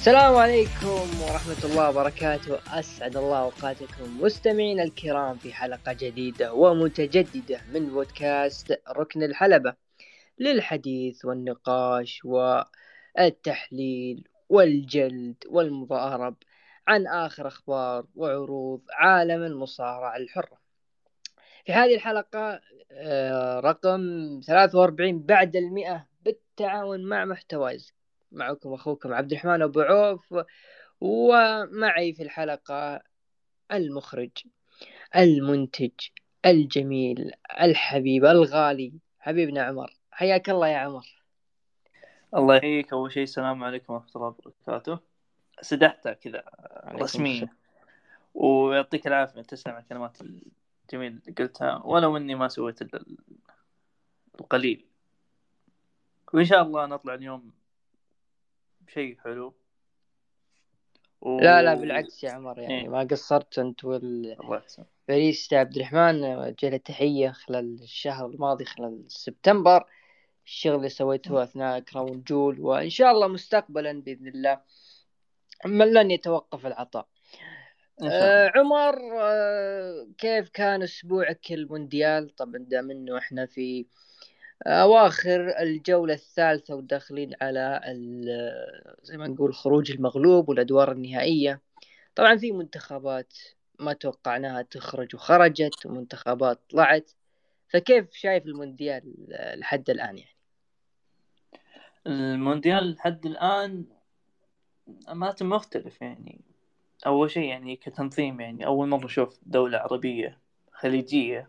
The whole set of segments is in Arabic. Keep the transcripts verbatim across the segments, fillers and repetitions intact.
السلام عليكم ورحمة الله وبركاته. أسعد الله أوقاتكم مستمعين الكرام في حلقة جديدة ومتجددة من بودكاست ركن الحلبة، للحديث والنقاش والتحليل والجلد والمضارب عن آخر أخبار وعروض عالم المصارعة الحرة. في هذه الحلقة آه، رقم ثلاثة وأربعين بعد المئة بالتعاون مع محتوايز، معكم أخوكم عبد الرحمن أبو عوف، ومعي في الحلقة المخرج المنتج الجميل الحبيب الغالي حبيبنا عمر. حياك الله يا عمر. الله يحييك. أول شيء السلام عليكم ورحمة الله وبركاته. سدحتها كذا رسمية، ويعطيك العافية، تسلم على الكلمات الجميلة اللي قلتها، ولو إني ما سويت القليل. وإن شاء الله نطلع اليوم بشيء حلو. و... لا لا بالعكس يا عمر، يعني إيه؟ ما قصرت أنت والباريستا عبد الرحمن. جل تحية خلال الشهر الماضي، خلال سبتمبر، الشغل اللي سويته أثناء كراون جول، وإن شاء الله مستقبلا بإذن الله من لن يتوقف العطاء. آه عمر، آه كيف كان أسبوعك المونديال؟ طبعا دام إنه إحنا في أواخر الجولة الثالثة وداخلين على زي ما نقول خروج المغلوب والأدوار النهائية. طبعا في منتخبات ما توقعناها تخرج وخرجت، ومنتخبات طلعت. فكيف شايف المونديال لحد الآن؟ يعني المونديال لحد الآن أمانة مختلف. يعني أول شيء يعني كتنظيم، يعني أول مرة أشوف دولة عربية خليجية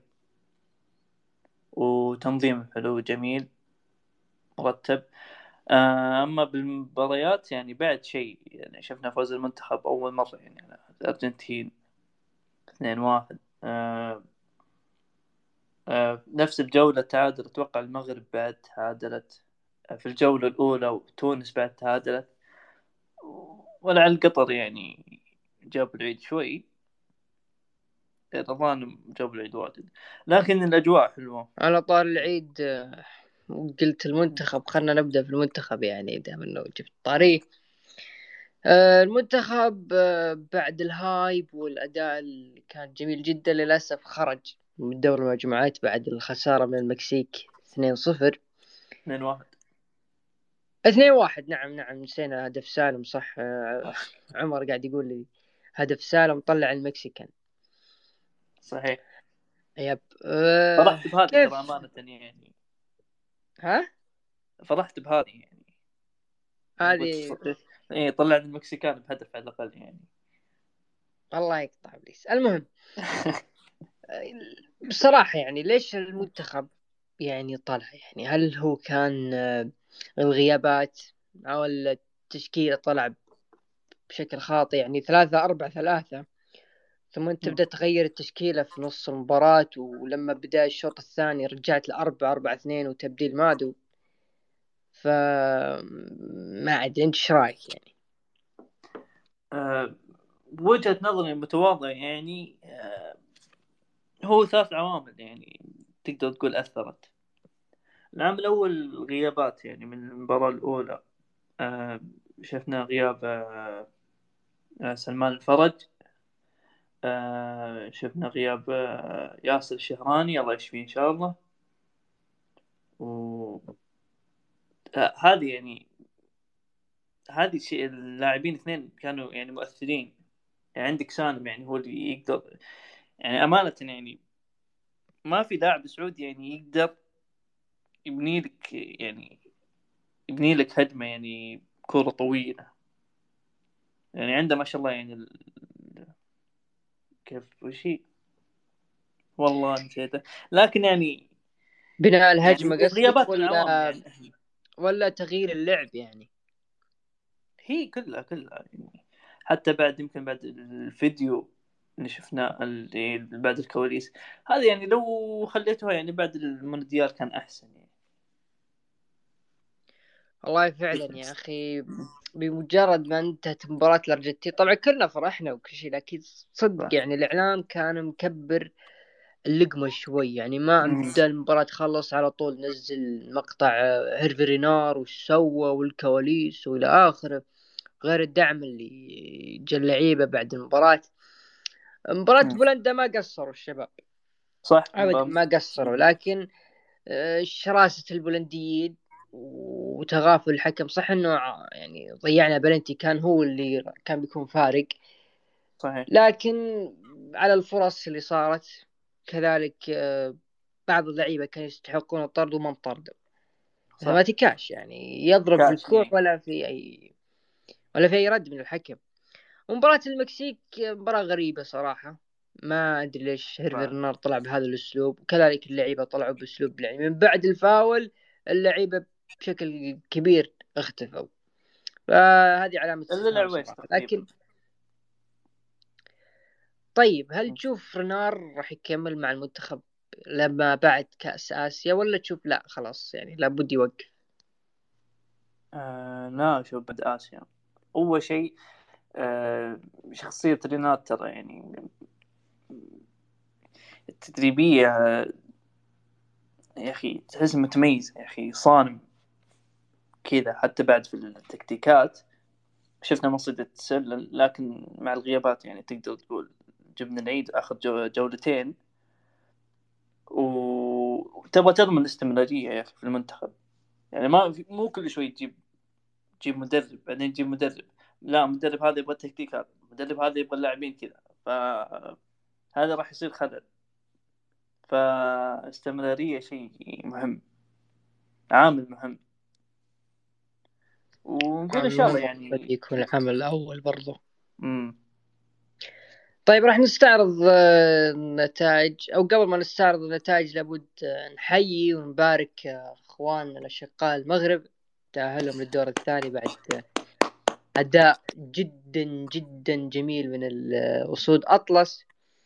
وتنظيم حلو جميل مرتب. أما بالمباريات يعني بعد شيء، يعني شفنا فوز المنتخب أول مرة يعني على الأرجنتين اثنين واحد. آه آه نفس الجولة تعادل، أتوقع المغرب بعد تعادلت في الجولة الأولى، وتونس بعد تعادلت، ولعل قطر يعني جاب العيد شوي. رمضان جاب العيد واجد، لكن الأجواء حلوة. على طار العيد قلت المنتخب، خلنا نبدأ في المنتخب. يعني دام انه جبت طاري المنتخب بعد الهايب والأداء اللي كان جميل جدا، للأسف خرج من دور المجموعات بعد الخسارة من المكسيك اثنين صفر. اثنين واحد اثنين واحد نعم نعم نسينا هدف سالم، صح. عمر قاعد يقول لي هدف سالم طلع المكسيكان. صحيح. يب. فرحت بهذه كيف ترى أمانة يعني. ها فرحت بهذه يعني. هذه؟ ايه طلع المكسيكان بهدف على الأقل يعني. الله يقطع ابليس. المهم بصراحة يعني ليش المنتخب يعني طلع؟ يعني هل هو كان الغيابات أو التشكيلة طلع بشكل خاطئ؟ يعني ثلاثة أربعة ثلاثة، ثم أنت تبدأ تغير التشكيلة في نص المباراة، ولما بدأ الشوط الثاني رجعت لأربعة أربعة اثنين وتبديل مادو. فما أدري أنت إيش رأيك يعني؟ أه بوجهة نظري المتواضعة يعني، أه هو ثلاث عوامل يعني تقدر تقول أثرت. العامل الأول الغيابات، يعني من المباراة الأولى أه شفنا غياب أه سلمان الفرج، أه شفنا غياب أه ياسر الشهراني، الله يشفيه إن شاء الله. و آه، هذه يعني هذه شيء، اللاعبين اثنين كانوا يعني مؤثرين. يعني عندك سالم، يعني هو اللي يقدر، يعني أمانة يعني ما في لاعب سعودي يعني يقدر يبني لك، يعني يبني لك هجمة، يعني كرة طويلة. يعني عنده ما شاء الله يعني ال... كيف وشي والله نسيته، لكن يعني بناء يعني الهجمة قصدك، الغيابات من العوامل ولا يعني. ولا تغيير اللعب يعني؟ هي كلها كلها يعني. حتى بعد يمكن بعد الفيديو اللي شفناه اللي بعد الكواليس هذا، يعني لو خليتها يعني بعد المونديال كان أحسن يعني. والله فعلا يا أخي، بمجرد ما انتهت مباراة الأرجنتين طبعا كلنا فرحنا وكل شيء، لكن صدق يعني الإعلام كان مكبر اللقمة شوي. يعني ما بدأ المباراة تخلص على طول نزل مقطع هيرفي رينار وش سوى والكواليس وإلى آخره، غير الدعم اللي جا اللعيبة بعد المباراة. مباراة مم. بولندا ما قصروا الشباب صح. أبدا، ب- ما قصروا، لكن آه، شراسة البولنديين وتغافل الحكم. صح انه ع- يعني ضيعنا بلنتي، كان هو اللي كان بيكون فارق، صحيح. لكن على الفرص اللي صارت كذلك آه، بعض اللعيبة كانوا يستحقون الطرد وما انطردوا. صح. ثماتيكاش يعني يضرب في كاش الكوع يعني. ولا في أي ولا في أي رد من الحكم. ومباراة المكسيك مباراة غريبة صراحة، ما أدري ليش هيرفي صح. رنار طلع بهذا الأسلوب، وكذلك اللعيبة طلعوا بأسلوب يعني من بعد الفاول اللعيبة بشكل كبير اختفوا. فهذه علامة الا استفهام العويس صراحة. تقريبا. لكن طيب، هل تشوف رنار راح يكمل مع المنتخب لما بعد كأس آسيا، ولا تشوف لا خلاص يعني لابد يوقف؟ آه لا، شوف بعد آسيا أول شيء. آه شخصية رينات ترى يعني التدريبية، آه، يا أخي تحس متميز، يا أخي صارم كذا. حتى بعد في التكتيكات شفنا مصيدة التسلل، لكن مع الغيابات يعني تقدر تقول جبنا العيد آخر جو- جولتين. وتبغى تضمن الاستمرارية يا أخي في المنتخب. يعني ما في- مو كل شوي تجيب تجيب مدرب بعدين تجيب مدرب. لا، مدرب هذا يبغى تكتيكات، مدرب هذا يبغى اللاعبين كذا، فهذا راح يصير خلل. فاستمرارية شيء مهم، عامل مهم. ونقول إن عامل شاء الله مهم وقد يعني. يكون العمل الأول برضه. امم طيب راح نستعرض آه، النتائج، أو قبل ما نستعرض النتائج لابد آه، نحيي ونبارك آه، أخواننا الأشقاء المغرب، تأهلهم للدور الثاني بعد آه، أداء جدا جدا جميل من الأسود أطلس.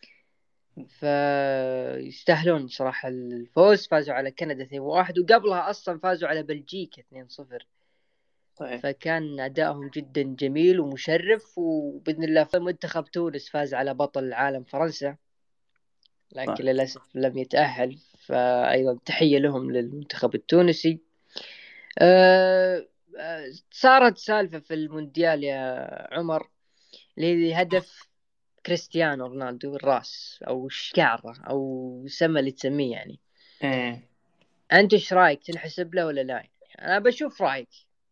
فيستاهلون صراحة الفوز، فازوا على كندا اثنين واحد، وقبلها أصلا فازوا على بلجيكا اثنين صفر. صحيح. فكان أدائهم جدا جميل ومشرف، وبإذن الله منتخب تونس فاز على بطل العالم فرنسا، لكن صح. للأسف لم يتأهل. فأيضا تحية لهم للمنتخب التونسي. أه أه صارت سالفة في المونديال يا عمر، اللي هدف كريستيانو رونالدو الراس أو الشعرة أو سمى اللي تسميه يعني. ايه أنت إيش رأيك، تنحسب له ولا لا؟ يعني أنا بشوف رأيك.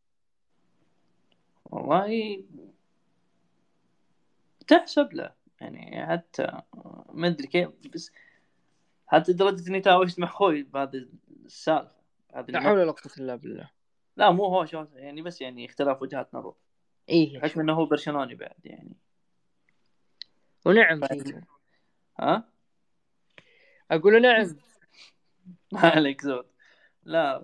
والله تحسب له يعني. حتى ما ادري كيف، بس حتى درجة اني تهاوشت مع اخوي بهذه السالفة، هذه لا حول النقطة. ولا قوة إلا بالله. لا مو هو شو يعني، بس يعني اختلاف وجهات نظر، إيه بحكم شوف، انه هو برشلوني بعد يعني. ونعم فيه. ف- ها. أقول نعم. ما عليك زود. لا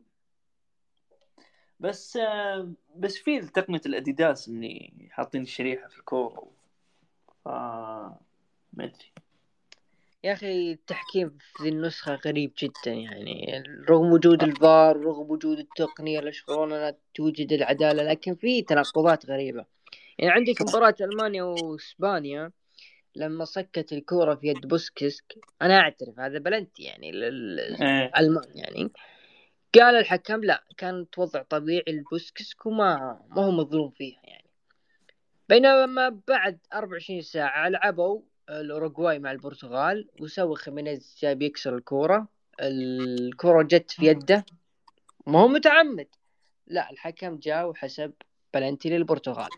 بس آه، بس في تقنية الاديداس اللي حاطين الشريحة في الكورة. ف ما ادري. يا أخي التحكيم في ذي النسخة غريب جدا يعني، رغم وجود الفار، رغم وجود التقنية اللي شغلنا توجد العدالة، لكن في تناقضات غريبة. يعني عندك مباراة ألمانيا وإسبانيا لما صكت الكورة في يد بوسكيسك، أنا أعترف هذا بلنتي يعني ايه. للألمان يعني. قال الحكم لا، كانت وضع طبيعي لبوسكيسك وما ما هو مظلوم فيها يعني. بينما بعد أربع وعشرين ساعة لعبوا الأوروغواي مع البرتغال، وسوى خيمينيز جاي بيكسر الكورة، الكورة جت في يده، ما هو متعمد، لا الحكم جاء وحسب بلنتي للبرتغال.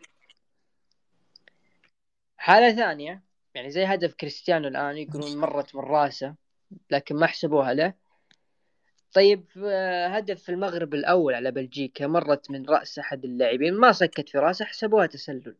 حالة ثانية يعني زي هدف كريستيانو الآن، يقولون مرت من راسه لكن ما حسبوها له. طيب آه، هدف في المغرب الأول على بلجيكا مرت من رأس أحد اللاعبين، ما سكت في راسه، حسبوها تسلل.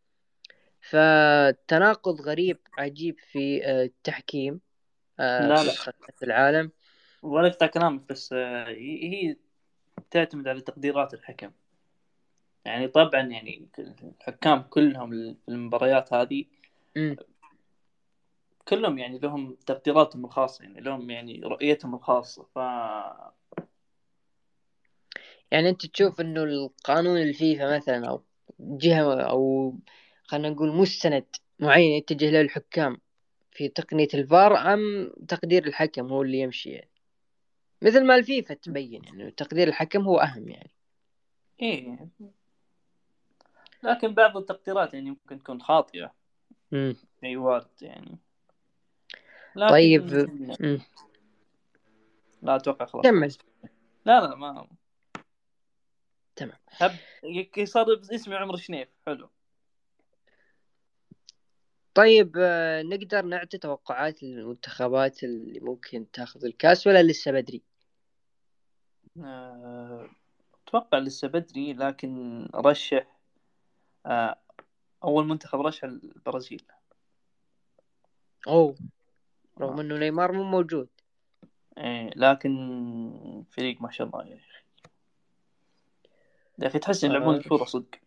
فتناقض غريب عجيب في آه، التحكيم آه، لا في لا، نسخة كأس العالم. ولا اقطع كلامك، بس آه، هي هي تعتمد على تقديرات الحكم. يعني طبعا يعني الحكام كلهم في المباريات هذه مم. كلهم يعني لهم تقديراتهم الخاصة، يعني لهم يعني رؤيتهم الخاصة. ف يعني أنت تشوف إنه القانون الفيفا مثلا أو جهة أو خلينا نقول مستند معين يتجه له الحكام في تقنية الفار، أم تقدير الحكم هو اللي يمشي يعني؟ مثل ما الفيفا تبين يعني تقدير الحكم هو أهم يعني. ايه. لكن بعض التقديرات يعني ممكن تكون خاطئة، مم. شيء وارد يعني. لكن طيب. مم. لا أتوقع خلاص كمل. خلاص. لا لا ما تمام. حب يصير اسمي عمر شنيف حلو. طيب آه، نقدر نعطي توقعات المنتخبات اللي ممكن تاخذ الكاس ولا لسه بدري؟ أه... أتوقع لسه بدري، لكن رشح أه... أول منتخب رشح البرازيل. أوه، رغم آه. إنه نيمار مو موجود. إيه لكن فريق ما شاء الله يا أخي، يا أخي تحس إن يلعبون آه. كورة صدق.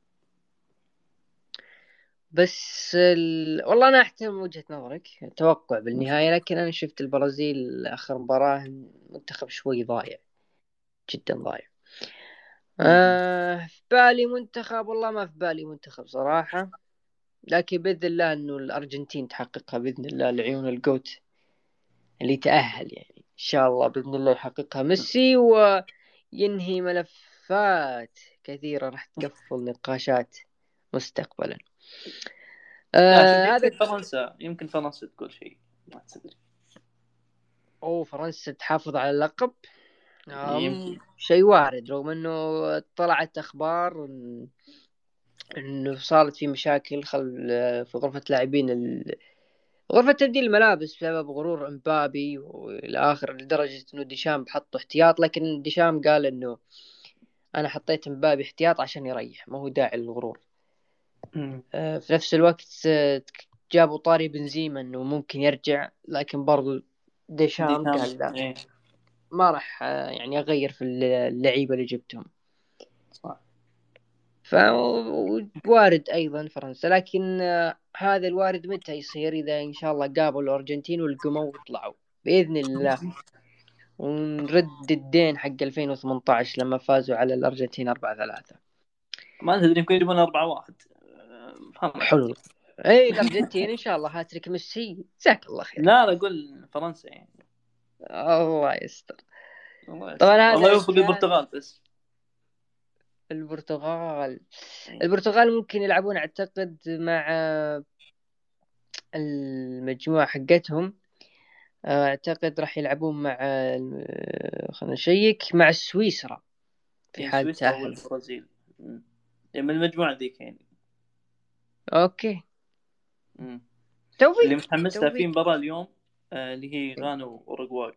بس ال... والله أنا أحترم وجهة نظرك توقع بالنهاية، لكن أنا شفت البرازيل آخر مباراة منتخب شوي ضايع، جدا ضايع. مم. آه في بالي منتخب، والله ما في بالي منتخب صراحة، لكن بإذن الله إنه الأرجنتين تحققها بإذن الله لعيون الجوت اللي تأهل، يعني إن شاء الله بإذن الله يحققها ميسي وينهي ملفات كثيرة راح تقفل نقاشات مستقبلا. لا شوف، آه هذا. يمكن فرنسا يمكن فرنسا تقول شيء ما تدري. أو فرنسا تحافظ على اللقب. يمكن. أم شيء وارد، رغم انه طلعت اخبار إن- انه صارت في مشاكل خل في غرفة لاعبين ال... غرفة تبديل الملابس بسبب غرور امبابي والى اخر، لدرجة انه ديشام حط احتياط، لكن ديشام قال انه انا حطيت امبابي احتياط عشان يريح، ما هو داعي للغرور. مم. آه، في نفس الوقت آه، جابوا طاري بنزيما انه ممكن يرجع، لكن برضو دي ديشام كام قال لا، إيه ما راح آه، يعني اغير في اللعيبة اللي جبتهم. صح. فوارد أيضا فرنسا، لكن آه، هذا الوارد متى يصير؟ إذا إن شاء الله قابلوا الأرجنتين والقموا وطلعوا بإذن الله، ونرد الدين حق ألفين وثمانية عشر لما فازوا على الأرجنتين أربعة ثلاثة. ما تدري يمكن يجيبون أربعة واحد. ما حلو. تدري. أي الأرجنتين إن شاء الله هاتريك ميسي، جزاك الله خير. لا لا أقول فرنسا يعني. الله يستر. الله طبعا يستر، الله هذا يوفق كان البرتغال بس. البرتغال. إيه. البرتغال ممكن يلعبون أعتقد مع المجموعة حقتهم، اعتقد راح يلعبون مع ال- خلنا نشيك مع سويسرا في إيه حال سويسرا أو تأهلوا. البرازيل. مم. يعني من المجموعة ذيك يعني. اوكي. مم. اللي توفيق. متحمس له في توفيق. مباراة اليوم آه، اللي هي غانا وأوروغواي.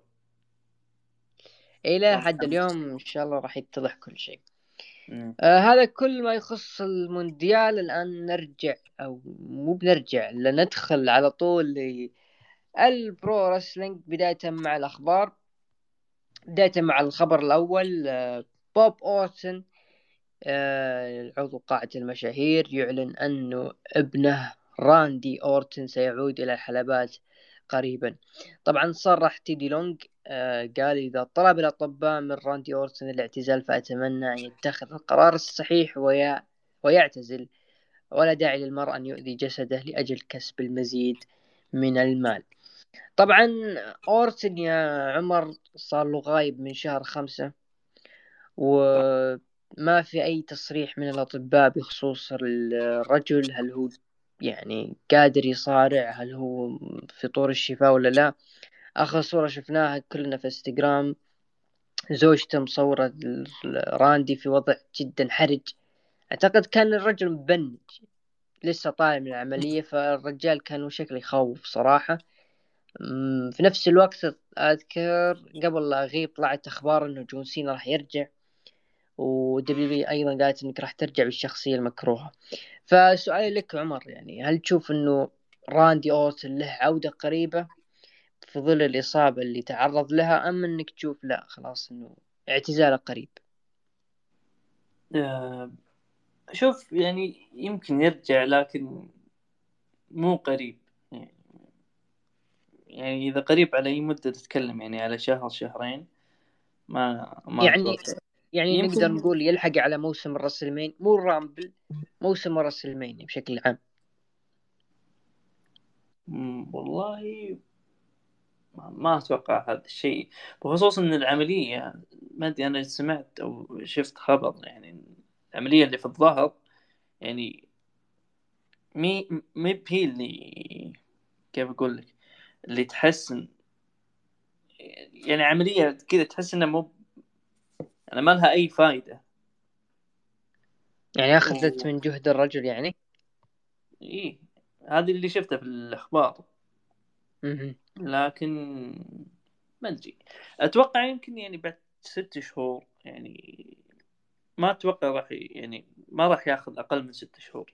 الى ترى حد متحمس. اليوم ان شاء الله راح يتضح كل شيء. مم. آه هذا كل ما يخص المونديال. الان نرجع، او مو بنرجع، لندخل على طول للبرو رسلينج، بداية مع الاخبار. بداية مع الخبر الاول، آه بوب اورتن، آه، عضو قاعة المشاهير، يعلن أنه ابنه راندي أورتن سيعود إلى الحلبات قريبا. طبعا صرح تيدي لونج، آه، قال إذا طلب الأطباء من راندي أورتن الاعتزال فأتمنى أن يتخذ القرار الصحيح ويا ويعتزل، ولا داعي للمرء أن يؤذي جسده لأجل كسب المزيد من المال. طبعا أورتن يا عمر صار له غايب من شهر خمسة، وما في أي تصريح من الأطباء بخصوص الرجل، هل هو يعني قادر يصارع، هل هو في طور الشفاء ولا لا. آخر صورة شفناها كلنا في انستغرام، زوجته مصورة راندي في وضع جدا حرج، أعتقد كان الرجل مبنج لسه طالع من العملية، فالرجال كان شكله يخوف صراحة. أمم، في نفس الوقت أذكر قبل لا أغيب طلعت أخبار إنه جون سينا راح يرجع، ودبليو بي ايضا قالت انك راح ترجع بالشخصيه المكروهه. فسؤالي لك عمر، يعني هل تشوف انه راندي اورتن له عوده قريبه في ظل الاصابه اللي تعرض لها، ام انك تشوف لا خلاص انه اعتزاله قريب؟ آه، شوف يعني يمكن يرجع لكن مو قريب يعني. يعني إذا قريب على أي مدة تتكلم، يعني على شهر شهرين، ما ما يعني أتوقع. يعني نقدر يمكن. نقول يلحق على موسم الرسلمين، مو الرامبل، موسم الرسلمين بشكل عام. مم، والله ما ما أتوقع هذا الشيء، بخصوص أن العملية، ما أدري أنا سمعت أو شفت خبر يعني، العملية اللي في الظهر يعني مي مي بهي اللي كيف أقول لك اللي تحسن يعني عملية كذا تحس إنه مو يعني ما لها أي فائدة. يعني أخذت و... من جهد الرجل يعني. إيه هذه اللي شفته في الأخبار. مهم. لكن ما أدري، أتوقع يمكن يعني بعد ست شهور يعني ما أتوقع راح ي- يعني ما راح ياخذ أقل من ست شهور.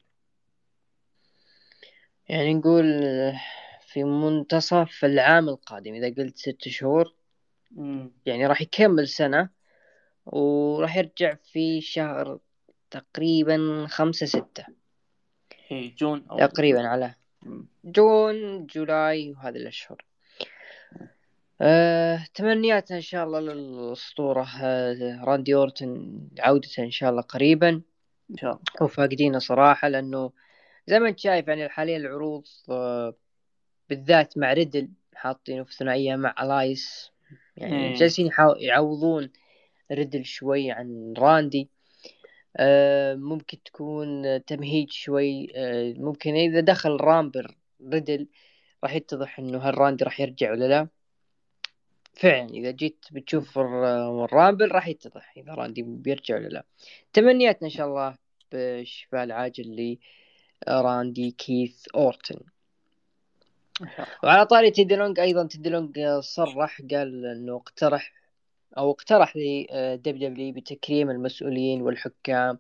يعني نقول في منتصف العام القادم إذا قلت ست شهور، امم يعني راح يكمل سنة، وراح يرجع في شهر تقريبا خمسة ستة إيه جون أو تقريبا، على مم. جون جولاي وهذه الأشهر. أه تمنياتنا إن شاء الله للأسطورة أه راندي أورتن عودته إن شاء الله قريبا، إن شاء الله. وفاقدينه صراحة، لأنه زي ما أنت شايف يعني حاليا العروض أه بالذات مع ريدل حاطينه في ثنائية مع ألايس، يعني إيه جالسين يحاو- يعوضون ريدل شوي عن راندي. أه ممكن تكون تمهيد شوي، أه ممكن إذا دخل رامبر ريدل راح يتضح إنه هل راندي راح يرجع ولا لا. فعلا إذا جيت بتشوف الر- الرامبل راح يتضح إذا راندي بيرجع ولا لا. تمنياتنا إن شاء الله بالشفاء العاجل لراندي كيث أورتن. إن شاء الله. وعلى طاري تيدي لونج، أيضا تيدي لونج صرح قال إنه اقترح أو اقترح لدبليو دبليو بتكريم المسؤولين والحكام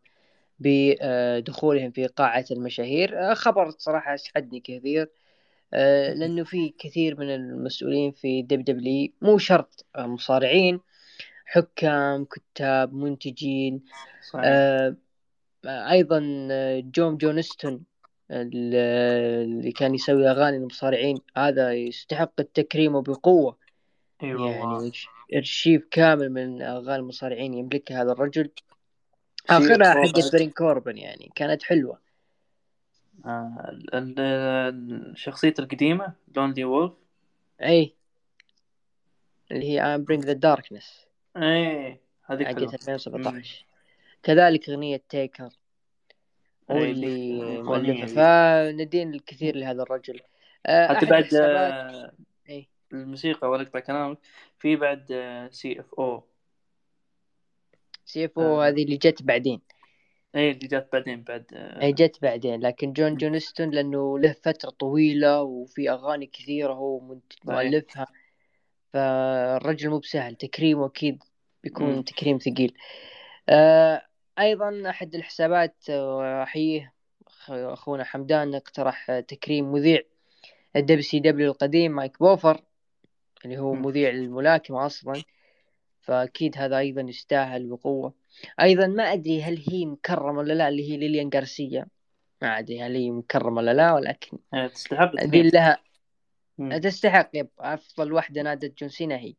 بدخولهم في قاعة المشاهير. خبر صراحة أسعدني كثير، لأنه في كثير من المسؤولين في دبليو دبليو مو شرط مصارعين، حكام، كتاب، منتجين. صحيح. آه أيضا آه، جون جونستون اللي كان يسوي أغاني المصارعين، هذا يستحق التكريم وبقوة. اي والله. يعني أرشيف كامل من أغاني المصارعين يملكها هذا الرجل. سي اف آخرها او حقت بعد. برين كوربن يعني كانت حلوة. آه ال- ال- الشخصية القديمة لونلي وولف. أي اللي هي I'm Bring the Darkness ايه هذيك حقت حلوة. ألفين امم وسبعطعش. كذلك أغنية تيكر هو ايه ذيك اللي مؤلفها، الأيقونية ذيك. فندين الكثير لهذا الرجل. آه، حتى أحد بعد الحسابات. آه، إيه الموسيقى ولا اقطع كلامك، في بعد سي اف او. سي اف او هذه اللي جت بعدين. ايه اللي جات بعدين بعد هي آه، جت بعدين، لكن جون جونستون لأنه له فترة طويلة وفي أغاني كثيرة هو منت- صحيح. مؤلفها، فالرجل مو بسهل تكريمه، أكيد امم بيكون تكريم ثقيل. آه، أيضا أحد الحسابات آه، أحييه أخ- أخونا حمدان اقترح آه، تكريم مذيع الدبليو سي دبليو القديم مايك بوفر، اللي هو مذيع الملاكمة أصلا، فأكيد هذا أيضا يستاهل بقوة. أيضا ما أدري هل هي مكرمة ولا لا، اللي هي ليليان غارسيا، ما أدري هل هي مكرمة ولا لا، ولكن آه، تستحق ذي تكريم. لها امم تستحق. يب أفضل واحدة نادت جون سينا هي.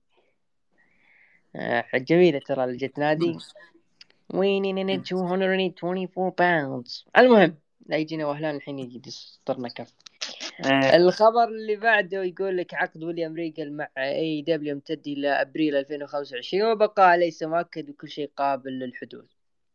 آه، جميلة ترى اللي جت نادي وين مئتين وأربعة وعشرين باوندز. المهم لا يجينا وهلان الحين يجي يسطرنا كف. ايه الخبر اللي بعده يقول لك عقد ويليام ريجل مع اي دبليو يمتد الى ابريل ألفين وخمسة وعشرين وبقاء ليس مؤكد وكل شيء قابل للحدوث.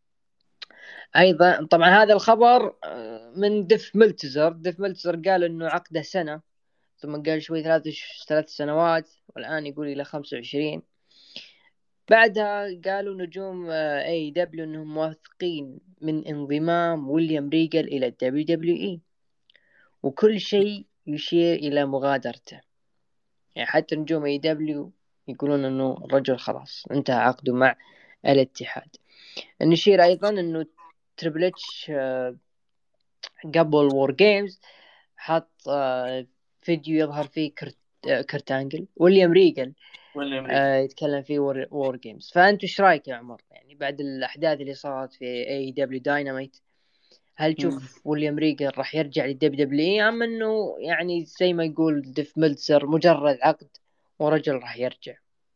ايضا طبعا هذا الخبر آه، من ديف ملتزر. ديف ملتزر قال انه عقده سنة، ثم قال شوي ثلاث ثلاث سنوات، والان يقول الى خمسة وعشرين. بعدها قالوا نجوم اي دبليو انهم واثقين من انضمام ويليام ريجل الى الدبليو دبليو اي، وكل شيء يشير الى مغادرته. يعني حتى نجوم اي دبليو يقولون انه الرجل خلاص انتهى عقده مع الاتحاد. نشير ايضا انه تريبل اتش آه، قبل وور جيمز حط آه، فيديو يظهر فيه كرت آه، كرت انجل ويليام ريجل ولا امريكا. آه، يتكلم فيه وور, وور جيمز. فانت ايش رايك يا عمر يعني بعد الاحداث اللي صارت في اي دبليو دايناميت؟ هل مم. تشوف ويليام ريجل راح يرجع للدبليو دبليو اي، ام انه يعني زي ما يقول ديف ميلتزر مجرد عقد ورجل راح يرجع؟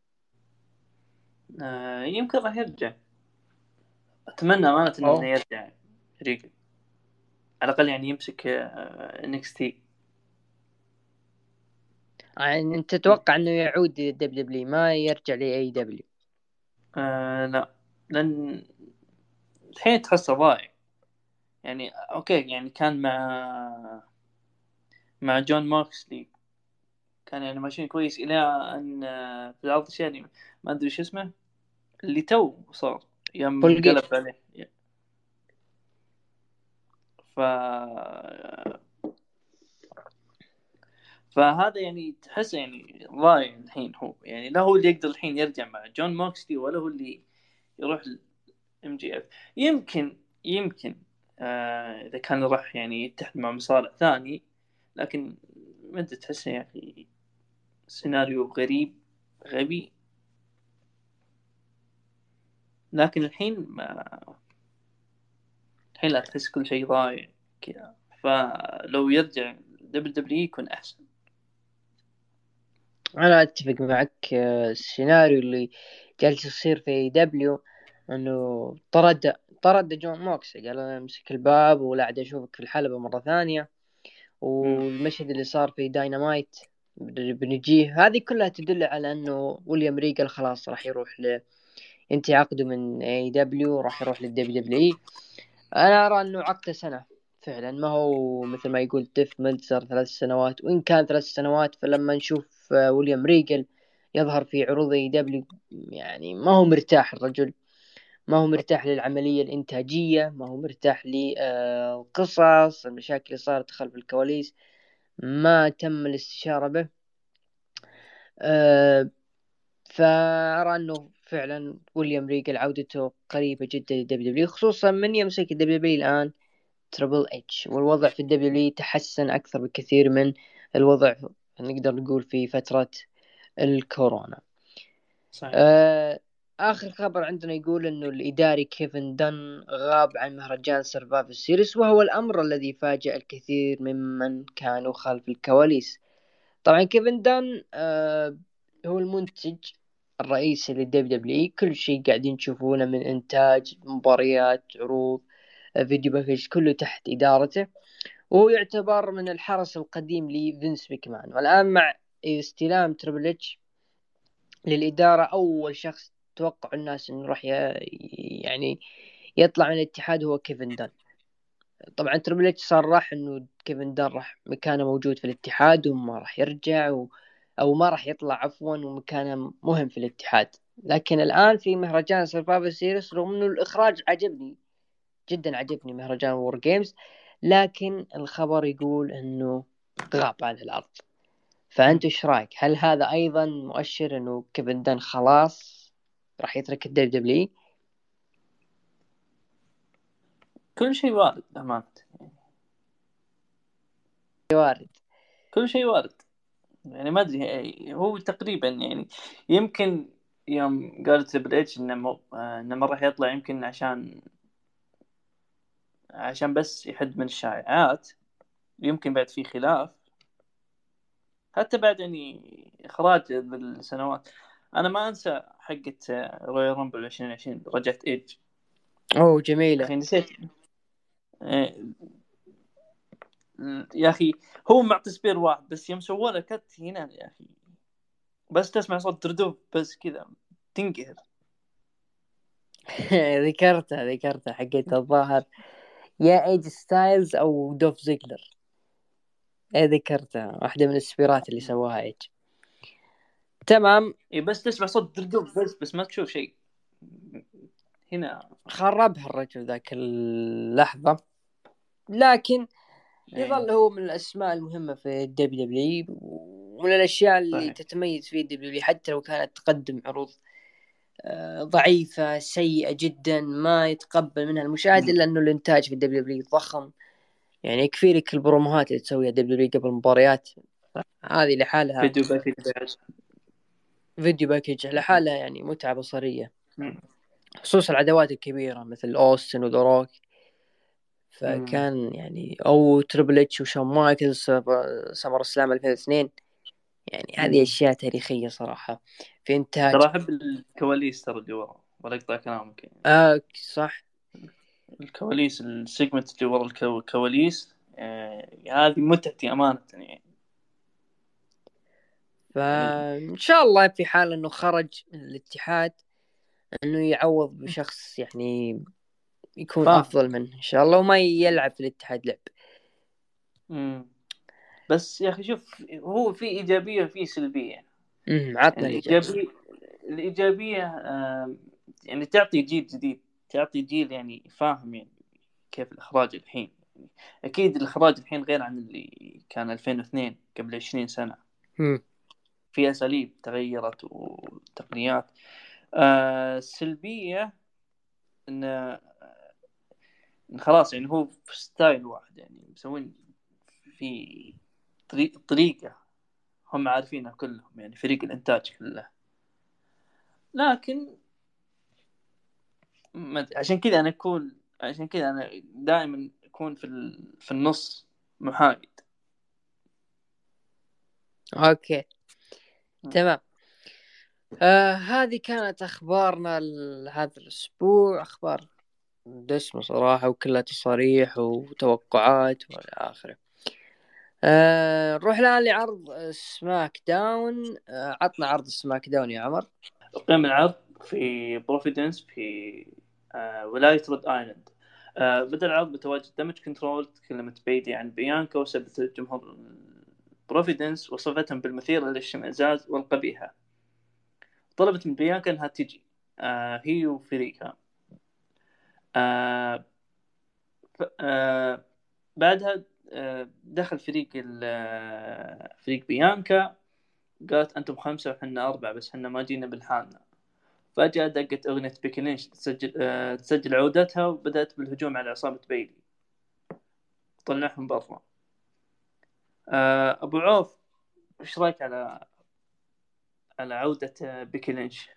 آه يمكن راح يرجع. اتمنى امانة انه اوه يرجع ريجل، على الاقل يعني يمسك انكس تي. يعني انت تتوقع انه يعود للدبليو دبليو ما يرجع لاي دبليو؟ آه لا، لان الحين تحسه ضايع. يعني اوكي يعني كان مع مع جون موكسلي كان يعني ماشيين كويس الى ان في العرض الثاني ما ادري شو اسمه اللي تو صار يوم فولجيت. قلب عليه. ف فهذا يعني تحس يعني ضايع الحين، هو يعني لا هو اللي يقدر الحين يرجع مع جون موكسلي ولا هو اللي يروح الام جي اف. يمكن يمكن آه اذا كان راح يعني يتحد مع مصارع ثاني، لكن ما ادري تحسه يا اخي سيناريو غريب غبي. لكن الحين ما الحين لا تحس كل شيء ضايع كذا، فلو يرجع دبل دبليو يكون احسن. انا اتفق معك. آه، السيناريو اللي جالس يصير في دبليو انه طرد طرد جون موكس، قال انا امسك الباب ولا عاد اشوفك في الحلبة مرة ثانية. مم. والمشهد اللي صار في داينامايت بنجيه، هذه كلها تدل على انه ويليام ريجل خلاص راح يروح ل ينتهي عقده من اي دبليو وراح يروح للدبليو دبليو اي. انا ارى انه عقده سنة فعلا، ما هو مثل ما يقول ديف ملتزر ثلاث سنوات. وإن كان ثلاث سنوات فلما نشوف آه، ويليام ريجل يظهر في عروض اي دبليو، يعني ما هو مرتاح الرجل، ما هو مرتاح للعملية الإنتاجية، ما هو مرتاح للقصص المشاكل اللي صارت خلف الكواليس، ما تم الاستشارة به. أه فأرى أنه فعلا ويليام ريجل عودته قريبة جدا للدبليو دبليو، خصوصا من يمسك الدبليو دبليو الآن تريبل اتش، والوضع في الدبليو دبليو تحسن أكثر بكثير من الوضع نقدر نقول في فترة الكورونا. صحيح. آه آخر خبر عندنا يقول أنه الإداري كيفن دان غاب عن مهرجان سرفايفر سيريس، وهو الأمر الذي فاجأ الكثير ممن كانوا خلف الكواليس. طبعا كيفن دان آه هو المنتج الرئيسي للدبليو دبليو، كل شيء قاعدين تشوفونه من إنتاج مباريات عروض آه، فيديو باكج كله تحت إدارته، وهو يعتبر من الحرس القديم لفينس ميكمان. والآن مع استلام تريبل اتش للإدارة، أول شخص توقع الناس إنه راح ي- يعني يطلع من الاتحاد هو كيفن دان. طبعا تريبل اتش صرح إنه كيفن دان راح مكانه موجود في الاتحاد وما راح يرجع و... أو ما راح يطلع عفوا، ومكانه مهم في الاتحاد. لكن الآن في مهرجان سرفايفر سيريس، رغم إنه الإخراج عجبني جدا، عجبني مهرجان وور جيمز، لكن الخبر يقول إنه غاب عن الأرض. مم. فأنت إيش رأيك؟ هل هذا أيضا مؤشر إنه كيفن دان خلاص راح يترك الدبليو دبليو؟ كل شيء وارد أمانة، وارد. كل شيء وارد. يعني ما ادري هو تقريبا يعني يمكن يوم قالت تريبل اتش انه مو... آه، انه ما راح يطلع، يمكن عشان عشان بس يحد من الشائعات. يمكن بعد في خلاف حتى بعد يعني اخراج بالسنوات. انا ما انسى حقة رويال رامبل عشرين عشرين رجعت ايج. أوه جميلة. اخي نسيت. آه، يا اخي هو معطي سبير واحد بس يوم سووا له كت هنا يا اخي، بس تسمع صوت دردوف بس كذا تنقهر. ذكرتها ذكرتها حقت الظاهر يا ايج ستايلز او دوف زيجلر. ايه ذكرتها، واحدة من السبيرات اللي سواها ايج. تمام. اي بس تسمع صوت دردوف بس بس ما تشوف شيء هنا. خربها الرجل ذاك اللحظة، لكن ايه يظل هو من الأسماء المهمة في الدبليو دبليو، ومن الأشياء اللي صحيح. تتميز فيه الدبليو دبليو حتى لو كانت تقدم عروض آه، ضعيفة سيئة جدا ما يتقبل منها المشاهد، إلا أنه الإنتاج في الدبليو دبليو ضخم. يعني يكفي لك البروموهات اللي تسويها دبليو دبليو قبل المباريات، هذه لحالها فيديو باكج بعد. فيديو باكج لحالها يعني متعة بصرية، خصوصا العداوات الكبيرة مثل أوستن وذروك. مم. فكان يعني أو تريبل اتش وشون مايكلز سمر سلام ألفين واثنين، يعني هذه مم. أشياء تاريخية صراحة في إنتاج. ترى احب الكواليس ترى اللي ورا ولا اقطع كلامك يعني. آه صح. الكواليس السيجمنت اللي ورا الكو- الكواليس آه هذه متعتي امانه يعني. يعني فإن شاء الله في حال أنه خرج من الاتحاد أنه يعوض بشخص يعني يكون فاهم. افضل منه ان شاء الله، وما يلعب في الاتحاد لعب. امم بس يا اخي شوف، هو في ايجابيه وفي سلبيه. امم عطنا يعني الايجابيه. الايجابيه الايجابيه آم، يعني تعطي جيل جديد، تعطي جيل يعني فاهم يعني كيف الاخراج الحين. يعني اكيد الاخراج الحين غير عن اللي كان ألفين واثنين قبل عشرين سنه. امم في اساليب تغيرت وتقنيات. آه السلبيه ان إن خلاص يعني هو في ستايل واحد، يعني مسوين في طريق طريقة هم عارفينها كلهم، يعني فريق الإنتاج كله. لكن ما أدري، عشان كذا أنا أكون عشان كذا أنا دائما أكون في ال... في النص محايد. اوكي تمام. آه هذه كانت اخبارنا ل- هذا الاسبوع، اخبار دسمة صراحة وكلها تصاريح وتوقعات والى اخره. آه نروح الان لعرض سماك داون. آه عطنا عرض سماك داون يا عمر. أقيم العرض في بروفيدنس في آه ولاية رود آيلاند. آه بدأ العرض بتواجد دمج كنترول. تكلمت بيدي عن بيانكا وسبت الجمهور بروفيدنس، وصفتهم بالمثيرة للاشمئزاز والقبيحة. طلبت من بيانكا انها تجي آه هي وفريقها. آه ف- آه بعدها آه دخل فريق ال- آه، فريق بيانكا. قالت انتم خمسة وحنا أربعة، بس حنا ما جينا بالحالنا. فجأة دقت أغنية بيكي لينش تسجل آه تسجل عودتها، وبدأت بالهجوم على عصابة بيلي، طلعهم برا. آه أبو عوف، إيش رأيك على على عودة آه، بيكي لينش؟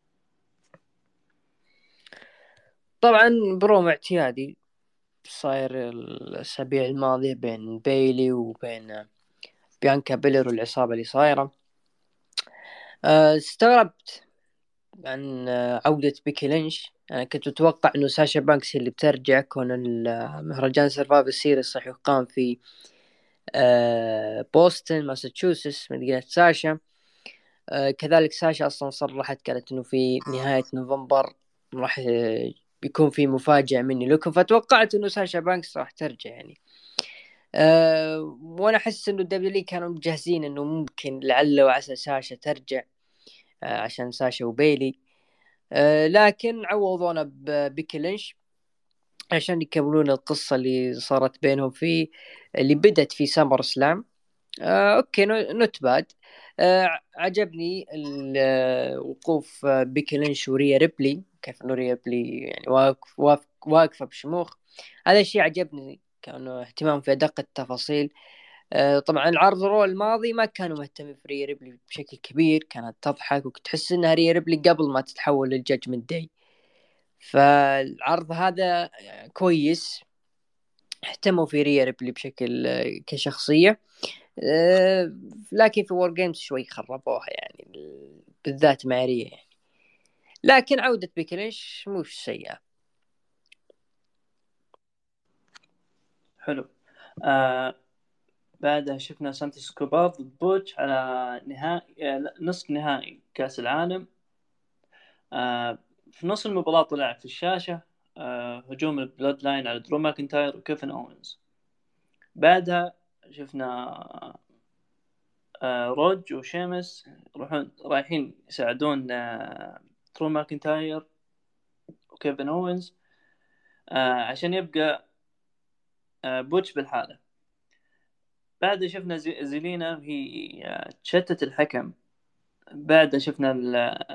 طبعا بروم اعتيادي صاير الاسابيع الماضية بين بيلي وبين بيانكا بيلر والعصابة اللي صايرة. آه، استغربت عن آه، عودة بيكي لينش. أنا كنت أتوقع إنه ساشا بانكس هي اللي بترجع، كون المهرجان سرفايفر سيريس راح يقام في آه، بوسطن ماساتشوستس مدينة ساشا. آه، كذلك ساشا أصلا صرحت قالت إنه في نهاية نوفمبر راح آه، بيكون في مفاجأة مني لكم، فتوقعت إنه ساشا بانكس راح ترجع يعني. أه وانا احس انه الدبليو كانوا مجهزين انه ممكن لعل وعسى ساشا ترجع، أه عشان ساشا وبيلي. أه لكن عوضونا ببيكي لينش عشان يكملون القصة اللي صارت بينهم في اللي بدت في سامر سلام. أه اوكي نوت باد. أه عجبني ال- آه، وقوف آه، بيكي لينش وريا ريبلي، كيف انه ريا ريبلي يعني واقف واقف واقفة بشموخ. هذا الشيء عجبني، كانوا اهتمام في أدق التفاصيل. آه، طبعا العرض رو الماضي ما كانوا مهتمين في ريا ريبلي بشكل كبير، كانت تضحك وتحس انها ريا ريبلي قبل ما تتحول للجاجمنت داي. فالعرض هذا كويس، اهتموا في ريا ريبلي بشكل آه، كشخصية. آه، لكن في وور جيمز شوي خربوها يعني، بالذات مع ريا يعني. لكن عودة بيكلينش مش سيئة. حلو. آه بعدها شفنا سانتوس كوبار ضد بوتش على نهائي آه، نصف نهائي كأس العالم. آه في نص المباراة طلع في الشاشة آه هجوم البلود لاين على درو ماكنتاير وكيفن أوينز. بعدها شفنا آه روج وشيمس يروحون رايحين يساعدون آه درو ماكنتاير وكيفن أوينز آه عشان يبقى آه بوتش بالحالة. بعدها شفنا زي زيلينا هي آه تشتت الحكم. بعدها شفنا ال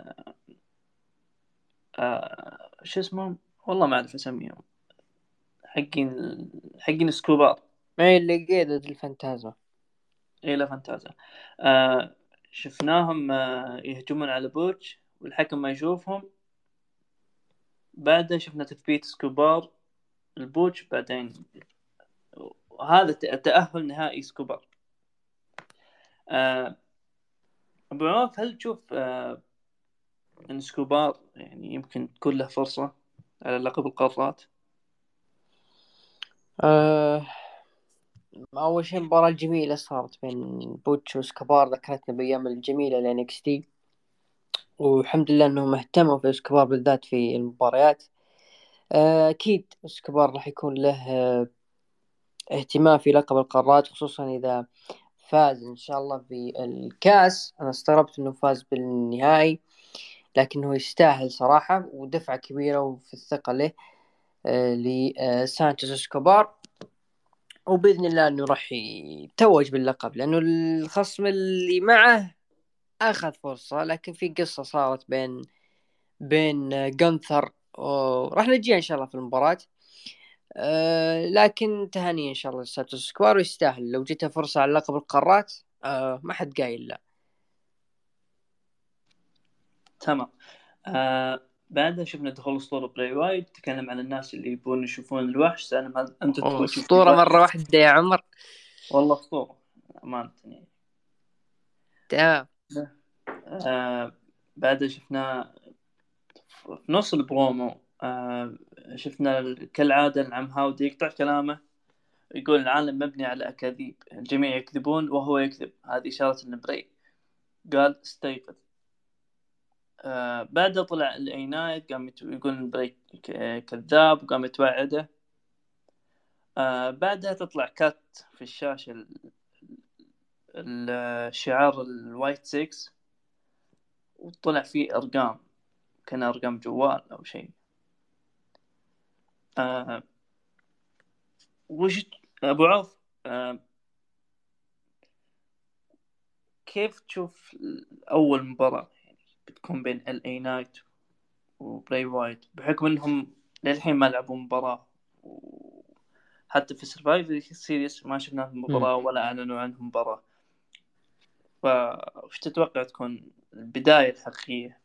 آه شو اسمهم، والله ما أعرف أسميهم، حقين حقين سكوبار. ما اللي قيدة الفانتازما. إيه لا فانتازا. آه شفناهم آه يهجمون على بوتش والحكم ما يشوفهم. بعدها شفنا تثبيت سكوبار البوتش. بعدين هذا تأهل نهائي سكوبار. آه أبو عوف، هل تشوف آه أن سكوبار يعني يمكن تكون له فرصة على لقب القارات؟ آه أول شيء المباراة الجميلة صارت بين بوتش وسكابار، ذكرتنا بأيام الجميلة لإنكس تي، والحمد لله انهم اهتموا في اسكوبار بالذات في المباريات. آه، أكيد اسكوبار راح يكون له آه، اهتمام في لقب القارات، خصوصا إذا فاز إن شاء الله بالكأس. أنا استغربت إنه فاز بالنهائي، لكنه يستاهل صراحة، ودفعة كبيرة وفي الثقة له آه، لسانتوس اسكوبار. وبإذن الله إنه راح يتوج باللقب، لأنه الخصم اللي معه أخذ فرصة، لكن في قصة صارت بين بين جونثر، وراح نجيها إن شاء الله في المباراة. أه لكن تهاني إن شاء الله لسانتوس اسكوبار، ويستاهل لو جته فرصة على لقب القارات. أه ما حد قايل لا. تمام. آه بعدها شفنا دخول أسطورة براي وايت، تكلم عن الناس اللي يبون يشوفون الوحش، سألهم هل أنت تبون تشوف أسطورة الوحش؟ مرة واحدة يا عمر. والله أسطورة أمانة يعني. تمام. آه بعدها شفنا في نص البرومو، آه شفنا كالعادة العم هاودي يقطع كلامه، يقول العالم مبني على أكاذيب، الجميع يكذبون وهو يكذب، هذه إشارة لبري. قال استيقظ. آه بعدها طلع الاي نايت، قام يت- يقول بري ك- كذاب، وقام يتوعده. آه بعدها تطلع كات في الشاشة ال- ال- الشعار الوايت سيكس، وطلع فيه أرقام، كان أرقام جوال أو شيء. آه وش أبو عوف، آه كيف تشوف أول مباراة يعني بتكون بين ال اي نايت وبراي وايت، بحكم انهم للحين ما لعبوا مباراة، وحتى في سرفايفر سيريس ما شفنا لهم مم. مباراة ولا اعلنوا عنهم مباراة، فوش تتوقع تكون البداية الحقيقية؟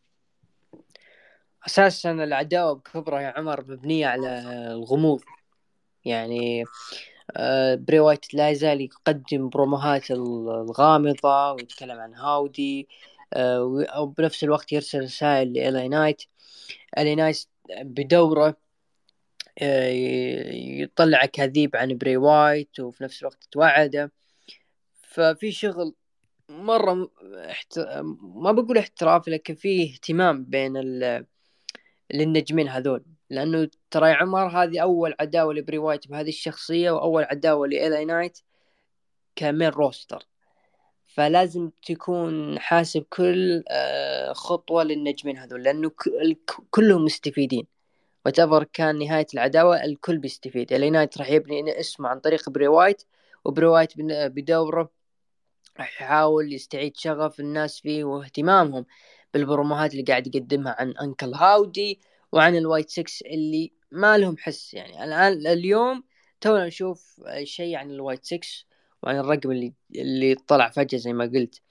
أساسا العداوة بكبرى يا عمر مبنية على الغموض. يعني آه، بري وايت لا يزال يقدم بروموهات الغامضة، ويتكلم عن هاودي، آه، و- أو بنفس الوقت يرسل رسائل لإلي نايت. إلي نايت بدوره آه، يطلع أكاذيب عن بري وايت، وفي نفس الوقت توعده. ففي شغل مرة م- احت... ما بقول احترافي، لكن فيه اهتمام بين ال... للنجمين هذول. لأنه ترى يا عمر هذه أول عداوة لبري وايت بهذه الشخصية، وأول عداوة لإلي نايت كمين روستر. فلازم تكون حاسب كل آه، خطوة للنجمين هذول، لأنه ك- الك- كلهم مستفيدين. وتبر كان نهاية العداوة الكل بيستفيد. إلي نايت راح يبني اسمه عن طريق بري وايت، وبري وايت بن- بدوره راح يحاول يستعيد شغف الناس فيه واهتمامهم بالبروموهات اللي قاعد يقدمها عن أنكل هاودي وعن الوايت سكس اللي ما لهم حس. يعني الآن اليوم تونا نشوف شيء عن الوايت سكس وعن الرقم اللي اللي طلع فجأة زي ما قلت.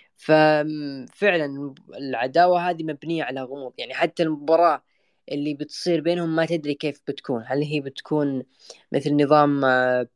ففعلا العداوة هذه مبنية على غموض. يعني حتى المباراة اللي بتصير بينهم ما تدري كيف بتكون. هل هي بتكون مثل نظام آه،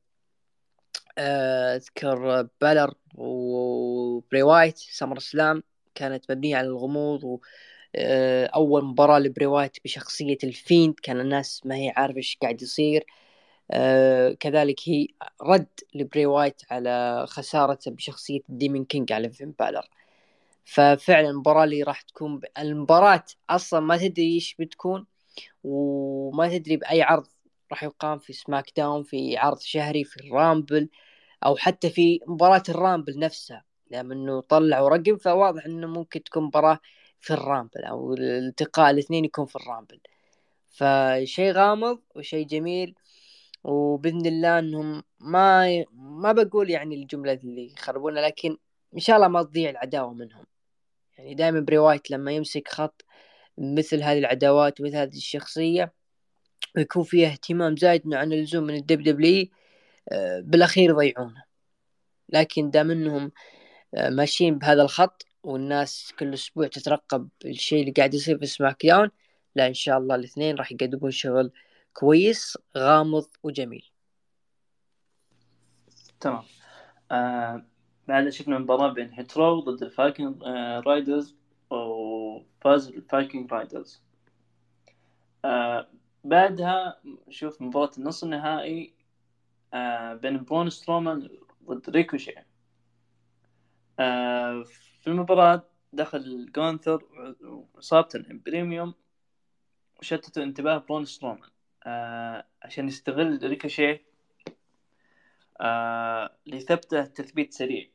آه، أذكر بالر وبري وايت سمر سلام، كانت مبنية على الغموض. وأول مباراة لبري وايت بشخصية الفيند، كان الناس ما هي عارفة إيش قاعد يصير. آه، كذلك هي رد لبري وايت على خسارته بشخصية ديمين كينج على فين بالر. ففعلا المباراة اللي راح تكون ب... المباراة أصلا ما تدري إيش بتكون، وما تدري بأي عرض راح يقام، في سماك داون، في عرض شهري، في الرامبل، او حتى في مباراة الرامبل نفسها. لانه طلعوا رقم، فواضح انه ممكن تكون مباراة في الرامبل، او الالتقاء الاثنين يكون في الرامبل. فشيء غامض وشيء جميل. وباذن الله انهم ما ما بقول يعني الجملة اللي يخربونها، لكن ان شاء الله ما تضيع العداوة منهم. يعني دائما بري وايت لما يمسك خط مثل هذه العداوات ومثل هذه الشخصية، ويكون فيها اهتمام زايد عن اللزوم من الدب دبليو، بالاخير يضيعونه. لكن دام انهم ماشيين بهذا الخط، والناس كل أسبوع تترقب الشيء اللي قاعد يصير في سماك داون، لا إن شاء الله الاثنين راح يقدمون شغل كويس غامض وجميل. تمام. آه بعد شفنا مباراة بين هيترو ضد الفايكنج آه رايدرز، وفاز الفايكنج رايدرز. آه بعدها شوف مباراة النص النهائي آه بين برون سترومان ضد ريكوشي. آه في المباراة دخل جونثر وعصابة الإمبريميوم وشتتوا انتباه برون سترومان. آه عشان يستغل ريكوشيه آه لثبته تثبيت سريع.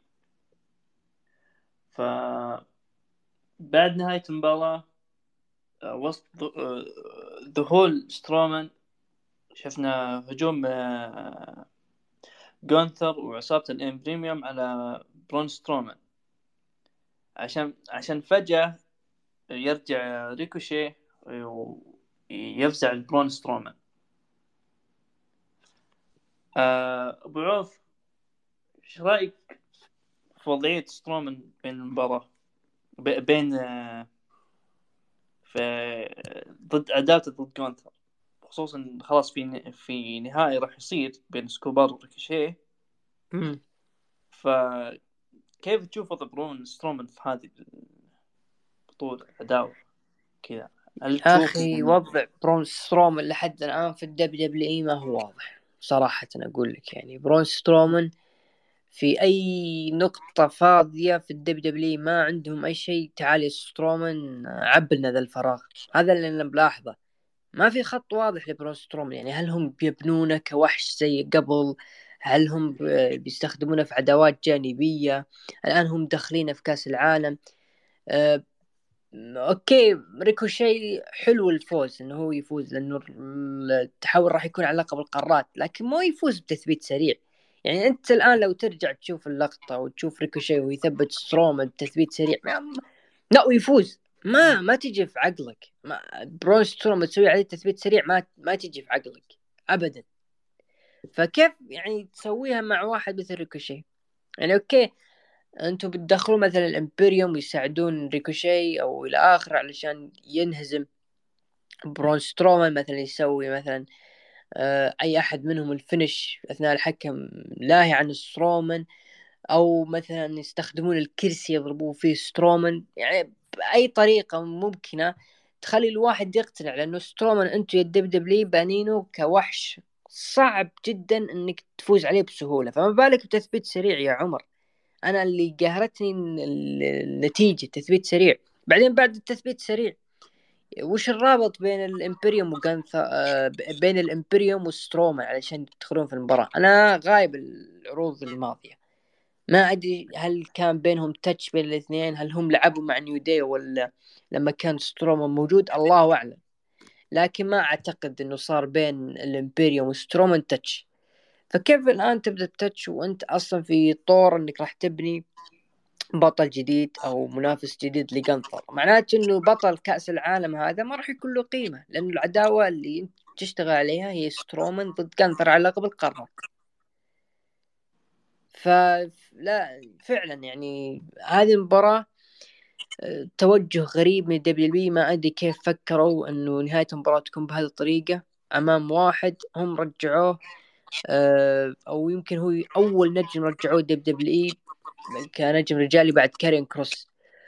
فبعد نهاية المباراة آه وسط آه ذهول سترومان شفنا هجوم آه جونثر وعصابة الإمبريميوم على برون سترومان عشان عشان فجأة يرجع ريكوشي ويفزع البرون سترومان. آه، أبو عوف إيش رأيك في وضعية سترومان بين المباراة بين آه، في ضد أداته ضد جونثر، خصوصا خلاص في في نهائي راح يصير بين سكوبار وريكوشي. فكيف تشوف وضع برون سترومان في هذه البطولة أداؤه كذا؟ هل يا تشوف اخي إن وضع برون سترومان لحد الان في الدبليو دبليو اي ما هو واضح صراحة. اقول لك يعني برون سترومان في اي نقطة فاضية في الدبليو دبليو اي ما عندهم اي شيء. تعالي سترومان عبلنا ذا الفراغ، هذا اللي انا ملاحظه. ما في خط واضح لبرون سترومان. يعني هل هم بيبنونه كوحش زي قبل؟ هل هم ب- بيستخدمونه في عداوات جانبية؟ الآن هم داخلين في كأس العالم. أه اوكي، ريكوشي حلو الفوز انه هو يفوز، لانه التحول راح يكون على لقب القارات، لكن ما يفوز بتثبيت سريع. يعني انت الان لو ترجع تشوف اللقطة وتشوف ريكوشي ويثبت سترومان بتثبيت سريع، ما- لا ويفوز، ما ما تجي في عقلك. ما برون سترومان تسوي عليه تثبيت سريع، ما ما تجي في عقلك ابدا. فكيف يعني تسويها مع واحد مثل ريكوشي؟ يعني اوكي، انتم بتدخلوا مثلا الامبريوم ويساعدون ريكوشي او الى اخر علشان ينهزم برون سترومان، مثلا يسوي مثلا آه، اي احد منهم الفينش اثناء الحكم لاهي عن سترومان، او مثلا يستخدمون الكرسي يضربوه فيه سترومان. يعني باي طريقه ممكنه تخلي الواحد يقتنع، لانه سترومان انتو يدب دبلي بانينه كوحش صعب جدا انك تفوز عليه بسهوله، فما بالك بتثبيت سريع يا عمر. انا اللي قهرتني النتيجه تثبيت سريع. بعدين بعد التثبيت سريع وش الرابط بين الامبريوم وغانثا آه بين الامبريوم وسترومان علشان يدخلون في المباراة؟ انا غايب العروض الماضية، ما ادري هل كان بينهم تاتش بين الاثنين، هل هم لعبوا مع نيو داي ولا لما كان سترومان موجود، الله اعلم. لكن ما اعتقد انه صار بين الامبريوم وسترومان تاتش. فكيف الان تبدا تاتش وانت اصلا في طور انك راح تبني بطل جديد او منافس جديد لقنطر؟ معناته انه بطل كأس العالم هذا ما راح يكون له قيمة، لانه العداوة اللي انت تشتغل عليها هي سترومان ضد قنطر على لقب القارة. فلا فعلا يعني هذه المباراة آه، توجه غريب من دبليو بي. ما ادري كيف فكروا انه نهاية المباراة تكون بهذه الطريقة امام واحد هم رجعوه آه، او يمكن هو اول نجم رجعوه دبليو دبليو كنجم رجالي بعد كارين كروس.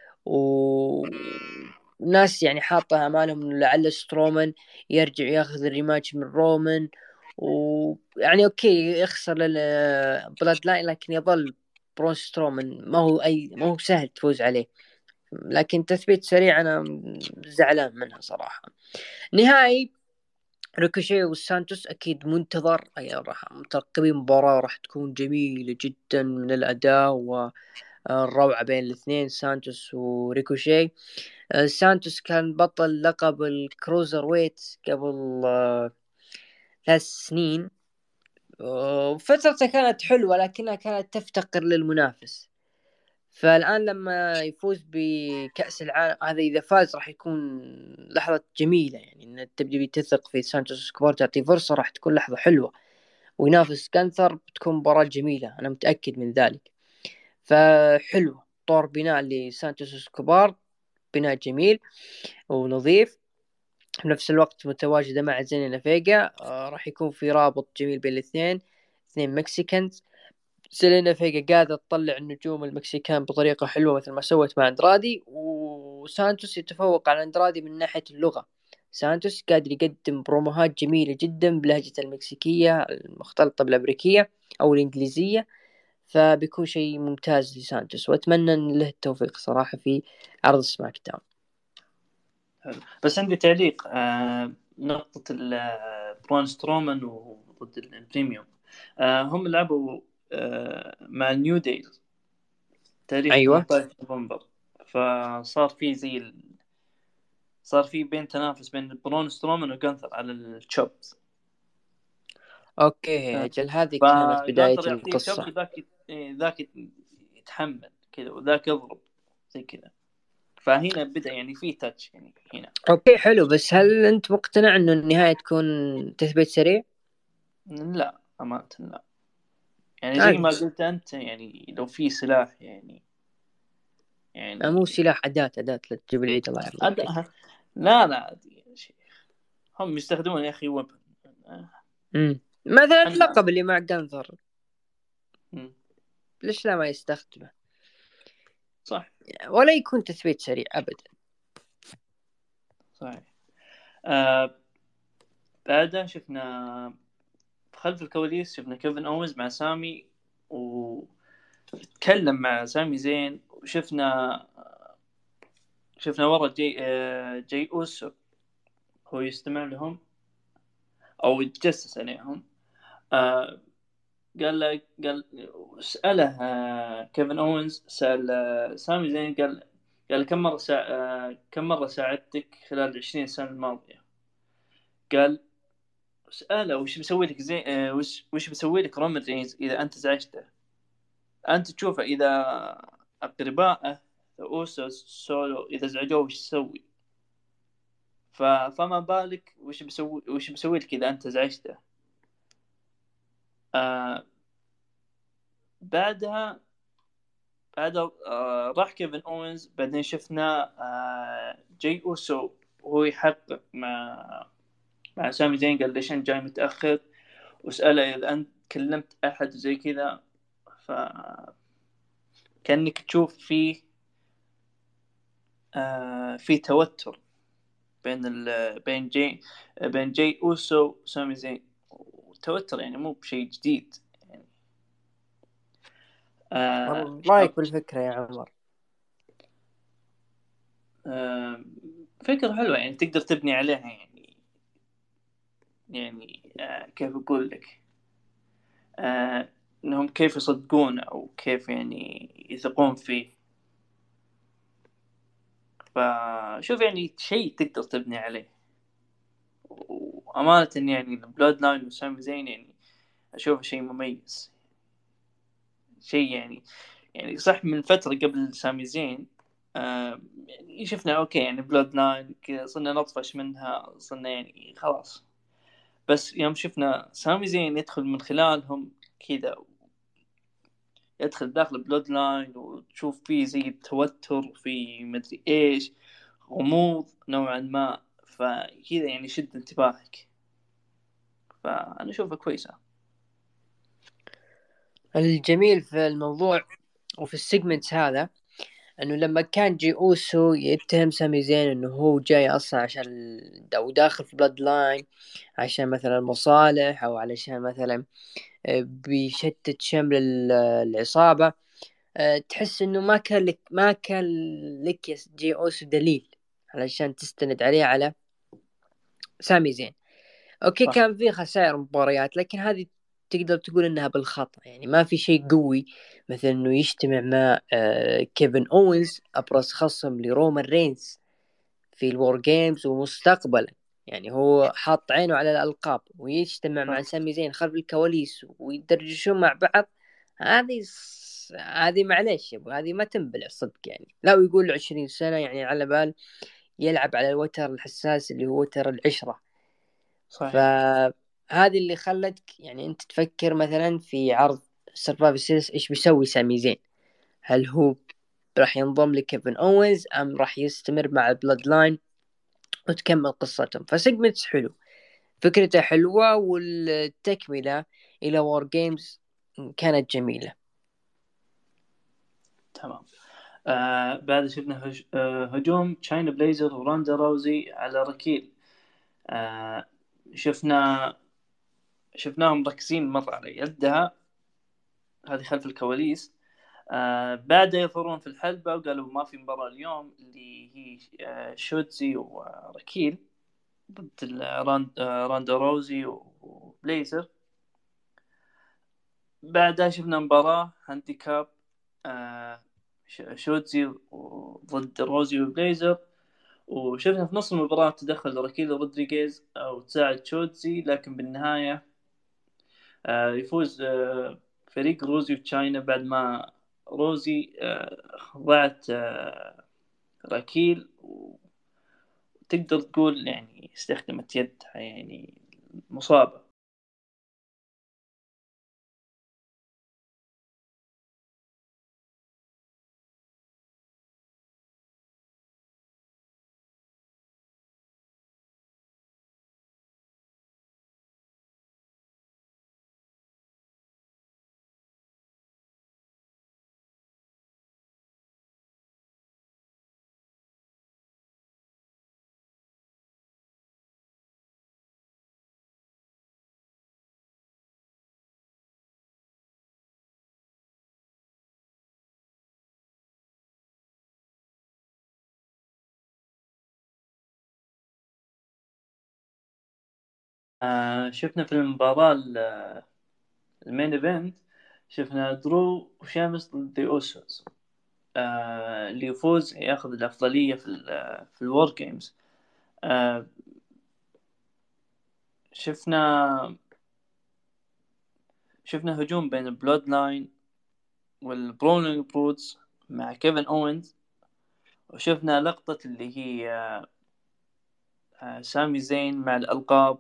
وناس يعني حاطة أمالهم إنه لعل سترومان يرجع ياخذ الريماتش من رومان، ويعني أوكي يخسر بلاد لاين، لكن يظل برون سترومان ما هو أي ما هو سهل تفوز عليه. لكن تثبيت سريع أنا زعلان منها صراحة. نهائي ريكوشي والسانتوس أكيد منتظر، أي راح مترقبين مباراة راح تكون جميلة جدا من الأداء والروعة بين الاثنين سانتوس وريكوشي. سانتوس كان بطل لقب الكروزر ويت قبل آه ثلاث سنين، وفترته كانت حلوة لكنها كانت تفتقر للمنافس. فالآن لما يفوز بكأس العالم هذا، إذا فاز راح يكون لحظة جميلة. يعني إن تبدي تثق في سانتوس سكوار، تعطي فرصة، راح تكون لحظة حلوة وينافس كانثر، بتكون مباراة جميلة أنا متأكد من ذلك. فحلو طور بناء لسانتوس سكوبار، بناء جميل ونظيف، في نفس الوقت متواجدة مع زينينا فيجا. آه راح يكون في رابط جميل بين الاثنين، اثنين مكسيكانز. زينينا فيجا قاعدة تطلع النجوم المكسيكان بطريقة حلوة مثل ما سوت مع اندرادي، وسانتوس يتفوق على اندرادي من ناحية اللغة. سانتوس قادر يقدم بروموهات جميلة جدا بلهجة المكسيكية المختلطة بالأمريكية أو الإنجليزية، فبيكون شيء ممتاز لسانتوس، وأتمنى أن له التوفيق صراحة في عرض سماك داون. بس عندي تعليق آه نقطة برون سترومان وضد البريميوم. آه هم لعبوا آه مع نيو ديل تاريخ ايوه ثمانية عشر نوفمبر. فصار في زي ال... صار في بين تنافس بين برون سترومان وجانثر على التشوبز. اوكي اجل هذه كانت بداية فجانثر يعطيه تشوبز القصة. وذاك يت- إيه، ذاك يتحمل كذا وذاك يضرب زي كذا. فهنا بدأ يعني في تاتش يعني هنا. اوكي حلو، بس هل انت مقتنع انه النهاية تكون تثبيت سريع؟ لا أمانة لا. يعني زي عادي، ما قلت أنت يعني لو في سلاح يعني آه، مو يعني سلاح، أداة أداة لا تجيب العيد الله يرضيك. أد... لا لا عادي يا شيخ. هم يستخدمون يا أخي ويبن. امم مثلا أنا اللقب اللي مع جانثر مم. ليش لا ما يستخدمه، صح ولا يكون تثبيت سريع ابدا. صحيح. آه بعدها شفنا خلف الكواليس شفنا كيفن أوينز مع سامي وتكلم مع سامي زين. وشفنا شفنا ورا جي آه جي أوسو هو يستمع لهم أو يتجسس عليهم. آه قال له قال سأله آه كيفن أوينز سأل آه سامي زين قال قال كم مرة سا... آه كم مرة ساعدتك خلال العشرين سنة الماضية. قال سأله وش بيسوي لك زين آه وش وش بيسوي لك رومان رينز إذا أنت زعجته. أنت تشوفه إذا أقربائه أوسوس سولو إذا زعجوه وش يسوي. ف... فما بالك وش بيسوي وش بيسوي لك إذا أنت زعجته. آه بعدها بعدها آه راح كيفن أوينز. بعدين شفنا آه جاي أوسو وهو يحقق مع مع سامي زين. قال ليش أنت جاي متأخر وسأله إذا أنت كلمت أحد زي كذا. ف كأنك تشوف فيه آه في توتر بين ال بين جاي بين جاي أوسو وسامي زين. توتر يعني مو بشيء جديد يعني. آه والله رايك بالفكرة يا عمر؟ آه فكرة حلوة يعني تقدر تبني عليها يعني. يعني آه كيف أقول لك آه إنهم كيف يصدقون أو كيف يعني يثقون فيه. فشوف يعني شيء تقدر تبني عليه. وأمانة يعني البلاد لاين وسامي زين يعني أشوفه شيء مميز. شيء يعني يعني صح من فترة قبل سامي زين آه يعني شفنا أوكي يعني بلاد لاين كذا صرنا نطفش منها صرنا يعني خلاص. بس يوم شفنا سامي زين يدخل من خلالهم كذا يدخل داخل بلود لاين وتشوف فيه زي التوتر في مدري ايش غموض نوعا ما. فكذا يعني شد انتباهك. فأنا أشوفها كويسة. الجميل في الموضوع وفي السيجمنت هذا انه لما كان جي اوسو يتهم سامي زين انه هو جاي اصلا عشان او داخل في بلاد لاين عشان مثلا مصالح او علشان مثلا بيشتت شمل ال- العصابة، أه، تحس انه ما كان لك ما كان لك يا جي اوسو دليل علشان تستند عليه على سامي زين. اوكي صح كان في خسائر مباريات، لكن هذه تقدر تقول انها بالخطأ، يعني ما في شيء قوي مثل انه يجتمع مع آه كيفن اوينز ابرز خصم لرومان رينز في الوور جيمز ومستقبلا. يعني هو حاط عينه على الألقاب ويجتمع مع صح سامي زين خلف الكواليس ويدردشون مع بعض. هذه ص- هذه معليش يا ابو، هذه ما تنبلع صدق يعني. لا ويقول عشرين سنة، يعني على بال يلعب على الوتر الحساس اللي هو وتر العشرة. صحيح فهذه اللي خلتك يعني انت تفكر مثلا في عرض سرفايفر سيريس ايش بيسوي سامي زين. هل هو راح ينضم لكيفن اوينز ام راح يستمر مع البلاد لاين وتكمل قصتهم؟ فسيجمنتس حلو، فكرته حلوة، والتكملة إلى وور جيمز كانت جميلة. تمام. آه بعد شفنا هج... آه هجوم تشاينا بليزر وراندا راوزي على ركيل. آه شفنا شفناهم مركزين مرة على يدها هذه خلف الكواليس. آه بعد يظهرون في الحلبة وقالوا ما في مباراة اليوم اللي هي آه شوتزي وركيل. ضد ال- راند آه، راندا روزي وبليزر. بعدها شفنا مباراة هانديكاب، آه، ش- شوتزي ضد روزي وبليزر. وشفنا في نص المباراة تدخل راكيل رودريغيز أو تساعد شوتزي، لكن بالنهاية آه، يفوز آه، فريق روزي وتشاينا بعد ما روزي آه، ضاعت آه، راكيل، وتقدر تقول يعني استخدمت يدها يعني مصابة. آه، شفنا في المباراة ال- المين ايفنت، شفنا درو وشامس ضد ذا اوسوس. آه، اللي يفوز ياخذ الأفضلية في ال في الوور جيمز. آه، شفنا شفنا هجوم بين البلود لاين والبرونينج برودز مع كيفن أوينز. وشفنا لقطة اللي هي آه، سامي زين مع الألقاب.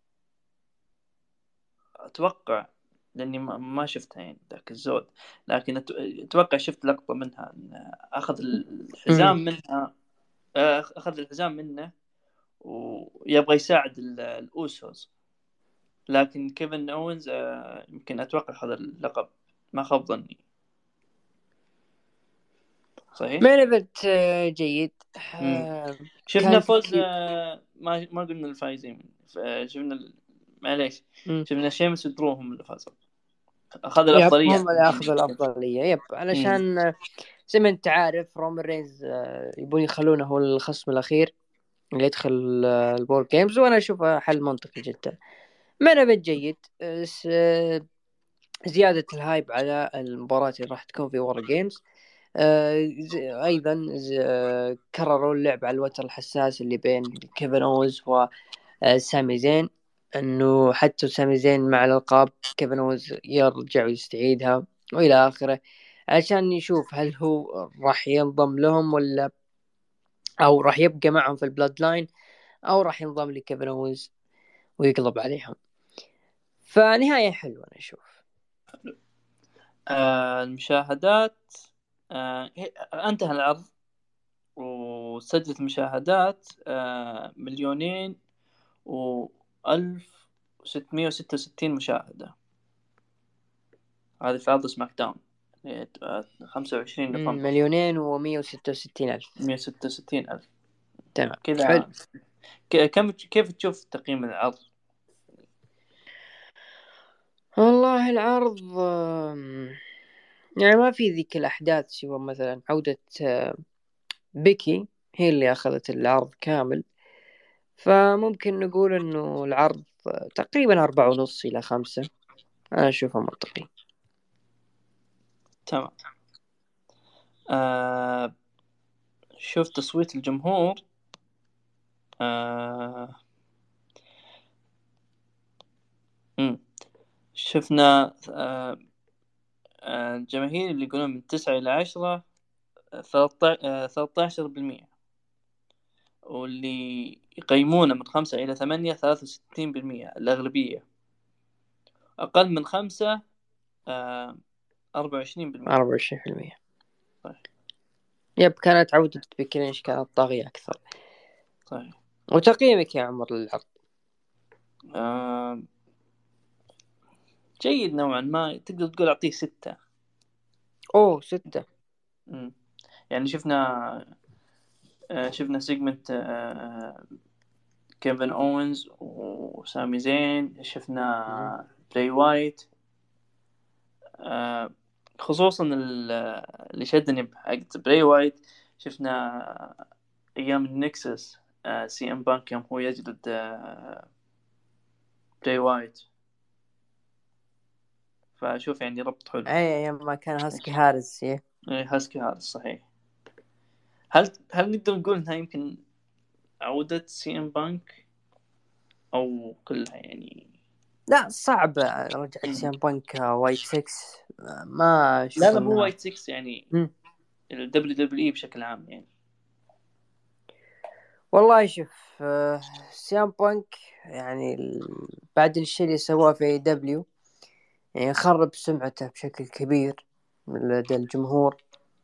أتوقع لأني ما ما شفتها يعني ذاك الزود، لكن أت- أتوقع شفت لقطة منها إن أخذ الحزام منها، آه، أخذ الحزام منه ويبغى يساعد ال- الأوسوس. لكن كيفن أوينز آه، يمكن أتوقع أخذ اللقب، ما خاب ظني. صحيح؟ مين ايفنت جيد. مم. آه، شفنا كان فوز تركيز. آه، ما ما قلنا الفايزين. ف- شفنا ال... معليش، مم. شفنا شيمس ودرو هم اللي فازوا، أخذ يب، الأفضلية هم عن اللي الجيم. اخذوا الافضليه. يب، مم. علشان آه، زي ما انت عارف رومان رينز آه، يبون يخلونه هو الخصم الاخير اللي يدخل آه، البول جيمز، وانا اشوفه حل منطقي جدا. مين ايفنت جيد. آه، س- آه، زياده الهايب على المباراه اللي راح تكون في وور جيمز. آه، ز- ايضا ز- آه، كرروا اللعب على الوتر الحساس اللي بين كيفن اوز وسامي زين، انه حتى سامي زين مع الالقاب كيفن اوز يرجع ويستعيدها والى اخره، عشان يشوف هل هو راح ينضم لهم ولا او راح يبقى معهم في البلاد لاين، او راح ينضم لكيفن اوز ويقلب عليهم. فنهاية حلوة انا اشوف. آه المشاهدات، آه هي- انتهى العرض وسجلت مشاهدات آه مليونين وألف وستمية وستة وستين مشاهدة. هذه في عرض سماك داون خمسة وعشرين مم، نوفمبر. مليونين ومية وستة وستين الف. مية وستة وستين ألف تمام، حلو. كذا. ك- كم كيف تشوف تقييم العرض؟ والله العرض آم، يعني ما في ذيك الأحداث سوى مثلا عودة آه، بيكي، هي اللي أخذت العرض كامل. فممكن نقول إنه العرض آه، تقريبا أربعة ونص إلى خمسة. أنا أشوفه منطقي. تمام. آه شوف تصويت الجمهور. آه مم. شفنا آه آه الجماهير اللي يقولون من تسعة إلى عشرة، ثلاثة عشر بالمية. واللي يقيمونه من خمسة إلى ثمانية ثلاثة وستين بالمية الأغلبية. أقل من خمسة آه أربعة وعشرين بالمية. أربعة وعشرين بالمية. صحيح. يب، كانت عودة بيكي لينش كانت طاغية أكثر. صحيح. وتقييمك يا عمر للعرض؟ آه جيد نوعا ما، تقدر تقول أعطيه ستة. أوه، ستة. مم. يعني شفنا آه شفنا سيجمنت آه كيفن أوينز وسامي زين. مم. شفنا بري وايت. آه خصوصا ال- اللي شدني بحق بري وايت، شفنا أيام النكسس آه سي ام بانك يوم هو يجلد آه جاي وايت. فأشوف يعني ربط حلو. اي ايام ما كان هاسكي هارس. إيه هاسكي هذا صحيح. هل هل نقدر نقول إنها يمكن عودة سي ام بانك أو كلها يعني؟ لا صعب رجعت سيام بانك وايت سكس، ما لا اشوف لا مو انها. وايت ستة يعني، مم. الدبليو دبليو اي بشكل عام يعني. والله شوف، آه، سيام بانك يعني ال- بعد الشيء اللي سواه في اي دبليو يعني خرب سمعته بشكل كبير من لدى الجمهور.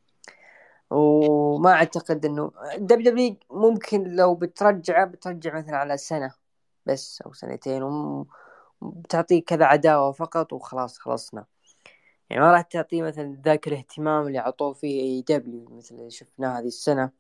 وما اعتقد انه دبليو دبليو ممكن لو بترجعه بترجع مثلا على سنة بس او سنتين، وبتعطيه كذا عداوة فقط وخلاص خلصنا. يعني ما راح تعطيه مثلا ذاك الاهتمام اللي عطوه فيه اي دبليو مثل اللي شفناه هذه السنة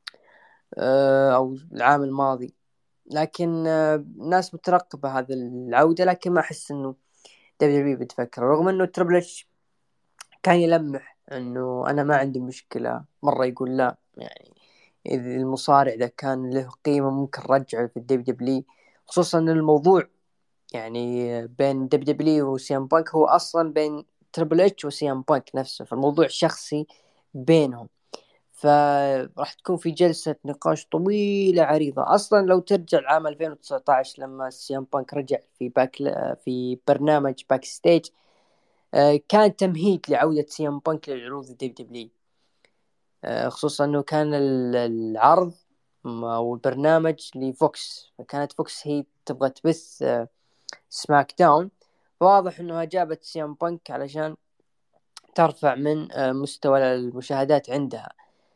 آه، او العام الماضي. لكن آه، الناس مترقبة هذا العودة، لكن ما احس انه دبليو دبليو بتفكر، رغم انه تربل اتش كان يلمح انه انا ما عندي مشكلة مرة، يقول لا يعني اذا المصارع ده كان له قيمة ممكن رجعه في الدبليو دبليو. خصوصا ان الموضوع يعني بين دبليو دبليو وسيام بانك هو اصلا بين تربل اتش وسيام بانك نفسه، فالموضوع شخصي بينهم. فراح تكون في جلسة نقاش طويلة عريضة. أصلا لو ترجع لعام ألفين وتسعة عشر لما سيام بانك رجع في باك في برنامج باك ستيج، آه، كان تمهيد لعودة سيام بانك للعروض الدبليو دبليو. آه، خصوصا أنه كان ال- العرض أو البرنامج لفوكس، فكانت فوكس هي تبغى تبث آه، سماك داون. فواضح أنها جابت سيام بانك علشان ترفع من آه، مستوى المشاهدات عندها.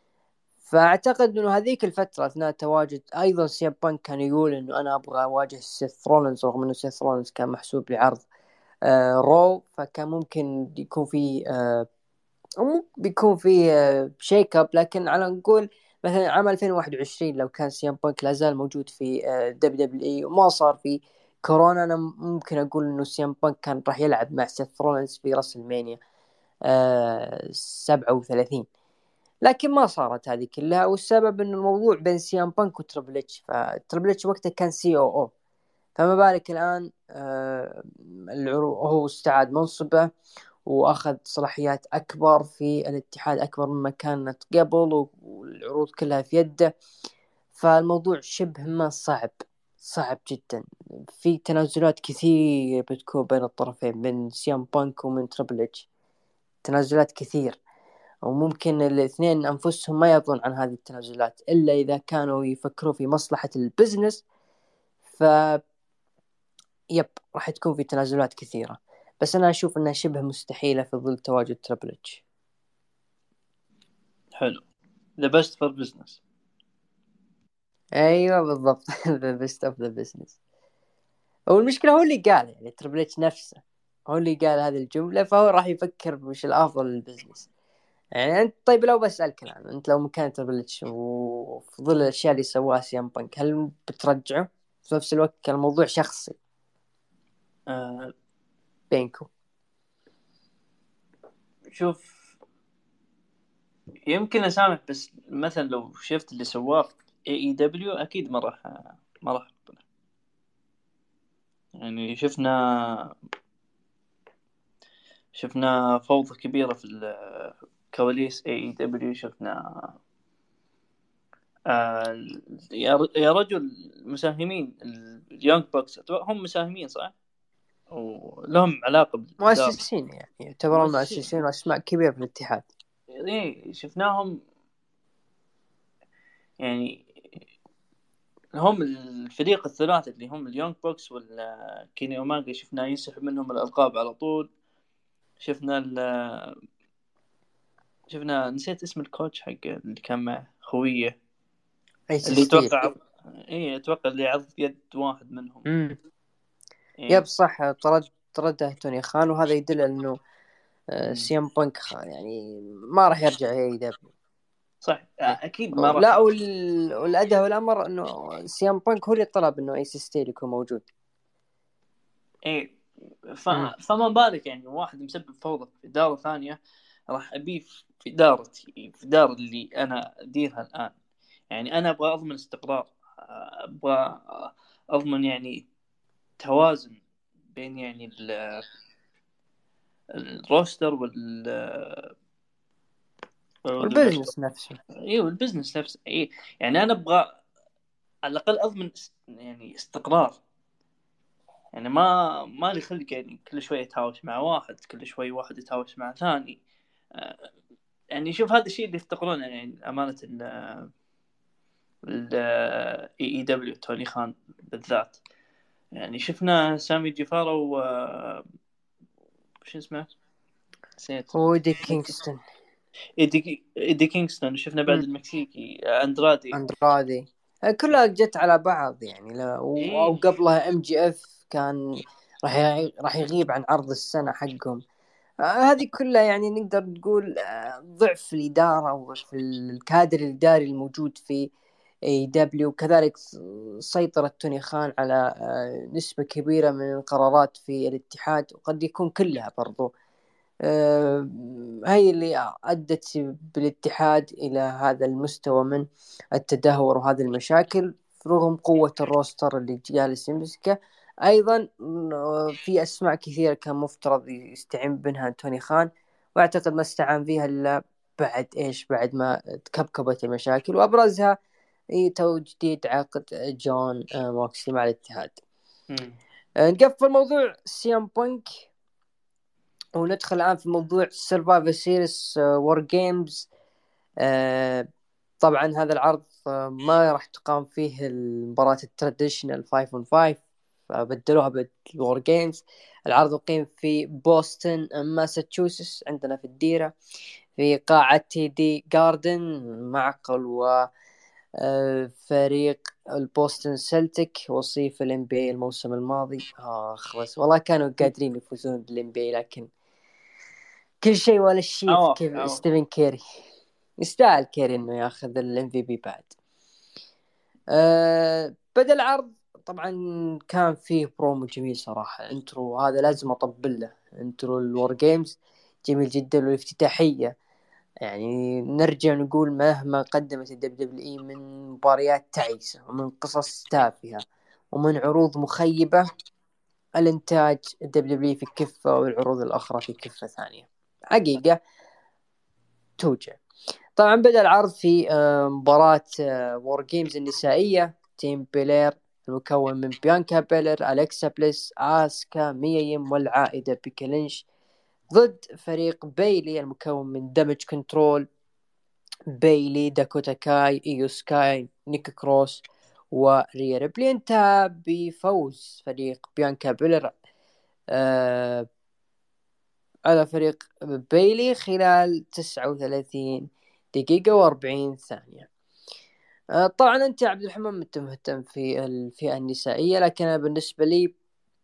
فاعتقد انه هذيك الفتره اثناء تواجد ايضا سيام بانك كان يقول انه انا ابغى اواجه سيث رولينز، رغم انه سيث رولينز كان محسوب لعرض آه رو. فكان ممكن يكون في آه مو بيكون في آه شيك اب، لكن على نقول مثلا عام ألفين وواحد وعشرين لو كان سيام بانك لازال موجود في آه دبليو دبليو اي وما صار في كورونا، انا ممكن اقول انه سيام بانك كان راح يلعب مع سيث رولينز في راس المانيا آه سبعة وثلاثين. لكن ما صارت هذه كلها، والسبب انه الموضوع بين سيام بانك وتربل اتش، فتربل اتش وقتها كان سي او او. فما بالك الان آه العرو هو استعاد منصبه واخذ صلاحيات اكبر في الاتحاد اكبر مما كانت قبل، والعروض كلها في يده. فالموضوع شبه ما صعب، صعب جدا. في تنازلات كثير بتكون بين الطرفين، بين سيام بانك ومن تربل اتش، تنازلات كثير. وممكن الاثنين أنفسهم ما يرضون عن هذه التنازلات إلا إذا كانوا يفكروا في مصلحة البزنس. ف يب راح تكون في تنازلات كثيرة، بس أنا أشوف أنها شبه مستحيلة في ظل تواجد تربل اتش. حلو. the best for business. أيوة بالضبط. the best of the business. والمشكلة هو اللي قال، يعني تربل اتش نفسه هو اللي قال هذه الجملة، فهو راح يفكر وش الأفضل للبزنس. يعني أنت طيب لو بسألك الآن، أنت لو مكان تربل اتش وفي ظل الأشياء اللي سواها سيام بانك، هل بترجعه؟ في نفس الوقت كان الموضوع شخصي آه بينكم. شوف، يمكن اسامح، بس مثلا لو شفت اللي سواه في اي اي دبليو اكيد ما راح ما راح أقبله. يعني شفنا شفنا فوضى كبيرة في الكواليس اي اي دبليو. شفنا آه يا ر- يا رجل مساهمين اليونج بوكس هم مساهمين صح، ولهم علاقة بالإدارة. مؤسسين يعني يعتبرون مؤسسين. مؤسسين وأسماء كبيرة في الاتحاد. إيه شفناهم يعني، هم الفريق الثلاثي اللي هم اليونج بوكس والكيني أوماجا، شفنا يسحب منهم الألقاب على طول. شفنا ال شفنا نسيت اسم الكوتش حق اللي كان مع خويه، ايس اللي ستيل. يتوقع ايه اتوقع اللي عض يد واحد منهم. امم يب ايه. صح، طرد طرده توني خان، وهذا يدل انه آه، مم. سيام بانك خ- يعني ما راح يرجع اي دبليو. صح اكيد ما راح. لا وال... والأدهى والأمر انه سيام بانك هو اللي طلب انه ايس ستيل يكون موجود. ايه ف... امم فما بالك يعني واحد مسبب فوضى في إدارة ثانية، راح أبيه في إدارتي، في إدارة اللي أنا أديرها الآن. يعني أنا أبغى أضمن استقرار ابغى اضمن يعني توازن بين يعني ال- الروستر وال والبزنس نفسه. ايوه البزنس نفسه. اي يعني انا ابغى على الاقل اضمن است- يعني استقرار. يعني ما ما لي خلق يعني كل شوي يتهاوش مع واحد، كل شوي واحد يتهاوش مع ثاني. آه، يعني شوف هذا الشيء اللي يفتقرونه يعني امانه ال ال اي اي دبليو توني خان بالذات. يعني شفنا سامي جيفارا و شو اسمه نسيت، ودي كينغستون. ايدي ايدي كينغستون. شفنا بعد المكسيكي اندرادي. اندرادي كلها جت على بعض يعني. لا و- ايه او قبلها ام جي اف كان راح يغ- راح يغيب عن عرض السنة حقهم. آه، هذه كلها يعني نقدر نقول آه، ضعف الإدارة وفي الكادر الإداري الموجود في اي دبليو. وكذلك سيطرة توني خان على آه، نسبة كبيرة من القرارات في الاتحاد، وقد يكون كلها برضو آه، هي اللي أدت بالاتحاد إلى هذا المستوى من التدهور وهذه المشاكل، رغم قوة الروستر اللي جالس يمسكه. أيضا آه، في أسماء كثيرة كان مفترض يستعين بها توني خان، وأعتقد ما استعان فيها إلا بعد إيش بعد ما تكبكبت المشاكل، وأبرزها هي تجديد عقد جون آه، موكسلي مع الاتحاد. مم. آه، نقفل موضوع سيام بانك وندخل الآن في موضوع سيرفايفر سيريس وور جيمز. طبعا هذا العرض آه، ما راح تقام فيه المباراة التراديشنال خمسة on خمسة، فبدلوها بالوور جيمز. العرض يقيم في بوسطن ماساتشوستس عندنا في الديرة، في قاعة تي دي جاردن، معقل و آه، فريق البوستن سلتيك وصيف الام بي الموسم الماضي. اخ بس والله كانوا قادرين يفوزون بالام بي، لكن كل شيء ولا الشيء عوافي كيف عوافي. ستيفن كيري. يستاهل كيري انه ياخذ الام في بي بعد. أه بدأ العرض طبعا كان فيه برومو جميل صراحة. انترو هذا لازم اطبل له، انترو الور جيمز جميل جدا. والافتتاحية يعني نرجع نقول مهما قدمت الدب دبليو اي من مباريات تعيسة ومن قصص تافهة ومن عروض مخيبة، الانتاج الدب دبليو اي في كفة والعروض الاخرى في كفة ثانية حقيقة توجع. طبعا بدأ العرض في آه، مباراة وور جيمز النسائية. تيم بيلير المكون من بيانكا بيلر، أليكسا بليس، آسكا، ميا يم والعائدة بيكي لينش، ضد فريق بيلي المكون من دامج كنترول، بيلي، داكوتا كاي، إيو سكاي، نيك كروس وريا ريبلي. انتهى بفوز فريق بيانكا بيلر آه على فريق بيلي خلال تسعة وثلاثين دقيقة وأربعين ثانية. آه، طبعا أنت يا عبد الرحمن أنت مهتم في الفئة النسائية، لكن أنا بالنسبة لي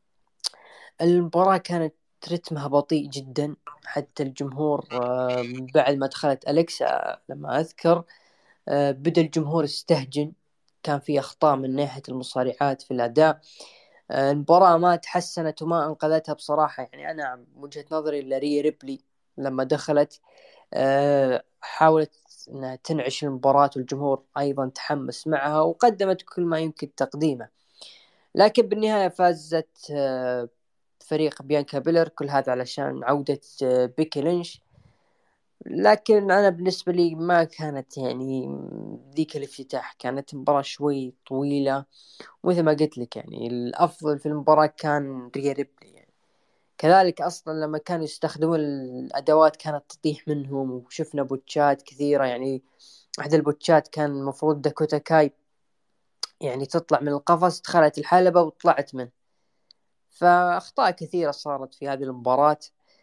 المباراة كانت رتمها بطيء جدا. حتى الجمهور آه، بعد ما دخلت أليكسا لما أذكر آه، بدأ الجمهور يستهجن. كان في أخطاء من ناحية المصارعات في الأداء. آه، المباراة ما تحسنت وما أنقذتها بصراحة. يعني أنا وجهة نظري لاري ريبلي لما دخلت آه، حاولت أنها تنعش المباراة، والجمهور أيضا تحمس معها وقدمت كل ما يمكن تقديمه، لكن بالنهاية فازت آه، فريق بيانكا بيلر. كل هذا علشان عودة آه، بيكي لينش. لكن أنا بالنسبة لي ما كانت يعني ذيك الافتتاح، كانت مباراة شوي طويلة. ومثل ما قلت لك يعني الأفضل في المباراة كان ريا ريبلي. يعني كذلك أصلا لما كانوا يستخدمون الأدوات كانت تطيح منهم، وشفنا بوتشات كثيرة. يعني واحدة البوتشات كان المفروض داكوتا كاي يعني تطلع من القفص، دخلت الحلبة وطلعت منه. فأخطاء كثيرة صارت في هذه المباراة.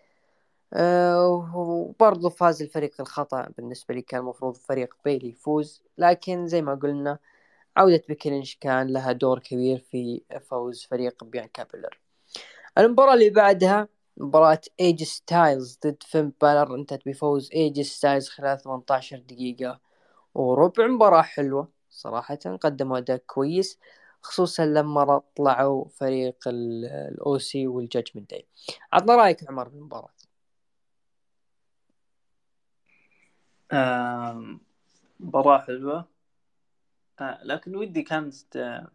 أه وبرضو فاز الفريق الخطأ. بالنسبة لي كان المفروض فريق بيلي يفوز، لكن زي ما قلنا عودة بيكلينش كان لها دور كبير في فوز فريق بيانكا بيلر. المباراة اللي بعدها مباراة ايج ستايلز ضد فين بالر، انتهت بفوز ايج ستايلز خلال ثمانية عشر دقيقة وربع. مباراة حلوة صراحة، قدموا أداء كويس خصوصا لما طلعوا فريق الاو سي والجاجمنت داي. عطنا رأيك يا عمر بالمباراة. آم، مباراة حلوة. آه لكن ودي كانت آه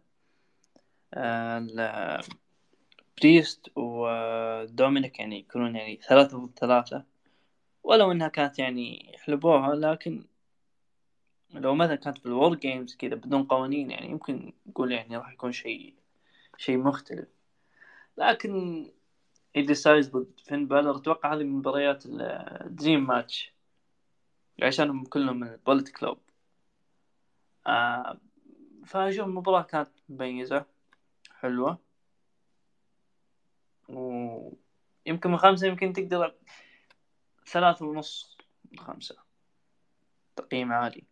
آه بريست ودومينيك يعني يكونون يعني ثلاثة ضد ثلاثة، ولو انها كانت يعني حلبوها، لكن لو مثلا كانت في الوور جيمز كذا بدون قوانين يعني يمكن نقول يعني راح يكون شيء شيء مختلف. لكن ايدي سايز ضد فين بالر اتوقع هذه من مباريات الدريم ماتش عشانهم كلهم من البولت كلوب. آه فاشوف المباراة كانت مميزة حلوة، ويمكن من خمسة يمكن تقدر ثلاثة ونص من خمسة، تقييم عالي.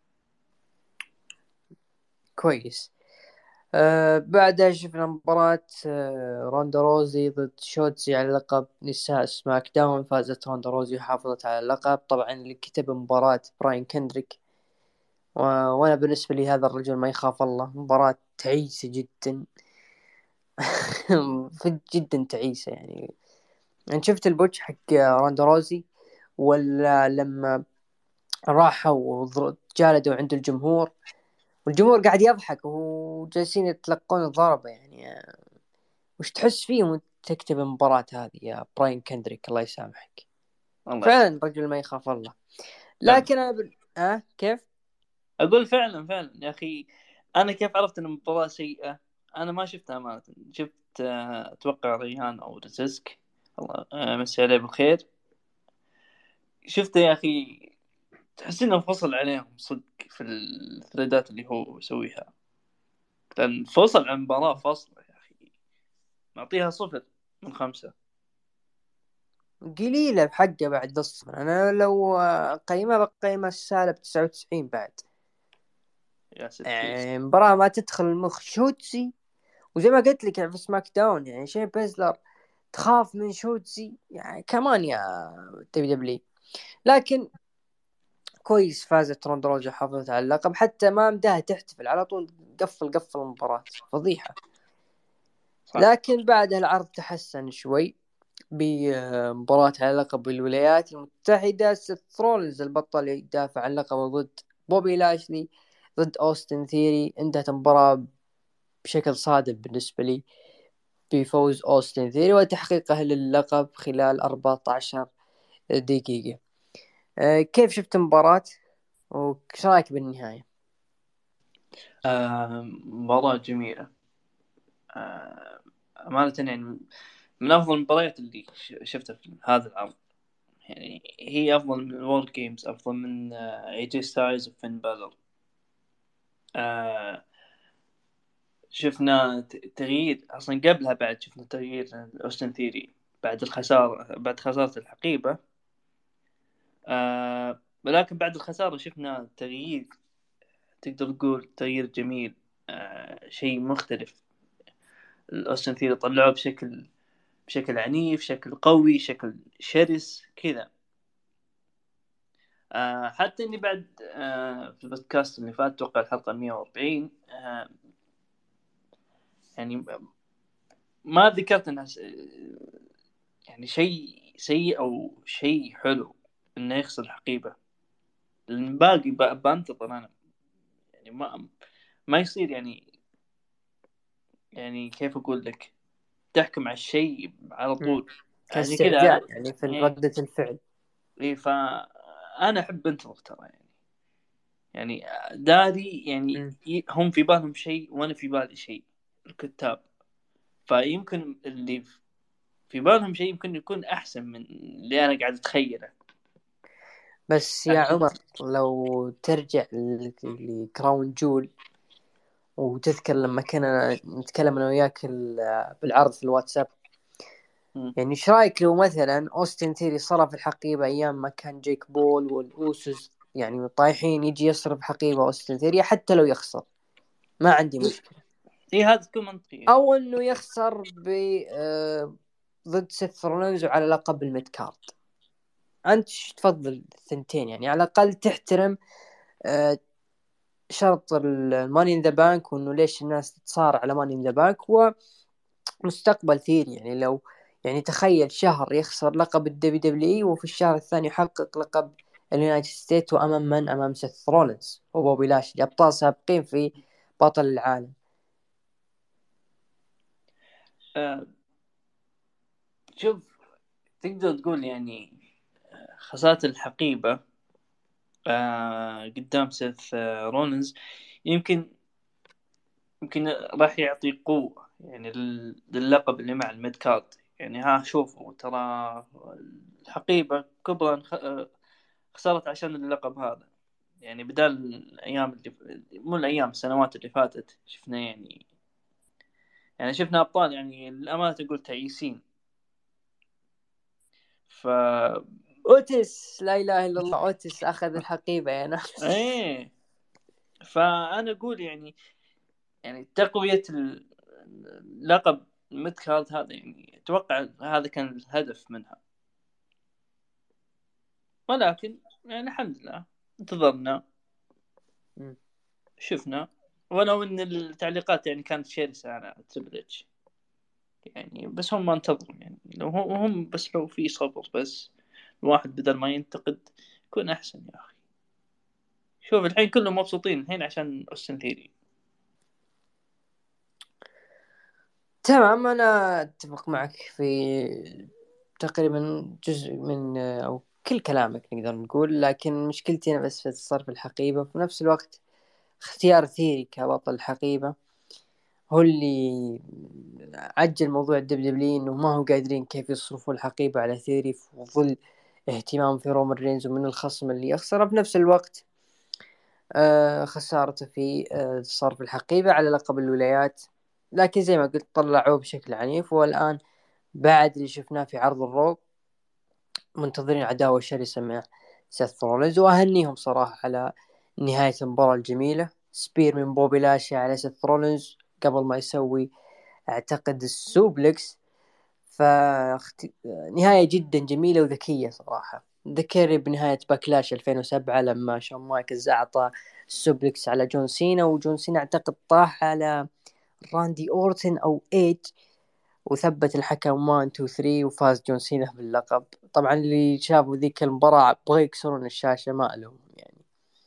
كويس. آه بعدها شفنا مباراة آه روندا روزي ضد شوتزي على لقب نساء سماك داون. فازت روندا روزي وحافظت على اللقب. طبعا اللي كتب مباراة براين كندريك، و... وانا بالنسبة لي هذا الرجل ما يخاف الله. مباراة تعيسة جدا. جدا تعيسة يعني. أنا شفت البوتش حق روندا روزي، ولا لما راحوا وجالدوا عند الجمهور والجمهور قاعد يضحك وجالسين يتلقون الضربة يعني. وش تحس فيه وانت تكتب المباراة هذه يا براين كندريك؟ الله يسامحك. الله فعلا رجل ما يخاف الله. فعلا. لكن أنا ب... أه كيف أقول فعلا فعلا يا أخي، أنا كيف عرفت أن المباراة سيئة؟ أنا ما شفتها أمانة. شفت آه، أتوقع ريان أو رزسك، الله آه، مسي عليه بالخير. شفته يا أخي، تحس إنه فصل عليهم صدق في الثريدات اللي هو يسويها، لأن فصل عن المباراة فصل يا أخي. معطيها صفر من خمسة. قليلة بحقه بعد الصفر. أنا لو قيمة بقيمة السالب تسعة وتسعين بعد. يا ستي يعني مباراة ما تدخل المخ. شوتسي، وزي ما قلت لك في سماك داون يعني شين بيزلر تخاف من شوتسي يعني كمان يا دبليو دبليو. لكن كويس، فازت روندا روزي وحافظت على اللقب. حتى ما مداها تحتفل، على طول قفل قفل المباراة. فضيحة. صح. لكن بعدها العرض تحسن شوي بمباراة على لقب الولايات المتحدة. سيث رولينز البطل يدافع عن لقبه ضد بوبي لاشلي ضد أوستن ثيري. انتهت المباراة بشكل صادم بالنسبة لي بفوز أوستن ثيري وتحقيقه للقب خلال أربعة عشر دقيقة. أه كيف شفت المباراة وش رأيك بالنهاية؟ آه مباراة جميلة. آه أمانة يعني من أفضل المباريات اللي ش- شفتها في هذا العرض. يعني هي أفضل من الورد جيمز، أفضل من اي جي ستايلز وفين بالر. آه شفنا ت- تغيير أصلا قبلها، بعد شفنا تغيير أوستن ثيري بعد الخسارة، بعد خسارة الحقيبة. آه ولكن بعد الخسارة شفنا تغيير، تقدر تقول تغيير جميل. آه شيء مختلف. الأوستن ثيري طلعوه بشكل بشكل عنيف، شكل قوي، شكل شرس كذا. آه حتى اني بعد آه في البودكاست اللي فات توقع الحلقة مية وأربعين، آه يعني ما ذكرت انها س- يعني شيء سيء او شيء حلو انه يخسر الحقيبة. لان باقي ب- بنتظر انا، يعني ما ما يصير يعني. يعني كيف اقول لك، تحكم على الشيء على مم. طول. عشان كذا كاستعجال يعني في إيه ردة الفعل. إيه فأنا أحب أنتظر ترى يعني. يعني داري يعني مم. ي- هم في بالهم شيء وأنا في بالي شيء، الكتاب. فيمكن اللي في بالهم شيء يمكن يكون أحسن من اللي أنا قاعد أتخيله. بس يا عشان عمر، لو ترجع ل- لكراون جول وتذكر لما كنا نتكلم انا وياك ال- بالعرض في الواتساب، م- يعني ايش رايك لو مثلا اوستن ثيري صرف الحقيبه ايام ما كان جيك بول والاوسوس يعني طايحين، يجي يصرف حقيبه اوستن ثيري حتى لو يخسر ما عندي مشكله. إيه هذا تكون منطقية. او انه يخسر ب آه، ضد سيث رولينز وعلى لقب الميد كارد. انت ايش تفضل الثنتين؟ يعني على الاقل تحترم آه، شرط الماني ان ذا بانك، وانه ليش الناس تتصارع على ماني ان ذا بانك ومستقبل ثيري. يعني لو يعني تخيل شهر يخسر لقب الدبليو دبليو اي وفي الشهر الثاني يحقق لقب اليونايتد ستيت، وأمام من؟ أمام سيث رولينز وبوبي لاشلي، أبطال سابقين في بطل العالم. آه شوف، تقدر تقول يعني خسارة الحقيبة آه قدام سيث آه رولينز يمكن يمكن راح يعطي قوة يعني لللقب اللي مع الميد كارد. يعني ها شوفوا ترى الحقيبة كبرى خسرت عشان اللقب هذا. يعني بدال الأيام اللي مو الأيام السنوات اللي فاتت شفنا يعني يعني شفنا أبطال يعني الأمانة تقول تعيسين. ف أوتس، لا إله إلا الله، أوتس أخذ الحقيبة يا ناس. إيه، فأنا أقول يعني يعني تقوية اللقب الميد كارد هذا يعني أتوقع هذا كان الهدف منها. ولكن يعني الحمد لله انتظرنا شفنا، ولو ان التعليقات يعني كانت شرسة على تريبل اتش يعني، بس هم ما انتظروا يعني. لو هم بس لو في صبر بس الواحد بدل ما ينتقد يكون احسن يا اخي. شوف الحين كلهم مبسوطين الحين عشان اوستن ثيري. تمام، أنا أتفق معك في تقريبا جزء من أو كل كلامك نقدر نقول، لكن مشكلتي أنا بس في صرف الحقيبة. في نفس الوقت اختيار ثيري كبطل الحقيبة هو اللي عجل موضوع الدبليو إنه ما هو قادرين كيف يصرفوا الحقيبة على ثيري في ظل اهتمام في رومان رينز ومن الخصم اللي يخسر. في نفس الوقت آه خسارته في آه صرف الحقيبة على لقب الولايات، لكن زي ما قلت طلعوه بشكل عنيف. والآن بعد اللي شفناه في عرض الرو منتظرين عداوة شرسة مع سيث رولينز، وأهنيهم صراحة على نهاية المباراة الجميلة. سبير من بوبي لاشي على سيث رولينز قبل ما يسوي أعتقد السوبلكس. فنهاية جدا جميلة وذكية صراحة. ذكرني بنهاية باكلاش ألفين وسبعة لما شون مايكلز أعطى السوبلكس على جون سينا، وجون سينا أعتقد طاح على راندي أورتن أو إيج، وثبت الحكم واحد اثنين ثلاثة وفاز جون سينا باللقب. طبعا اللي شافوا ذيك المباراة بغوا يكسرون الشاشة، ما لهم يعني.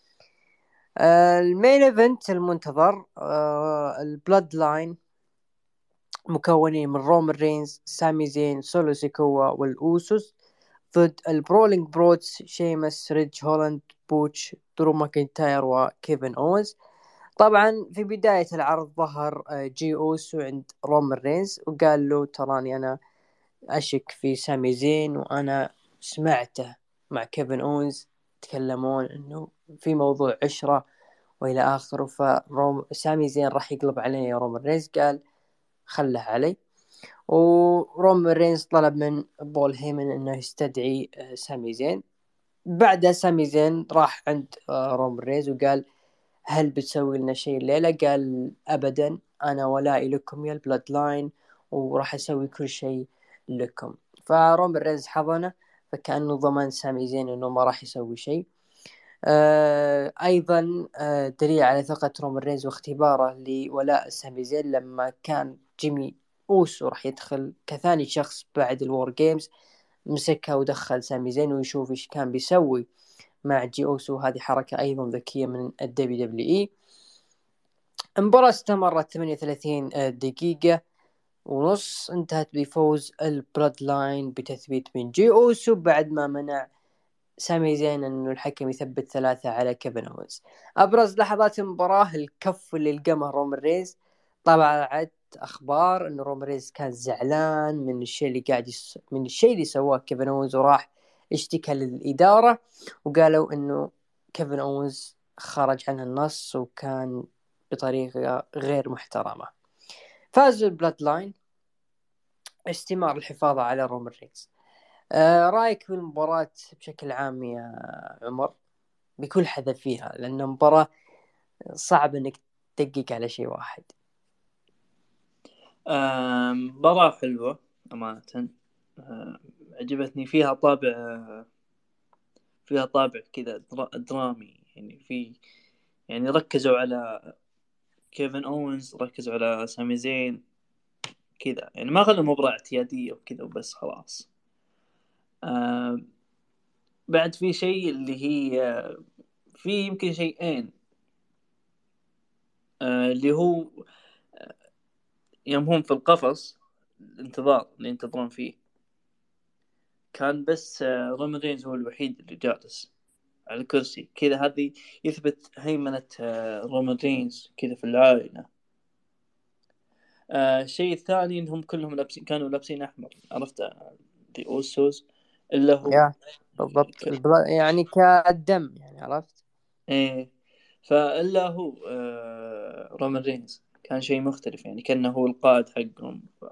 آه المين ايفنت المنتظر، آه البلاد لاين مكونين من رومان رينز، سامي زين، سولو سيكوا والأوسوس ضد البرولينج برودز، شيمس، ريدج هولاند، بوتش، درو ماكنتاير وكيفن أوز. طبعا في بداية العرض ظهر جي أوسو عند رومان رينز وقال له تراني أنا أشك في سامي زين، وأنا سمعته مع كيفن أونز تكلمون إنه في موضوع عشرة وإلى آخره. فروم سامي زين راح يقلب عليه يا رومان رينز، قال خله علي. ورومان رينز طلب من بول هيمن إنه يستدعي سامي زين. بعدها سامي زين راح عند رومان رينز وقال هل بتسوي لنا شيء الليلة؟ قال أبدا، أنا ولائي لكم يا البلاد لاين وراح أسوي كل شيء لكم. فرومان رينز حضنه، فكأنه ضمان سامي زين إنه ما راح يسوي شيء. آه أيضا آه دليل على ثقة رومان رينز واختباره لولاء سامي زين لما كان جيمي أوسو راح يدخل كثاني شخص بعد الوور جيمز، مسكها ودخل سامي زين ويشوف إيش كان بيسوي مع جي أوسو. هذه حركة أيضا ذكية من الدبليو دبليو إي. المباراة استمرت ثمانية وثلاثين دقيقة ونص، انتهت بفوز البلاد لاين بتثبيت من جي أوسو بعد ما منع سامي زين انه الحكم يثبت ثلاثة على كيفن أوينز. ابرز لحظات المباراة الكف اللي لقمه رومان رينز. طبعا اخبار انه رومان رينز كان زعلان من الشيء اللي قاعد يس... من الشيء اللي سواه كيفن أوينز، وراح اشتكى للإدارة وقالوا انه كيفن أوينز خرج عن النص وكان بطريقة غير محترمة. فاز البلاد لاين استمار الحفاظ على رومان رينز. آه رايك في المباراة بشكل عام يا عمر بكل حذف فيها، لأن مباراة صعب انك تدقق على شيء واحد. مباراة حلوة أمانة. عجبتني فيها طابع فيها طابع كذا درامي يعني. في يعني ركزوا على كيفن أوينز، ركزوا على سامي زين كذا يعني، ما خلوا مباراة اعتيادية وكذا وبس خلاص. بعد في شيء اللي هي في يمكن شيئين، آه اللي هو يوم هم في القفص الانتظار اللي ينتظرون فيه، كان بس آه رومان رينز هو الوحيد اللي جالس على الكرسي كذا. هذه يثبت هيمنة آه رومان رينز كذا في العائلة. آه الشيء الثاني انهم كلهم لابسين، كانوا لابسين احمر، عرفت دي اوسوس الا هو. يا بالضبط ك... البلا... يعني كالدم يعني، عرفت. ايه، فالا هو آه رومان رينز كان شيء مختلف يعني، كأنه هو القائد حقهم. ف...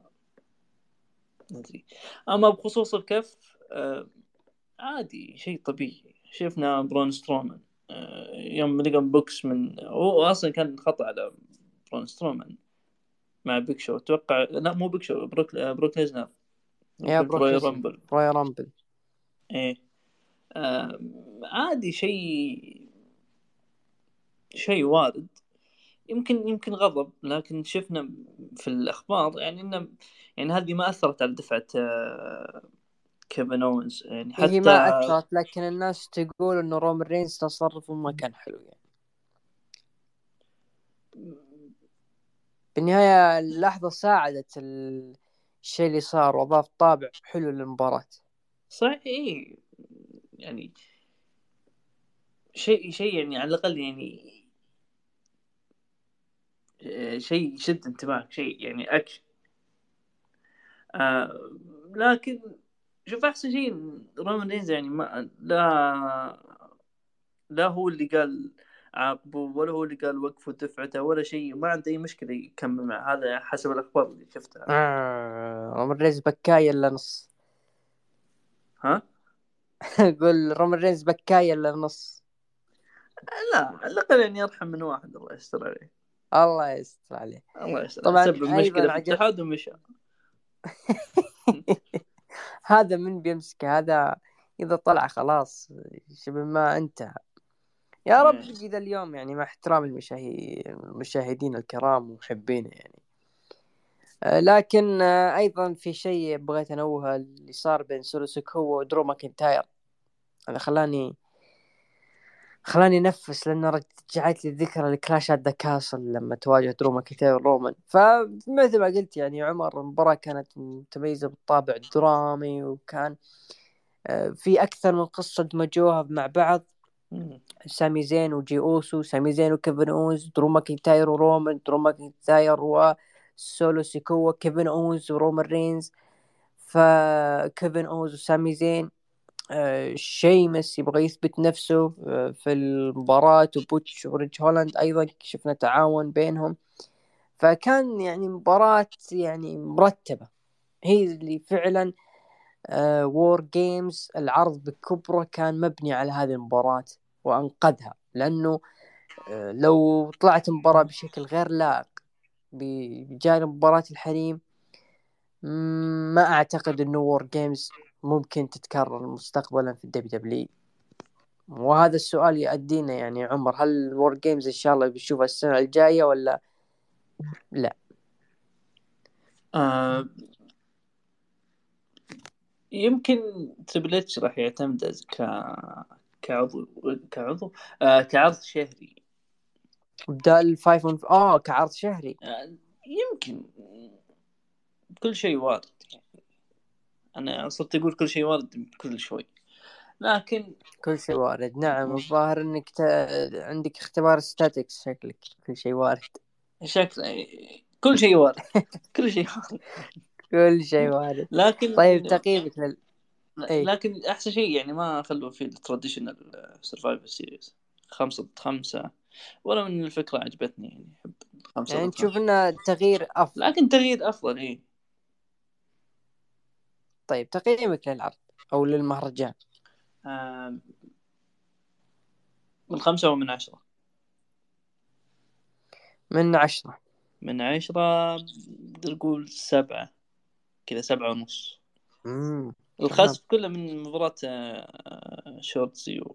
ندري. اما بخصوص الكف آه عادي شيء طبيعي. شفنا برون سترومان آه يوم لقى بوكس من، هو اصلا كان خطأ على برون سترومان مع بيك شو اتوقع، لا مو بيك شو، بروك بروك ليزنر يا يمكن في رويال بروكليزن رامبل. روي رامبل. ايه آه عادي شيء شيء وارد. يمكن يمكن غضب، لكن شفنا في الأخبار يعني إنه يعني هذه ما أثرت على دفعة آه، كيفن أوينز يعني هي حتى. ما أثرت، لكن الناس تقول إنه رومان رينز تصرفه ما كان حلو يعني. بالنهاية اللحظة ساعدت ال- الشيء اللي صار، وأضاف طابع حلو للمباراة. صحيح إيه، يعني شيء شيء يعني على الأقل يعني آه، شيء يشد انتباهك، شيء يعني أكشن. آه لكن شوف أحسن شيء رومان رينز يعني ما لا لا هو اللي قال عاقبه، ولا هو اللي قال وقفوا دفعته ولا شيء، ما عنده أي مشكلة يكمل مع هذا حسب الأخبار اللي شفتها. آه رومان رينز بكاي إلا نص. ها؟ قول رومان رينز بكاي إلا نص. لا على الأقل يعني أرحم من واحد، الله يستر عليه. الله يستر عليه. الله يستر عليه. طبعا سبب مشكلة أيضا في عجب. الاتحاد ومشى. هذا من بيمسكه هذا؟ إذا طلع خلاص شبه ما انتهى. يا رب يجي ذا اليوم يعني، مع احترام المشاهي... المشاهدين الكرام ومحبينه يعني. آه، لكن آه، أيضا في شيء بغيت أنوه، اللي صار بين سولو سيكو ودرو ماكنتاير. أنا خلاني خلاني نفس، لأنه رجعت لي الذكرى لكلاش ات ذا كاسل لما تواجه درو ماكنتاير ورومان. فمثل ما قلت يعني يا عمر، المباراة كانت متميزة بالطابع الدرامي، وكان آه، في أكثر من قصة دمجوها مع بعض. سامي زين وجي أوسو، سامي زين وكيفن أونز، درو ماكنتاير ورومان، درو ماكنتاير وسولو سيكوا، كيفن أونز ورومان رينز، فكيفن أونز وسامي زين. آه شيمس يبغى يثبت نفسه آه في المباراة، وبوتش وريج هولاند أيضا شفنا تعاون بينهم. فكان يعني مباراة يعني مرتبة، هي اللي فعلا آه وور جيمز العرض بكبره كان مبني على هذه المباراة وأنقذها. لأنه آه لو طلعت مباراة بشكل غير لائق بجانب مباراة الحريم، ما أعتقد أنه وور جيمز ممكن تتكرر مستقبلا في الدبليو دبليو. وهذا السؤال يؤدينا يعني عمر، هل وور جيمز إن شاء الله بنشوفها السنة الجاية ولا لا؟ آه يمكن تريبل اتش راح يعتمد ك كعضو كعضو آه كعرض شهري. بدأ الفايف اون اه كعرض شهري. آه يمكن كل شيء وارد يعني. أنا صرت أقول كل شيء وارد كل شوي، لكن كل شيء وارد، نعم. الظاهر انك ت... عندك اختبار ستاتكس شكلك. كل شيء وارد. شكل كل شيء وارد. كل شيء وارد. كل شيء وارد. لكن طيب تقييمك لل... اي لكن أحسن شيء يعني ما خلوا في التراديشنال سرفايفر سيريز خمسة ضد خمسة، ولا من الفكرة عجبتني يعني. أحب خمسة يعني ضد تشوف خمسة، انه تغيير افضل. لكن تغيير أفضل. إيه طيب تقييمك للعرض او للمهرجان؟ آه من خمسة ومن عشرة. من عشرة. من عشرة بقدر أقول سبعة، كذا سبعة ونص. امم تمام. الخسف كله من مباراة آه، شورتسي و-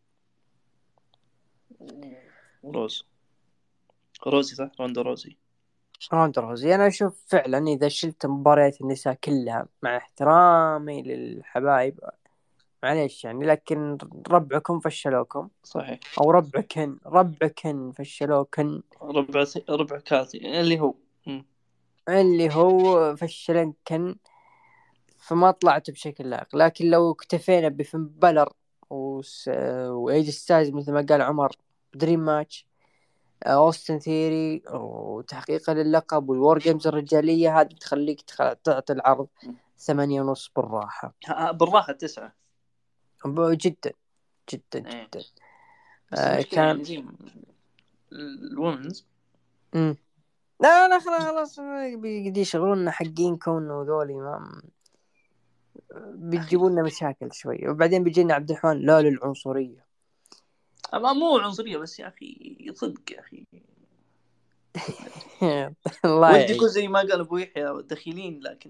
وروز روزي صح روندا روزي. راوند روزي، انا اشوف فعلا اذا شلت مباريات النساء كلها، مع احترامي للحبايب معليش يعني، لكن ربعكم فشلوكم. صحيح. او ربعكن ربعكن فشلوكن. ربع سي... ربع كاسي اللي هو م. اللي هو فشلنكن، فما طلعت بشكل لائق. لكن لو اكتفينا بفين بلر وس... وايج ستايز مثل ما قال عمر، دريم ماتش، اوستن ثيري، وتحقيقه للقب والوار جيمز الرجالية، هذه تخليك تخ... تعطي العرض ثمانية ونص بالراحة. بالراحة تسعة. جدا جدا ايه. جدا. بس آه المشكلة كان يعني زي الومنز. مم. لا لا خلاص خلاص بيجي يشغلوننا حقين كون وذولي، ما بيجيبوا لنا مشاكل شوي. وبعدين بيجينا عبد الرحمن لا للعنصرية. أما مو عنصرية بس يا أخي، صدق يا أخي. الله ودي يعين. يكون زي ما قال أبو يحيى دخيلين لكن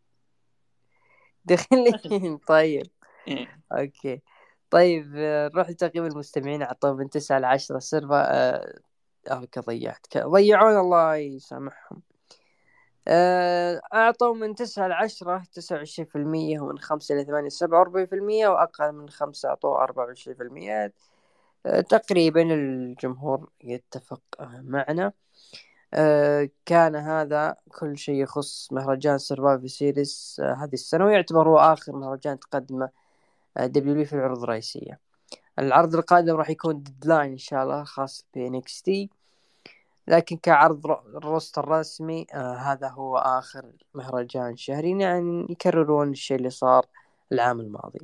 دخلين. طيب إيه. اوكي. طيب آه، نروح لتقييم المستمعين. عطوا من تسعة لعشرة سيرفا. آه اوكي ضيعت ك... ضيعون الله يسامحهم. آه، أعطوا من تسعة لعشرة تسعة وعشرين في المية، ومن خمسة لثمانية سبعة وأربعين في المية، وأقل من خمسة أعطوا أربعة وعشرين في المية. آه، تقريبا الجمهور يتفق آه، معنا. آه، كان هذا كل شيء يخص مهرجان سرفايفر سيريس آه، هذه السنة، ويعتبر هو آخر مهرجان تقدمه دبليو في العروض الرئيسية. العرض القادم راح يكون ديدلاين إن شاء الله، خاص ب إن إكس تي. لكن كعرض الروستر الرسمي آه هذا هو آخر مهرجان شهري، يعني يكررون الشيء اللي صار العام الماضي.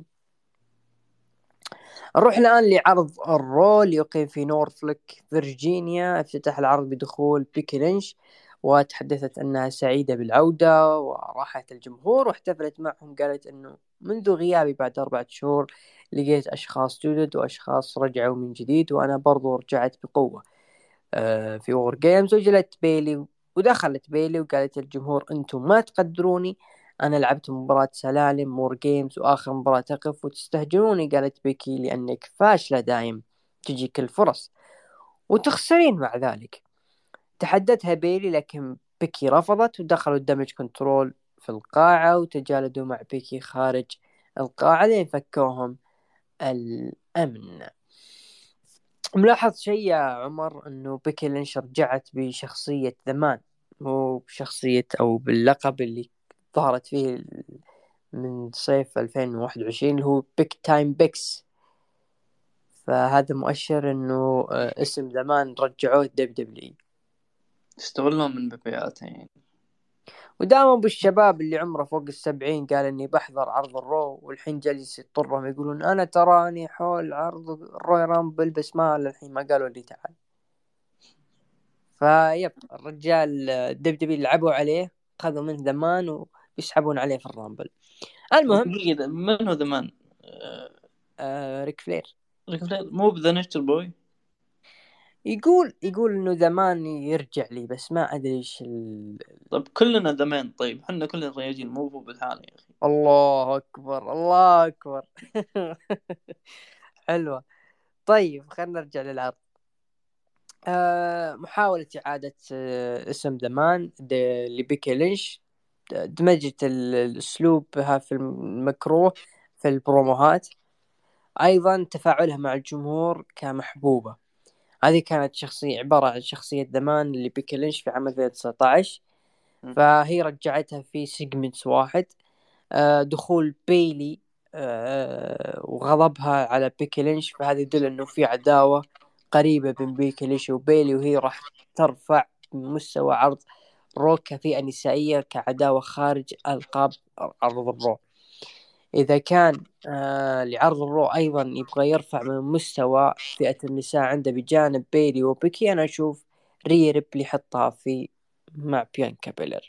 نروح الآن لعرض الرول يقيم في نورفلك فيرجينيا. افتتح العرض بدخول بيكي لينش، وتحدثت أنها سعيدة بالعودة وراحت الجمهور، واحتفلت معهم. قالت أنه منذ غيابي بعد أربعة شهور لقيت أشخاص جدد وأشخاص رجعوا من جديد، وأنا برضو رجعت بقوة في وور جيمز. وجلت بيلي ودخلت بيلي وقالت للجمهور أنتم ما تقدروني، أنا لعبت مباراة سلالم وور جيمز وآخر مباراة أقف وتستهجنوني. قالت بيكي لأنك فاشلة دايم، تجيك الفرص وتخسرين مع ذلك. تحدتها بيلي لكن بيكي رفضت، ودخلوا الدمج كنترول في القاعة وتجالدوا مع بيكي خارج القاعة لين فكوهم الأمن. ملاحظ شيء يا عمر انه بيكي لينش رجعت بشخصية زمان، مو بشخصية او باللقب اللي ظهرت فيه من صيف ألفين وواحد وعشرين اللي هو بيك تايم بيكس. فهذا مؤشر انه آه، اسم زمان رجعوه دب دبليو. استغلهم من مبيعاتها يعني. وداموا بالشباب اللي عمره فوق السبعين قال اني بحضر عرض الرو، والحين جالس يضطرهم يقولون انا تراني حول عرض الروي رامبل، بس ما الحين ما قالوا لي تعال. فيب الرجال دب دبي لعبوا عليه، خذوا منه زمان ويسحبون عليه في الرامبل. المهم دقيقة، من هو زمان؟ آه... آه ريك فلير. ريك فلير مو بذا نيتشر بوي؟ يقول يقول انه زمان يرجع لي، بس ما ادري ايش ال... طب كلنا زمان، طيب حنا كلنا رياجين مو هو بالحالة يا أخي. الله اكبر الله اكبر. حلوة. طيب خلينا نرجع للعرض. آه محاولة إعادة آه اسم زمان لبيكي لينش، دمجت الأسلوب ها في المكروه في البروموهات. أيضا تفاعلها مع الجمهور كمحبوبة. هذه كانت شخصية عبارة عن شخصية زمان اللي بيكي لينش في عام ألفين وتسعة عشر، فهي رجعتها في سيجمنت واحد. آه دخول بيلي آه وغضبها على بيكي لينش، فهذا يدل أنه في عداوة قريبة بين بيكي لينش وبيلي، وهي راح ترفع مستوى عرض رو كفئة نسائية كعداوة خارج ألقاب عرض الرو. إذا كان آه لعرض الرو أيضا يبغى يرفع من مستوى فئة النساء عنده بجانب بيلي وبيكي، أنا أشوف ريا ريبلي حطها في مع بيانكا بيلر.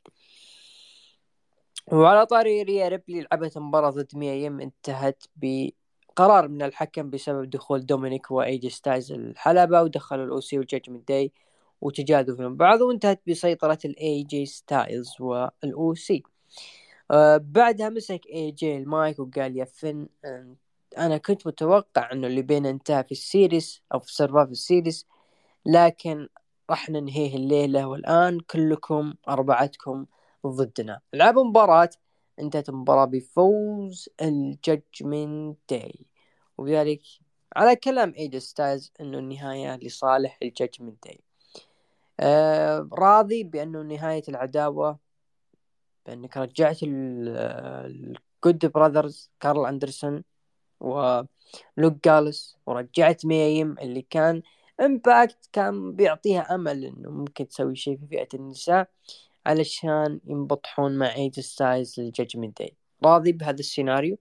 وعلى طاري ريا ريبلي، لعبت مباراة ضد ميا يم انتهت بقرار من الحكم بسبب دخول دومينيك وإيجي ستايز الحلبة، ودخلوا الأوسي والجاجمنت داي وتجاذبوا من بعض، وانتهت بسيطرة الإي جي ستايلز والأوسي. أه بعدها مسك اي جي المايك وقال يا فن، انا كنت متوقع انه اللي بينا انتهى في السيريس او في سيرفايفر السيريس، لكن راح ننهيه الليلة، والآن كلكم أربعتكم ضدنا. لعبوا مباراة انتهت المباراة بفوز الجادجمنت داي، وبذلك على كلام ايج ستايلز انه النهاية لصالح الجادجمنت داي. آه راضي بانه نهاية العداوة، بانك رجعت الجود براذرز كارل اندرسون ولوك جالس، ورجعت ميم اللي كان امباكت كان بيعطيها امل انه ممكن تسوي شيء في فئة النساء علشان ينبطحون مع ايج ستايلز للجادجمنت داي. راضي بهذا السيناريو؟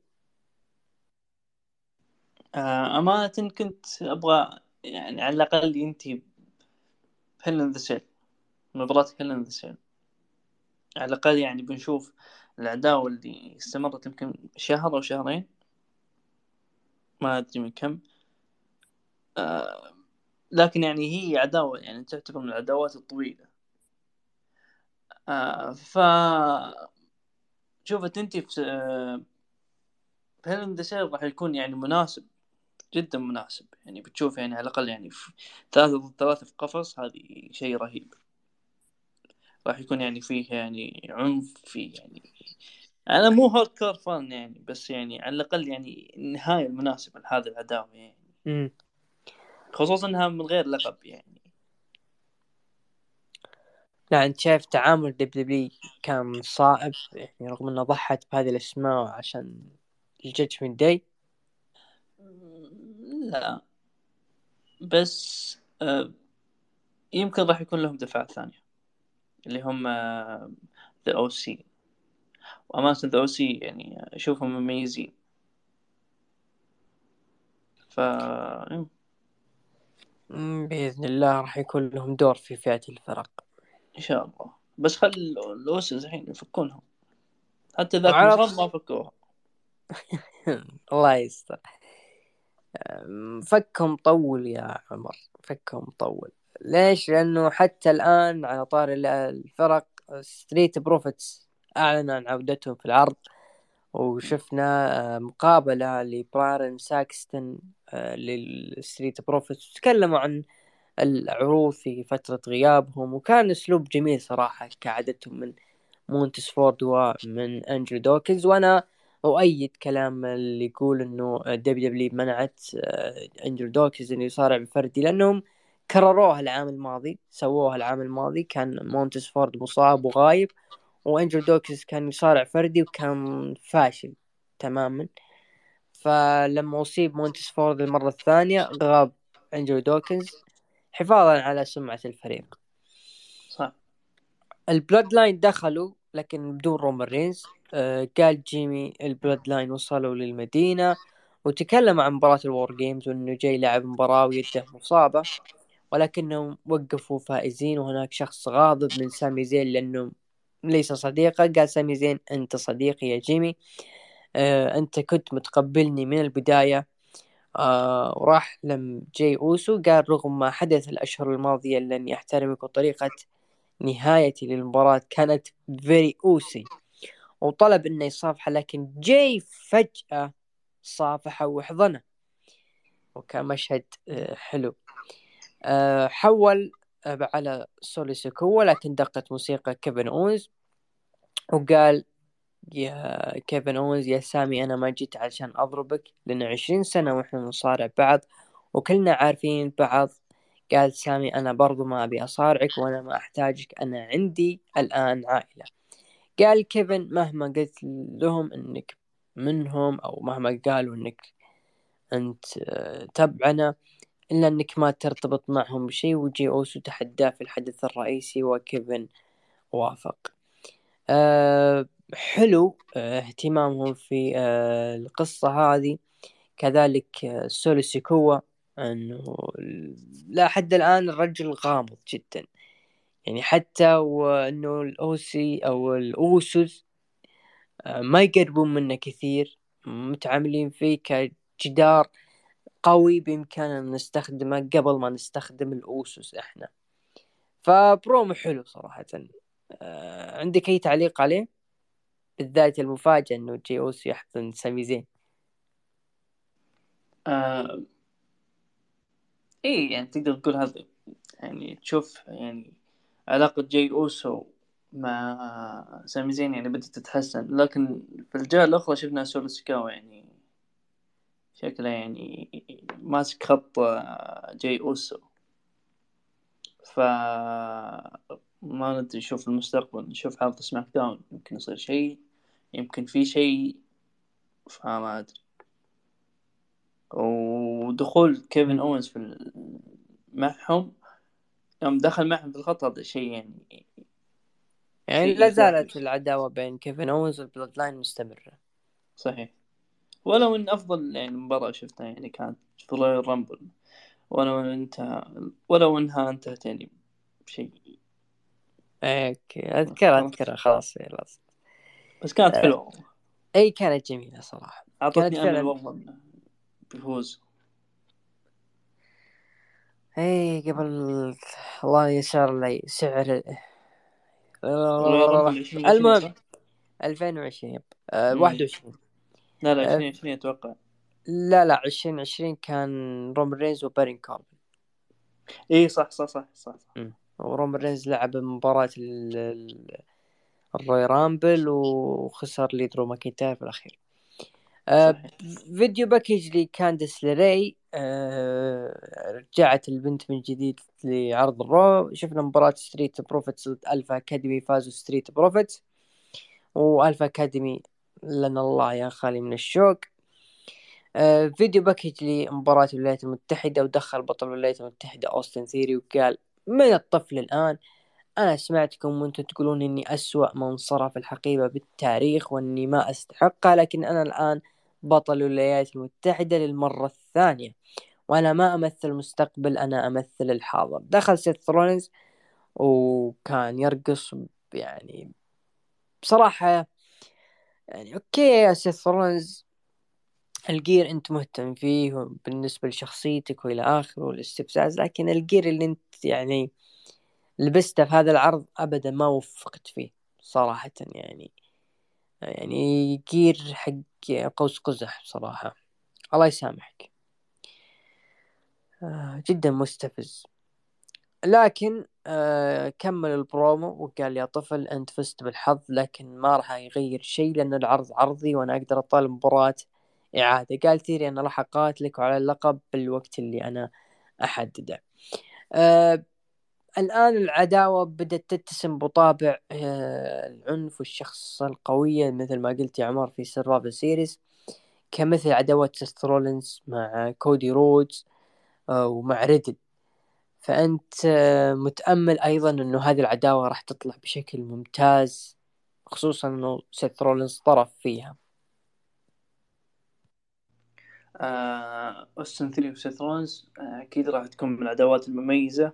آه أمانة كنت أبغى يعني على الأقل ينتهي هيل إن ذا سيل، مباراة هيل إن ذا سيل على الأقل، يعني بنشوف العداوة اللي استمرت يمكن شهر أو شهرين، ما أدري من كم. آه لكن يعني هي عداوة يعني تعتبر من العداوات الطويلة. آه ف شوفت انت في هيل إن ذا سيل راح يكون يعني مناسب، جدا مناسب. يعني بتشوف يعني على الأقل يعني في ثلاثة ضد ثلاثة في قفص، هذه شيء رهيب. راح يكون يعني فيه يعني عنف، فيه يعني أنا مو هارد كور فان يعني، بس يعني على الأقل يعني النهاية المناسبة لهذه العداوة يعني، مم. خصوصا انها من غير لقب يعني. لا انت شايف تعامل دبليو كان صائب يعني، رغم انه ضحت بهذه الاسماء عشان الجادجمنت داي؟ لا بس آه يمكن راح يكون لهم دفعة ثانية، اللي هم ذا او سي. وأمانة ذا او سي يعني أشوفهم مميزين. ف مم، بإذن الله راح يكون لهم دور في فئة الفرق. إن شاء الله. بس خل الأوسس الحين يفكونهم، حتى ذاك وعرف مصاب ما فكوها. الله يستر. أم، فكهم طول يا عمر، فكهم طول. ليش؟ لأنه حتى الآن على طار ال- الفرق، ستريت بروفيتس أعلن عن عودتهم في العرض، وشفنا آه، مقابلة لبرارن ساكستن آه، للستريت بروفيتس، تكلموا عن العروض في فترة غيابهم، وكان أسلوب جميل صراحة كعادتهم من مونتس فورد ومن أنجلو دوكنز. وأنا أؤيد كلام اللي يقول إنه دبليو دبليو منعت آه، أنجلو دوكنز إنه يصارع بفردي، لأنهم كرروها العام الماضي، سووها العام الماضي، كان مونتس فورد مصاب وغايب، وأنجلو دوكنز كان يصارع فردي وكان فاشل تماما. فلما أصيب مونتس فورد المرة الثانية غاب أنجلو دوكنز حفاظا على سمعة الفريق. صح. البلاد لاين دخلوا لكن بدون رومان رينز. آه قال جيمي البلاد لاين وصلوا للمدينة، وتكلم عن مباراة الوور جيمز وانه جاي لعب مباراة ويده مصابة، ولكنهم وقفوا فائزين. وهناك شخص غاضب من سامي زين لانه ليس صديقه. قال سامي زين انت صديقي يا جيمي، آه انت كنت متقبلني من البداية. آه وراح لم جاي أوسو قال رغم ما حدث الأشهر الماضية لن يحترمك، وطريقة نهايتي للمباراة كانت فيري أوسي، وطلب انه يصافحه، لكن جاي فجأة صافحه وحضنه، وكان مشهد آه، حلو. آه، حول آه، على سولي سيكوا، لكن دقت موسيقى كيفن أونز وقال يا كيفن أونز يا سامي أنا ما جيت عشان أضربك، لأن عشرين سنة وإحنا نصارع بعض وكلنا عارفين بعض. قال سامي أنا برضو ما أبي أصارعك وأنا ما أحتاجك، أنا عندي الآن عائلة. قال كيفن مهما قلت لهم انك منهم، او مهما قالوا انك انت آه، تبعنا، الا انك ما ترتبط معهم بشيء. وجي اوسو تحداه في الحدث الرئيسي وكيفن وافق. أه حلو أه اهتمامهم في أه القصة هذه. كذلك أه سولو سيكوا، انه لا حد الان الرجل غامض جدا، يعني حتى وانه الاوسي او الاوسوس ما يقربون منه كثير، متعاملين فيه كجدار قوي بإمكاننا نستخدمه قبل ما نستخدم الأوسوس إحنا. فبرومو حلو صراحة. آه، عندك أي تعليق عليه؟ بالذات المفاجأة إنه جي أوسو يحضن سامي زين. آه إيه يعني تقدر تقول هذا، يعني تشوف يعني علاقة جاي أوسو مع سامي زين يعني بدأت تتحسن، لكن في الجهة الأخرى شفنا سولو سيكاوا يعني شكله يعني ماسك خط جاي أوسو. ف ما ندري، نشوف المستقبل، نشوف عرض سماك داون يمكن يصير شيء، يمكن في شيء، فما أدري. ودخول كيفن أوينز في ال... معهم، يوم دخل معهم في الخط، هذا شيء يعني يعني شيء لا إيجابي. زالت العداوة بين كيفن أوينز والبلود لاين مستمرة. صحيح. ولو إن أفضل يعني مباراة شفتها يعني كانت في رويال رامبل، ولو إن انتهى ولو إنها انتهت يعني بشيء. اوكي اذكر خلاص. اذكر خلاص خلاص. بس كانت آه، حلوة والله. اي كانت جميلة صراحة. كانت أعطتني أمل فعلا. والله إنه بيفوز. اي قبل الله يسار لي سعر. رويال رامبل عشرين عشرين المهم صح؟ ألفين وعشرين يب. أه مم. واحد وعشرين. لا لا، أه عشرين عشرين أتوقع. لا لا عشرين عشرين كان رومان رينز وبارين كاربن. إيه صح صح صح صح, صح. مم. ورومان رينز لعب مباراة ال- ال- الروي رامبل وخسر لي درو ماكنتاير في الأخير. أه صحيح. فيديو باكيج لكاندس لراي. أه رجعت البنت من جديد لعرض الرو. شفنا مباراة ستريت بروفيتس ضد ألفا أكاديمي. فازوا ستريت بروفيتس، وألفا أكاديمي لنا الله يا خالي من الشوق. آه فيديو باكج لمباراة الولايات المتحدة، ودخل بطل الولايات المتحدة أوستن ثيري وقال: من الطفل الآن أنا سمعتكم وأنتم تقولون إني أسوأ من صرف الحقيبة بالتاريخ وإني ما أستحقها، لكن أنا الآن بطل الولايات المتحدة للمرة الثانية، وأنا ما أمثل المستقبل، أنا أمثل الحاضر. دخل سيث رولينز وكان يرقص يعني بصراحة. يعني أوكي يا سيث رولينز، الجير انت مهتم فيه بالنسبة لشخصيتك والى اخره والاستفزاز، لكن الجير اللي انت يعني لبسته في هذا العرض ابدا ما وفقت فيه صراحة. يعني يعني جير حق قوس قزح صراحة، الله يسامحك. آه جدا مستفز. لكن آه كمل البرومو وقال: يا طفل انت فزت بالحظ، لكن ما راح يغير شيء لان العرض عرضي وانا اقدر اطالب مباراة اعادة. قال تيري: انا راح اقاتلك على اللقب بالوقت اللي انا احدده. آه الآن العداوة بدأت تتسم بطابع آه العنف والشخص القوية مثل ما قلت يا عمر في سيرفايفر سيريز، كمثل عداوات سيث رولينز مع كودي رودز آه ومع ريدل. فأنت آه متأمل أيضا أنه هذه العداوة راح تطلع بشكل ممتاز، خصوصا أنه سيث رولينز طرف فيها. آه، أوستن ثري وسيث رولينز آه، أكيد راح تكون من العداوات المميزة.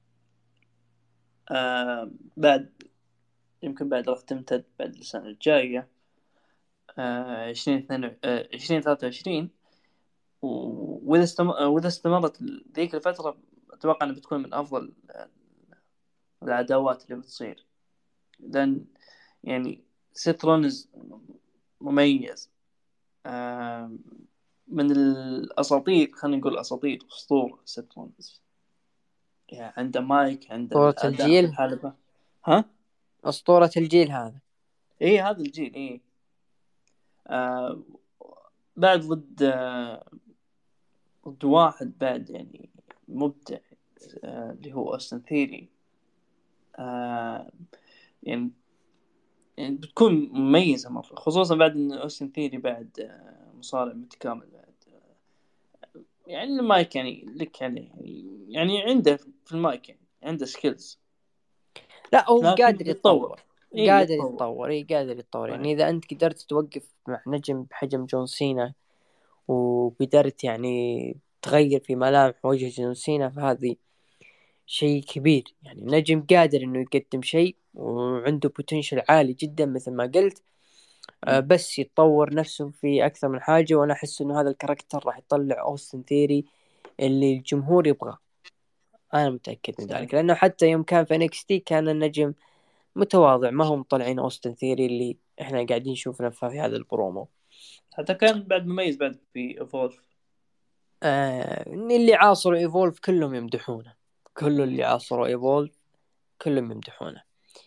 آه، بعد يمكن بعد راح تمتد بعد السنة الجاية، آه، عشرين اثنين آه، عشرين ثلاثة وعشرين. وإذا استم... آه، وإذا استمرت ذيك الفترة، أتوقع أنها بتكون من أفضل العداوات اللي بتصير، لأن يعني سيث رولينز مميز، آه، من الأساطير، خلينا نقول أساطير، أسطورة سيث رولينز. يعني عنده مايك، عنده أسطورة الأداء في الجيل. الحلبة. ها؟ أسطورة الجيل هذا. إيه هذا الجيل إيه. آه بعد ضد آه ضد واحد بعد يعني مبدع، آه اللي هو أوستن ثيري. آه يعني يعني بتكون مميزة مرة، خصوصا بعد إن أوستن ثيري بعد آه مصارع متكامل بعد. يعني المايك يعني لك عليه يعني, يعني عنده في المايك يعني عنده سكيلز، لا هو لكن قادر يتطور. يتطور. إيه قادر يتطور. يتطور اي قادر يتطور. صحيح. يعني اذا انت قدرت توقف مع نجم بحجم جون سينا وقدرت يعني تغير في ملامح وجه جون سينا، فهذه شيء كبير. يعني نجم قادر انه يقدم شيء وعنده بوتنشل عالي جدا مثل ما قلت. آه، مم. بس يتطور نفسه في اكثر من حاجة، وانا احس انه هذا الكاركتر راح يطلع اوستن ثيري اللي الجمهور يبغاه. انا متأكد من صحيح. ذلك، لانه حتى يوم كان في انكس تي كان النجم متواضع، ما هم مطلعين أوستن ثيري اللي إحنا قاعدين نشوفنا في هذا البرومو. حتى كان بعد مميز بعد في ايفولف. آه اللي عاصروا إيفولف كلهم يمدحونه، كل اللي عاصروا إيفولف كلهم يمدحونه.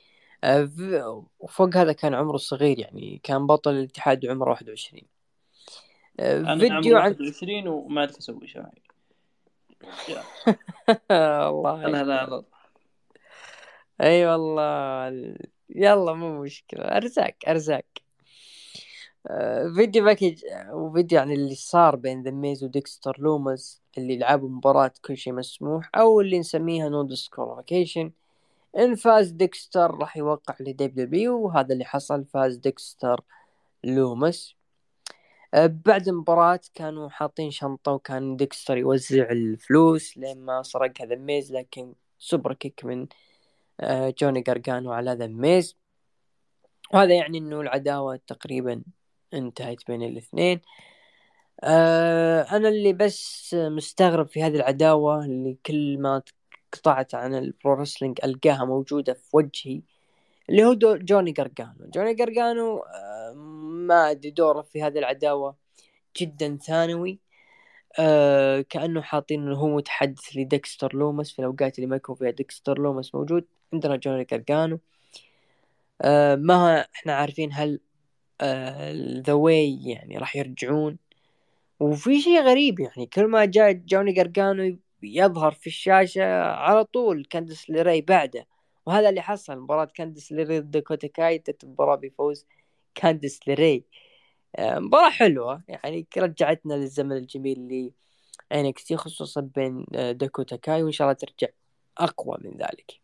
آه، ف- وفوق هذا كان عمره صغير، يعني كان بطل الاتحاد عمره واحد وعشرين. آه، انا عمري فيديو عن واحد وعشرين وما اعرف اسوي شيء. يا الله لا لا يستر. لا. اي والله. يلا مو مشكلة، ارزاق ارزاق. آه، فيديو باكج، وفيديو عن اللي صار بين ذا ميز وديكستر لومز اللي لعبوا مباراة كل شيء مسموح، او اللي نسميها نو ديسكواليفيكيشن. ان فاز ديكستر راح يوقع لدبليو بي، وهذا اللي حصل، فاز ديكستر لومس. آه، بعد المباراة كانوا حاطين شنطة، وكان ديكستر يوزع الفلوس لما سرق هذا الميز، لكن سوبر كيك من آه، جوني جارجانو على هذا الميز. وهذا يعني انه العداوة تقريبا انتهت بين الاثنين. آه، انا اللي بس مستغرب في هذه العداوة، اللي كل ما قطعت عن البرو رسلينج القاها موجودة في وجهي، اللي هو دو جوني جارجانو. جوني جارجانو آه، ما ادري دوره في هذه العداوة جدا ثانوي. آه كأنه حاطين انه هو متحدث لديكستر لومس في الاوقات اللي ما يكون فيها ديكستر لومس موجود. عندنا جوني جارجانو. آه ما احنا عارفين هل ذا واي يعني راح يرجعون. وفي شيء غريب، يعني كل ما جاء جوني جارجانو يظهر في الشاشة على طول كاندس ليراي بعده. وهذا اللي حصل مباراة كاندس ليراي ضد داكوتا كاي، انتهت المباراة بفوز كاندس ليراي. آه، مباراة حلوة، يعني رجعتنا للزمن الجميل اللي إن إكس تي، خصوصا بين آه، داكوتا كاي، وإن شاء الله ترجع أقوى من ذلك.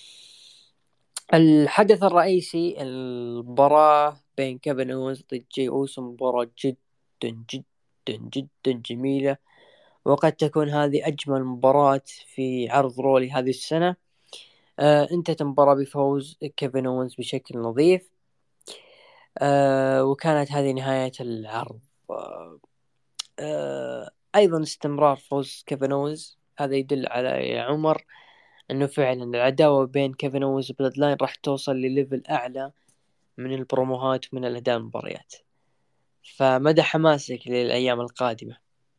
الحدث الرئيسي المباراة بين كيفن أوينز ضد جي أوسو، مباراة جدا جدا جدا جميلة، وقد تكون هذه أجمل مباراة في عرض رولي هذه السنة. آه انتهت المباراة بفوز كيفن أوينز بشكل نظيف. آه وكانت هذه نهاية العرض. آه آه أيضا استمرار فوز كيفن أوينز، هذا يدل على يا عمر انه فعلا العداوة بين كيفن أوينز وبلاد لاين راح توصل لليفل اعلى من البروموهات ومن الاداء المباريات. فمدى حماسك للايام القادمة؟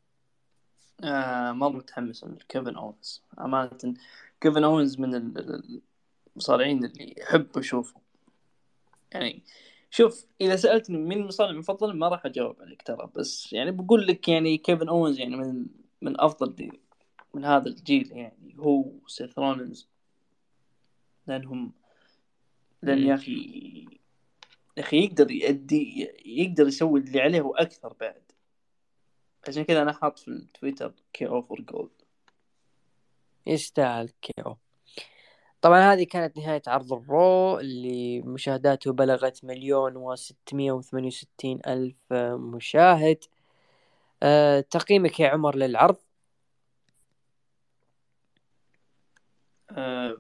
آه مرة متحمس لكيفن أوينز أمانة. كيفن أوينز من ال- المصارعين اللي أحب أشوفه. يعني شوف، إذا سألتني مين المصارع المفضل ما راح أجاوب عليك ترى، بس يعني بقول لك يعني كيفن أوينز يعني من من أفضل دي من هذا الجيل، يعني هو سيث رولينز. لأنهم لأن مم. يا أخي يا أخي يقدر يأدي، يقدر يسوي اللي عليه وأكثر بعد. عشان كذا أنا حاط في التويتر كي أو فور جولد. يستاهل كيو. طبعا هذه كانت نهاية عرض الرو اللي مشاهداته بلغت مليون وستمية وثمانية وستين ألف مشاهد. أه تقييمك يا عمر للعرض؟ أه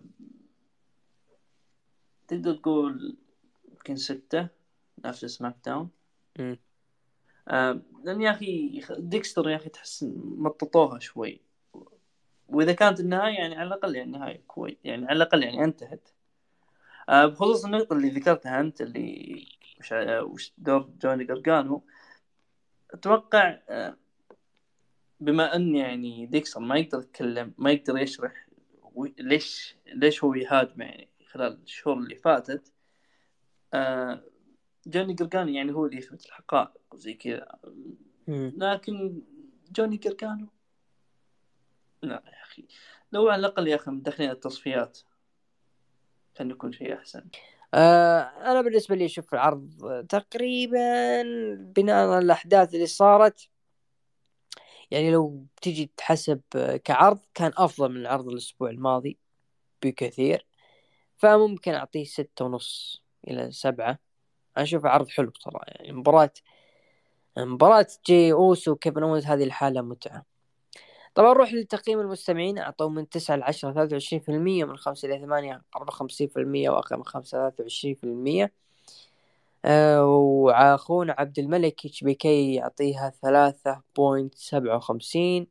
تقدر تقول يمكن ستة، نفس سماك داون. مم. أه لأن يا أخي ديكستر يا أخي تحس مططوها شوي. وإذا كانت النهاية يعني على الأقل يعني النهاية كويس، يعني على الأقل يعني انتهت. أه بخصوص النقطة اللي ذكرتها أنت اللي وش وش دور جوني جرجانو. أتوقع أه بما أن يعني ديكستر ما يقدر يتكلم، ما يقدر يشرح ليش ليش هو يهاجم يعني خلال الشهور اللي فاتت. آه جوني جرجانو يعني هو اللي يثبت الحقائق وزي كذا. مم. لكن جوني جرجانو لا يا أخي، لو على الأقل يا أخي مدخلين التصفيات كان يكون شيء أحسن. أه أنا بالنسبة لي أشوف العرض تقريبا بناء على الأحداث اللي صارت، يعني لو تيجي تحسب كعرض كان أفضل من عرض الأسبوع الماضي بكثير. فممكن أعطيه ستة ونص إلى سبعة. أنا أشوف عرض حلو بصراحة، يعني مباراة مباراة جي أوسو وكيفن أوينز هذه الحالة متعة. طبعا نروح لتقييم المستمعين، أعطوا من تسعة لعشرة ثلاثة وعشرين في المية، من خمسة إلى ثمانية أربعة وخمسين في المية، وأقل من خمسة ثلاثة وعشرين في المية. أه وأخونا عبد الملك اتش بي كي يعطيها ثلاثة بوينت سبعة وخمسين.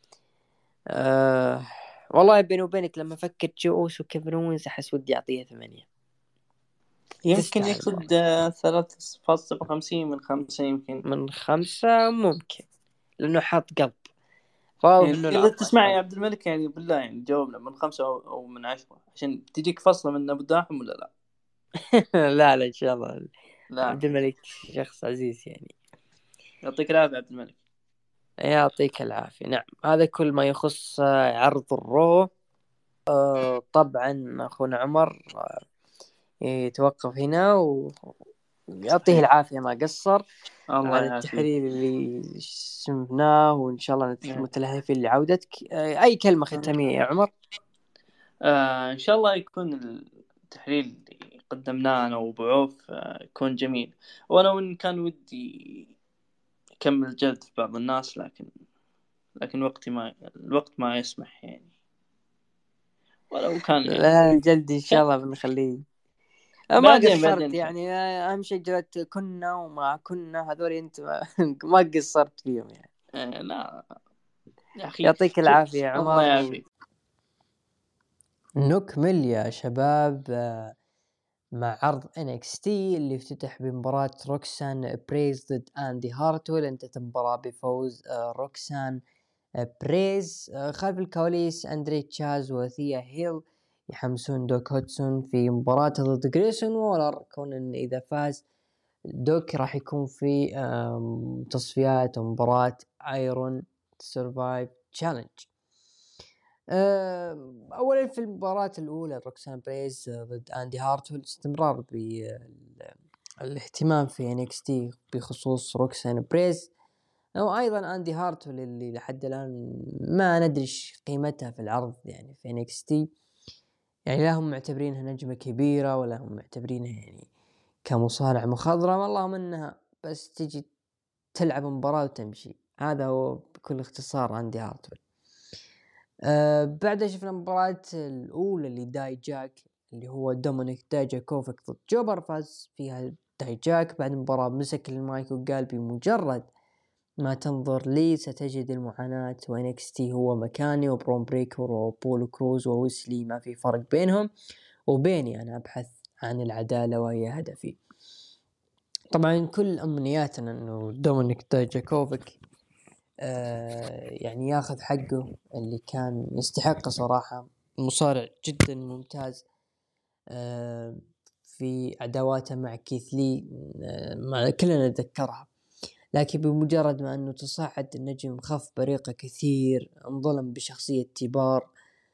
أه والله بيني وبينك لما فكرت جي أوسو وكيفن أوينز أحس ودي أعطيها ثمانية. يمكن تستاهل يقصد المباراة. ثلاثة فاصلة سبعة وخمسين من خمسة يمكن. من خمسة ممكن، لأنه حاط قلب، واضح يعني إنه إذا العرض تسمع يا عجبه. عبد الملك يعني بالله يعني جاوبنا من خمسة أو, أو من عشرة عشان تجيك فصلة من أبو داحم ولا لا. لا لا إن شاء الله. لا عبد الملك شخص عزيز يعني. يعطيك العافية عبد الملك. يعطيك العافية. نعم هذا كل ما يخص آه، عرض الرو. آه، طبعا أخونا عمر آه، يتوقف هنا ويعطيه صحيح. العافية ما قصر الله على يعافيك. التحرير اللي سمعناه، وإن شاء الله نعم. متلهفين لعودتك. آه، أي كلمة ختامية يا عمر؟ آه إن شاء الله يكون التحليل اللي قدمناه أنا وأبو عوف آه يكون جميل. وأنا وإن كان ودي أكمل جلد في بعض الناس، لكن لكن وقتي ما الوقت ما يسمح يعني. ولو كان يعني لا الجلد إن شاء كان الله بنخليه. آه، ما بعدين قصرت بعدين إن شاء يعني. آه، أهم شيء جلت كنا وما كنا هذول أنت ما, ما قصرت فيهم يعني. الله. آه لا يا أخي يعطيك شوف. العافية يا الله عمر. يعافيك. نكمل يا شباب آه، مع عرض إن إكس تي اللي افتتح بمباراة روكسان بريز ضد أندي هارتول. انتهت المباراة بفوز آه، روكسان آه، بريز. آه، خلف الكواليس أندري تشاز وثيا هيل يحمسون دوك هودسون في مباراة ضد جريسون وولر، كون إن إذا فاز دوك راح يكون في آم، تصفيات مباراة ايرون سيرفايف تشالنج. اولا في المباراة الاولى روكسان بريز ضد اندي هارتول، استمرار بالاهتمام في ان اكس تي بخصوص روكسان بريز، وايضا اندي هارتول اللي لحد الان ما ندري قيمتها في العرض يعني في ان اكس تي. يعني لا هم معتبرينها نجمة كبيرة ولا هم معتبرينها يعني كمصارع مخضرم، اللهم انها بس تجي تلعب مباراة وتمشي. هذا هو بكل اختصار عندي هارتول. أه بعدها شفنا المباراة الأولى لداي جاك اللي هو دومينيك دايجاكوفيك ضد جوبر. فاز فيها داي جاك. بعد المباراة مسك المايك وقال بمجرد ما تنظر لي ستجد المعاناة، وإن إكس تي هو مكاني، وبرون بريكر وبولو كروز وويسلي ما في فرق بينهم، وبيني أنا أبحث عن العدالة وهي هدفي. طبعا كل أمنياتنا أنه دومينيك دايجاكوفيك آه يعني ياخذ حقه اللي كان يستحقه صراحة. مصارع جدا ممتاز آه في عداواته مع كيث لي آه ما كلنا نتذكرها، لكن بمجرد ما أنه تصاعد النجم خف بريقه كثير، انظلم بشخصية تيبار.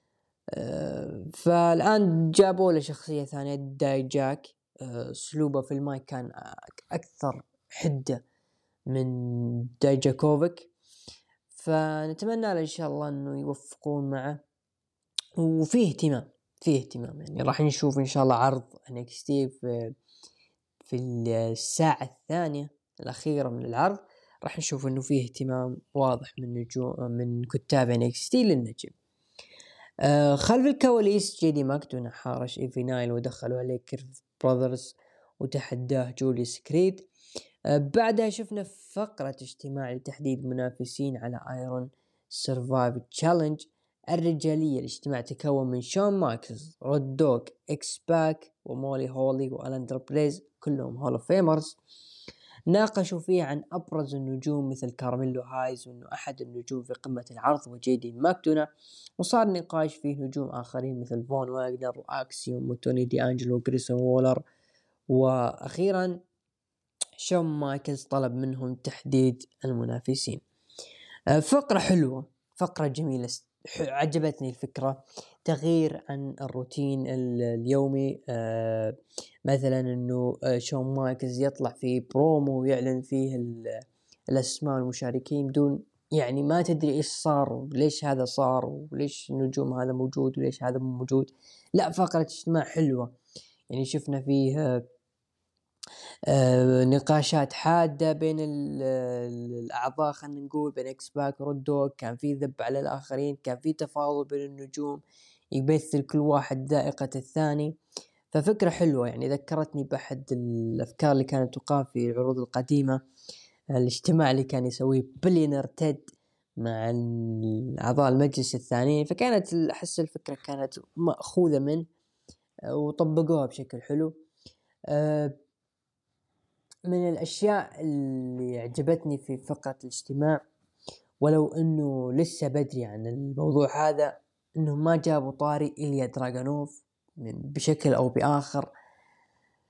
آه فالآن جابوا له شخصية ثانية داي جاك. آه اسلوبه في المايك كان أكثر حدة من دايجاكوفيك، فنتمنى له إن شاء الله أنه يوفقون معه. وفيه اهتمام فيه اهتمام يعني راح نشوف إن شاء الله عرض إن إكس تي في في الساعة الثانية الأخيرة من العرض، راح نشوف إنه فيه اهتمام واضح من نجوم من كتاب إن إكس تي للنجم. آه خلف الكواليس جيدي ماكدونا حارش إيفي نايل ودخلوا عليه كيرف براذرز وتحداه جوليوس كريد. آه بعدها شفنا فقرة اجتماع لتحديد منافسين على ايرون سيرفايف تشالنج الرجالية. الاجتماع تكون من شون مايكلز، رود دوغ، اكس باك، ومولي هولي، والاندر بريز، كلهم هول اوف فيمرز. ناقشوا فيه عن ابرز النجوم مثل كارميلو هايز، وانه احد النجوم في قمة العرض وجيدي ماكدونا. وصار نقاش فيه نجوم اخرين مثل فون واغنر واكسيوم وتوني دي انجلو وكريسون وولر. واخيرا شون مايكلز طلب منهم تحديد المنافسين. فقرة حلوة، فقرة جميلة، عجبتني الفكرة. تغيير عن الروتين اليومي. مثلا انه شون مايكلز يطلع في برومو ويعلن فيه الاسماء المشاركين بدون يعني ما تدري ايش صار وليش هذا صار وليش النجوم هذا موجود وليش هذا مو موجود. لا فقرة اجتماع حلوة يعني شفنا فيه آه نقاشات حادة بين الأعضاء، خلينا نقول بين إكس باك وردوغ. كان في ذب على الآخرين، كان في تفاوض بين النجوم يبثل كل واحد ذائقة الثاني. ففكرة حلوة يعني ذكرتني بأحد الأفكار اللي كانت تقام في العروض القديمة. الاجتماع اللي كان يسويه بليونر تيد مع أعضاء المجلس الثانيين، فكانت أحس الفكرة كانت مأخوذة منه وطبقوها بشكل حلو. أه من الأشياء اللي عجبتني في فقرة الاجتماع، ولو أنه لسه بدري عن الموضوع هذا، أنه ما جابوا طاري إليا دراغونوف بشكل أو بآخر.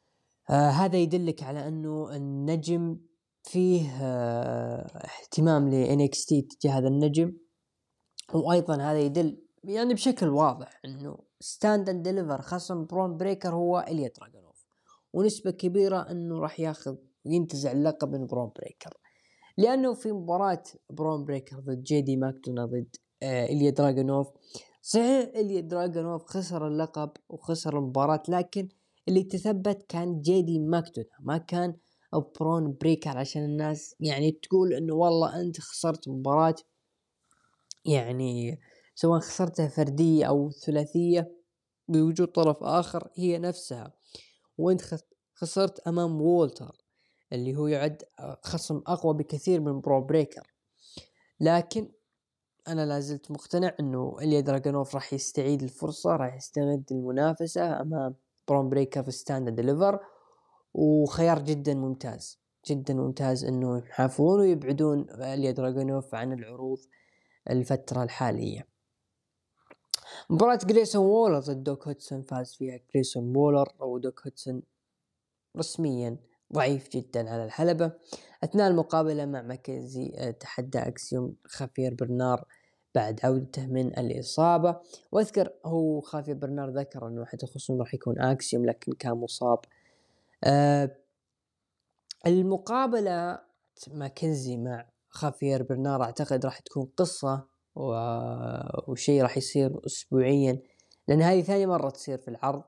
آه هذا يدلك على أنه النجم فيه آه اهتمام ل إن إكس تي تجاه هذا النجم. وأيضا هذا يدل يعني بشكل واضح أنه ستاند اند ديليفر خصم برون بريكر هو إليا دراغونوف، ونسبة كبيرة أنه راح ياخذ ينتزع اللقب من برون بريكر، لأنه في مباراة برون بريكر ضد جي دي ماكدونا ضد آه إليا دراغونوف، صحيح إليا دراغونوف خسر اللقب وخسر المباراة، لكن اللي تثبت كان جي دي ماكدونا ما كان برون بريكر، عشان الناس يعني تقول أنه والله أنت خسرت مباراة يعني سواء خسرتها فردية أو ثلاثية بوجود طرف آخر هي نفسها، وانت خسرت أمام وولتر اللي هو يعد خصم أقوى بكثير من برو بريكر. لكن أنا لازلت مقتنع أنه إليا دراغونوف راح يستعيد الفرصة، راح يستغل المنافسة أمام برو بريكر في ستاند ديليفر، وخيار جدا ممتاز جدا ممتاز أنه يحافظون ويبعدون إليا دراغونوف عن العروض الفترة الحالية. مباراة جريسون وولر ضد دوك هودسون فاز فيها جريسون وولر، أو دوك هودسون رسميا ضعيف جدا على الحلبة. أثناء المقابلة مع ماكنزي تحدى أكسيوم خافير برنار بعد عودته من الإصابة، وأذكر هو خافير برنار ذكر أنه أحد الخصوم راح يكون أكسيوم لكن كان مصاب. أه المقابلة ماكنزي مع خافير برنار أعتقد راح تكون قصة وشيء راح يصير أسبوعيا، لأن هذه ثاني مرة تصير في العرض،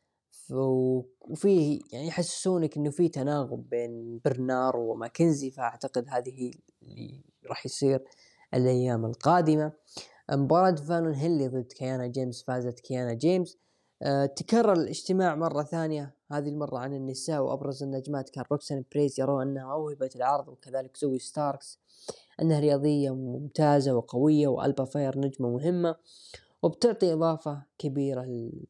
وفيه يعني يحسسونك إنه في تناغم بين برنار وماكنزي، فأعتقد هذه اللي راح يصير الأيام القادمة. مباراة فالون هيلي ضد كيانا جيمس فازت كيانا جيمس. أه تكرر الاجتماع مرة ثانية، هذه المرة عن النساء، وأبرز النجمات كان روكسان بريز يرون أنها موهبة العرض، وكذلك زوي ستاركس أنها رياضية ممتازة وقوية، وألبا فاير نجمة مهمة وبتعطي إضافة كبيرة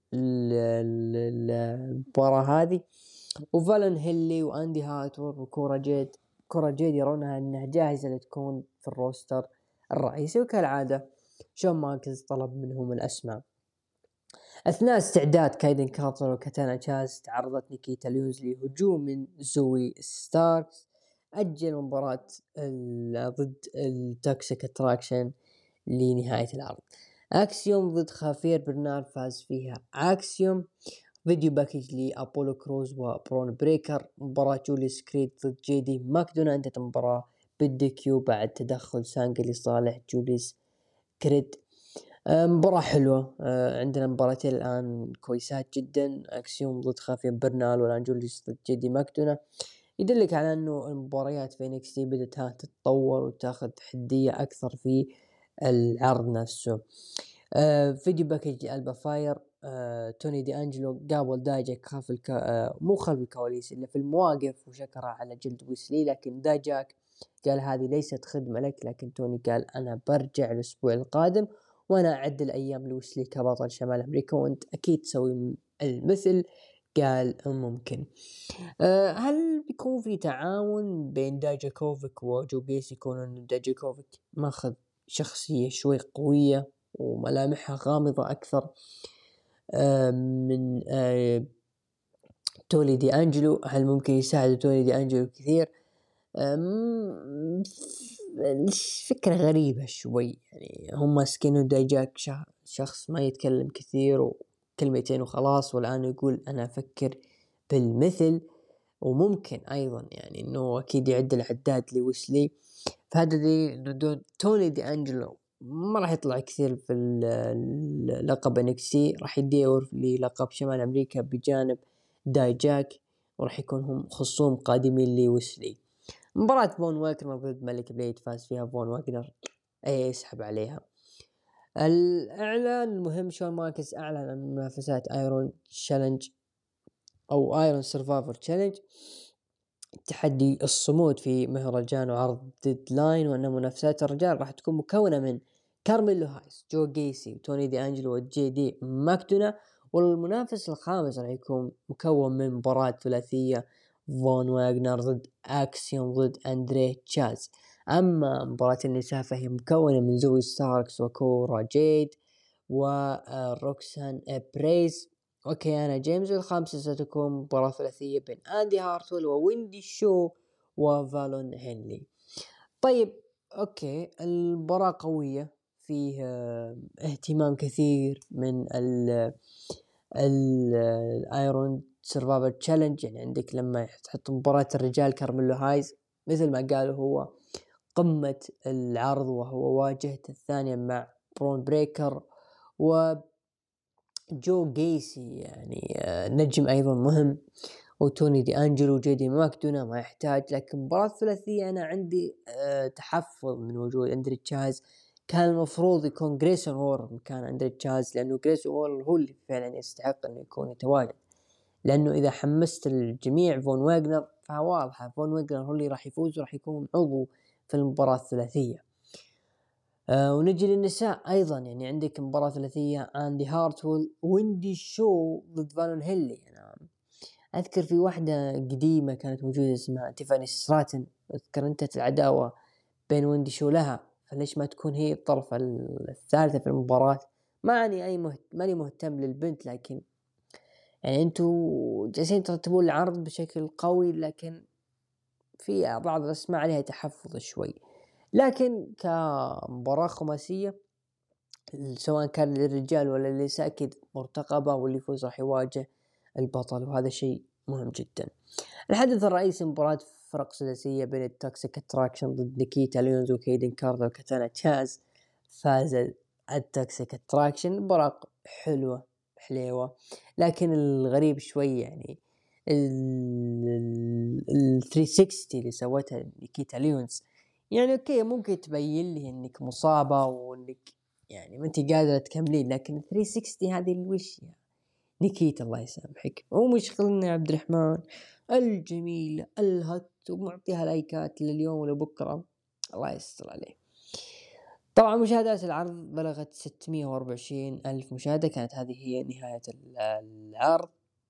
للمباراة هذه. وفالن هيلي وأندي هاتور وكورا جيد كورا جيد يرونها أنها جاهزة لتكون في الروستر الرئيسي، وكالعادة شون ماكس طلب منهم الأسماء. أثناء استعداد كايدن كارتر وكاتانا تشاز تعرضت نيكيتا ليونز لهجوم من زوي ستاركس، أجل مباراة ضد التوكسيك اتراكشن لنهاية العرض. أكسيوم ضد خافير برنار فاز فيها أكسيوم. فيديو باكج لأبولو كروز وبرون بريكر. مباراة جوليس كريد ضد جي دي ماكدونا انتهت المباراة بالديكيو بعد تدخل سانج لصالح جوليس كريد. مباراة حلوة، عندنا مباراتين الآن كويسات جدا، أكسيوم ضد خافير برنار والآن جوليس ضد جي دي ماكدونا، يدلك على أنه المباريات في إن إكس تي بدأت تتطور وتأخذ حدية أكثر في العرض نفسه. آه فيديو باكج لألبا فاير. آه توني دي أنجلو قابل دايجاك خلف الك... آه مو خلف الكواليس إلا في المواقف، وشكرها على جلد ويسلي، لكن دايجاك قال هذه ليست خدمة لك، لكن توني قال أنا برجع الأسبوع القادم وأنا أعد الأيام لويسلي كبطل شمال أمريكا، وأنت أكيد تسوي المثل. قال ممكن. أه هل بيكون في تعاون بين دايجاكوفيك وجو جيسي، يكون أن دايجاكوفيك ماخذ شخصية شوي قوية وملامحها غامضة أكثر أه من أه توني دي أنجلو؟ هل ممكن يساعد توني دي أنجلو كثير؟ الفكرة غريبة شوي، يعني هم ماسكينه دايجاك شخص ما يتكلم كثير وكلمتين وخلاص، والآن يقول أنا أفكر بالمثل، وممكن أيضا يعني إنه أكيد يعد العداد لويسلي. فهذا دي توني دي أنجلو ما راح يطلع كثير في اللقب إنكسي، راح يدور للقب شمال أمريكا بجانب دايجاك، وراح يكون هم خصوم قادمين لويسلي. مباراة فون واغنر ضد ملك بليد فاز فيها فون واغنر، أي يسحب عليها. الإعلان المهم، شون ماكس أعلن عن منافسات ايرون تشالنج أو ايرون سيرفايفر تشالنج، تحدي الصمود في مهرجان وعرض ديدلاين، وأن منافسات الرجال راح تكون مكونة من كارميلو هايس، جو جيسي، وتوني دي أنجلو، وجي دي ماكدونا، والمنافس الخامس راح يكون مكون من مباراة ثلاثية فون واغنر ضد أكسيوم ضد أندري تشاز. أما مباراة النساء فهي مكونة من زوي ستاركس وكورا جيد وروكسان بريز اوكي انا جيمس. الخامسة ستكون مباراة ثلاثية بين اندي هارتول وويندي شو وفالون هنلي. طيب اوكي المباراة قوية، فيه اهتمام كثير من ال الايرون سرفايفر تشالنج. يعني عندك لما تحط مباراة الرجال كارميلو هايز مثل ما قالوا هو قمة العرض، وهو واجهة الثانية مع برون بريكر وجو جيسي يعني نجم أيضا مهم، وتوني دي أنجلو وجيدي ماكدونا ما يحتاج. لكن مباراة ثلاثية أنا عندي أه تحفظ من وجود أندري تشاز. كان المفروض يكون جريسون وور مكان أندري تشاز، لأنه جريسون وور هو اللي فعلا يستحق أنه يكون يتواجد، لأنه إذا حمست الجميع فون واغنر فواضحة فون واغنر هو اللي راح يفوز وراح يكون عضو في المباراة الثلاثية. أه ونجي للنساء أيضا، يعني عندك مباراة ثلاثية أندي هارتول ويندي شو ضد فالون هيلي. أنا أذكر في واحدة قديمة كانت موجودة اسمها تيفاني ستراتن، أذكر انتهت العداوة بين ويندي شو لها، فليش ما تكون هي الطرف الثالثة في المباراة؟ ما أني أي مهت... ماني مهتم للبنت، لكن يعني أنتوا جالسين ترتبون العرض بشكل قوي، لكن في بعض الأسماء عليها تحفظ شوي. لكن كمباراة خماسية سواء كان للرجال ولا للنساء أكيد مرتقبة، واللي يفوز راح يواجه البطل، وهذا شيء مهم جدا. الحدث الرئيسي مباراة فرق سداسية بين التوكسيك اتراكشن ضد نيكيتا ليونز وكيدن كاردو وكاتانا تشاز. فاز التوكسيك اتراكشن، مباراة حلوة حليوة، لكن الغريب شوي يعني ال ثلاثمية وستين اللي سوتها نيكيتا ليونز. يعني اوكي ممكن تبين لي انك مصابة وانك يعني ما انت قادرة تكملين، لكن ثلاثمية وستين هذه الوش يعني نيكيتا الله يسامحك. ومشغلنا يا عبد الرحمن الجميل الهت ومعطيها لايكات لليوم ولبكرة، الله يستر عليه. طبعا مشاهدات العرض بلغت ستمية وأربعة وعشرين ألف مشاهدة، كانت هذه هي نهاية العرض.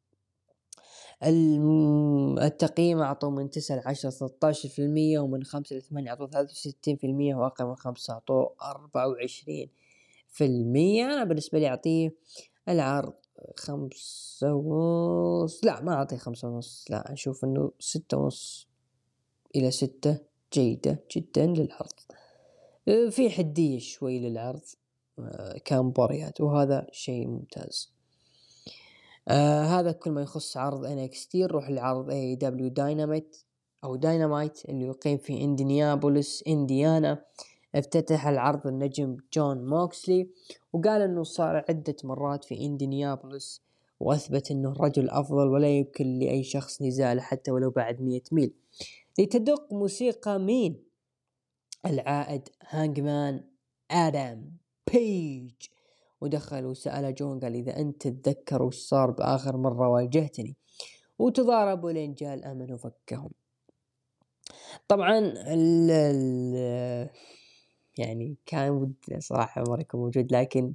التقييم أعطوا من تسعة لعشرة ثلاثة عشر في المية، ومن خمسة لثمانية أعطوا ثلاثة وستين في المية، وأقل من خمسة أعطوا أربعة وعشرين في المية. أنا بالنسبة لي أعطيه العرض خمسة ونص، لا ما أعطيه خمسة ونص، لا أشوف أنه ستة ونص إلى ستة جيدة جدا للعرض. في حدية شوي للعرض كمباريات، وهذا شيء ممتاز. آه هذا كل ما يخص عرض إن إكس تي. نروح لعرض إيه إي دبليو دايناميت أو داينامايت اللي يقيم في إنديانابوليس إنديانا. افتتح العرض النجم جون موكسلي، وقال أنه صار عدة مرات في إنديانابوليس، وأثبت أنه الرجل أفضل ولا يمكن لأي شخص نزاله حتى ولو بعد مية ميل. لتدق موسيقى مين؟ العائد هانجمان آدم بيج، ودخل وسأل جون قال إذا أنت تتذكر وش صار بآخر مرة واجهتني، وتضاربوا لين جاء الأمن وفكهم. طبعا ال ال يعني كان ودي صراحة مرة يكون موجود، لكن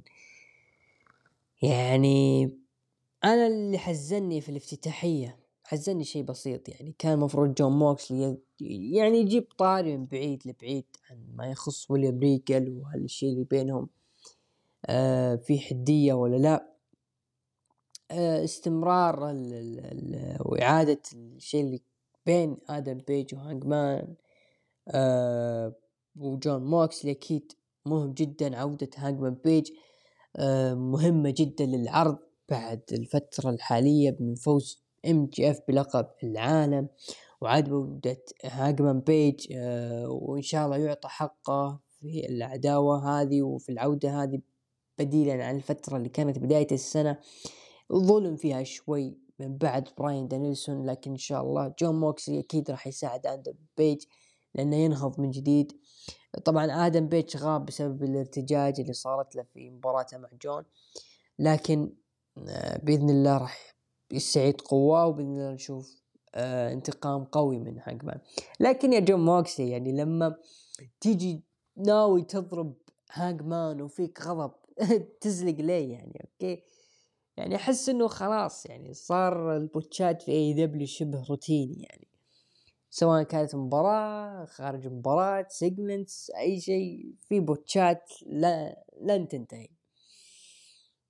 يعني أنا اللي حزني في الافتتاحية حزني شيء بسيط. يعني كان مفروض جون موكسلي يعني يجيب طاري من بعيد لبعيد عن ما يخص ويليام ريجل وهالشيء اللي بينهم آه في حدية ولا لا. آه استمرار ال ال ال وإعادة الشيء اللي بين آدم بيج وهانجمان آه وجون موكسلي أكيد مهم جدا. عودة هانجمان بيج آه مهمة جدا للعرض بعد الفترة الحالية من فوز ام جي اف بلقب العالم، وعاد عودة هانجمان بيج آه وإن شاء الله يعطى حقه في العداوة هذه وفي العودة هذه، بديلا عن الفترة اللي كانت بداية السنة ظلم فيها شوي من بعد براين دانيلسون. لكن إن شاء الله جون موكسلي أكيد راح يساعد آدم بيج لأنه ينهض من جديد. طبعا آدم بيج غاب بسبب الارتجاج اللي صارت له في مباراته مع جون، لكن بإذن الله راح يستعيد قواه، وبإذن الله نشوف آه انتقام قوي من هانجمان. لكن يا جون موكسلي يعني لما تيجي ناوي تضرب هانجمان وفيك غضب تزلق ليه يعني؟ أوكي يعني أحس إنه خلاص يعني صار البوتشات في إيه دبليو شبه روتيني، يعني سواء كانت مباراة خارج مباراة سيجمنتس أي شيء في بوتشات لا لن تنتهي.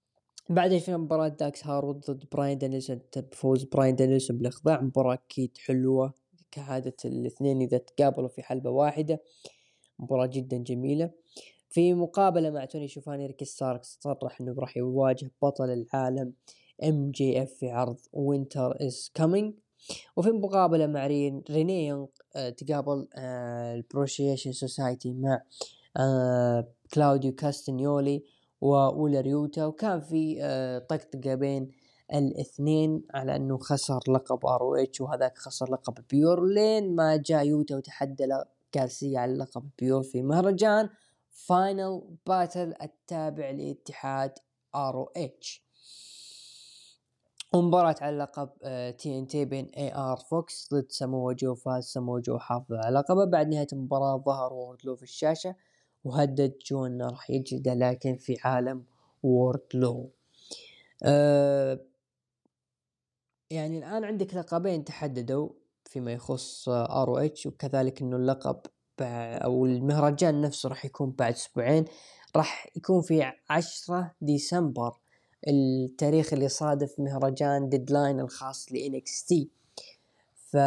بعدها شفنا مباراة داكس هارود ضد براين دانيلسون، بفوز براين دانيلسون بالإخضاع. مباراة أكيد حلوة كعادة الاثنين إذا تقابلوا في حلبة واحدة، مباراة جدا جميلة. في مقابلة مع توني شوفاني، ريكي ستاركس صرح انه راح يواجه بطل العالم ام جي اف في عرض وينتر از كامينج. وفي مقابلة مع رين ريني يونغ آه تقابل آه البروشيشن سوسايتي مع آه كلاوديو كاستنيولي وأولا ريوتا، وكان في آه طقطقة بين الاثنين على انه خسر لقب ار او اتش وهذاك خسر لقب بيور، لين ما جاء يوتا وتحدى جارسيا على لقب بيور في مهرجان فاينل باتل التابع لاتحاد ار او اتش. ومباراة على لقب تي ان تي بين اي ار فوكس ضد سامو جو، فاز سامو جو حافظ على لقبه. بعد نهاية المباراة ظهر ووردلو في الشاشة وهدد جو انه راح يجلده لكن في عالم ووردلو. أه يعني الان عندك لقبين تحددوا فيما يخص ار او اتش، وكذلك انه اللقب او المهرجان نفسه راح يكون بعد اسبوعين، راح يكون في عشرة ديسمبر، التاريخ اللي صادف مهرجان ديدلاين الخاص ل إن إكس تي. ف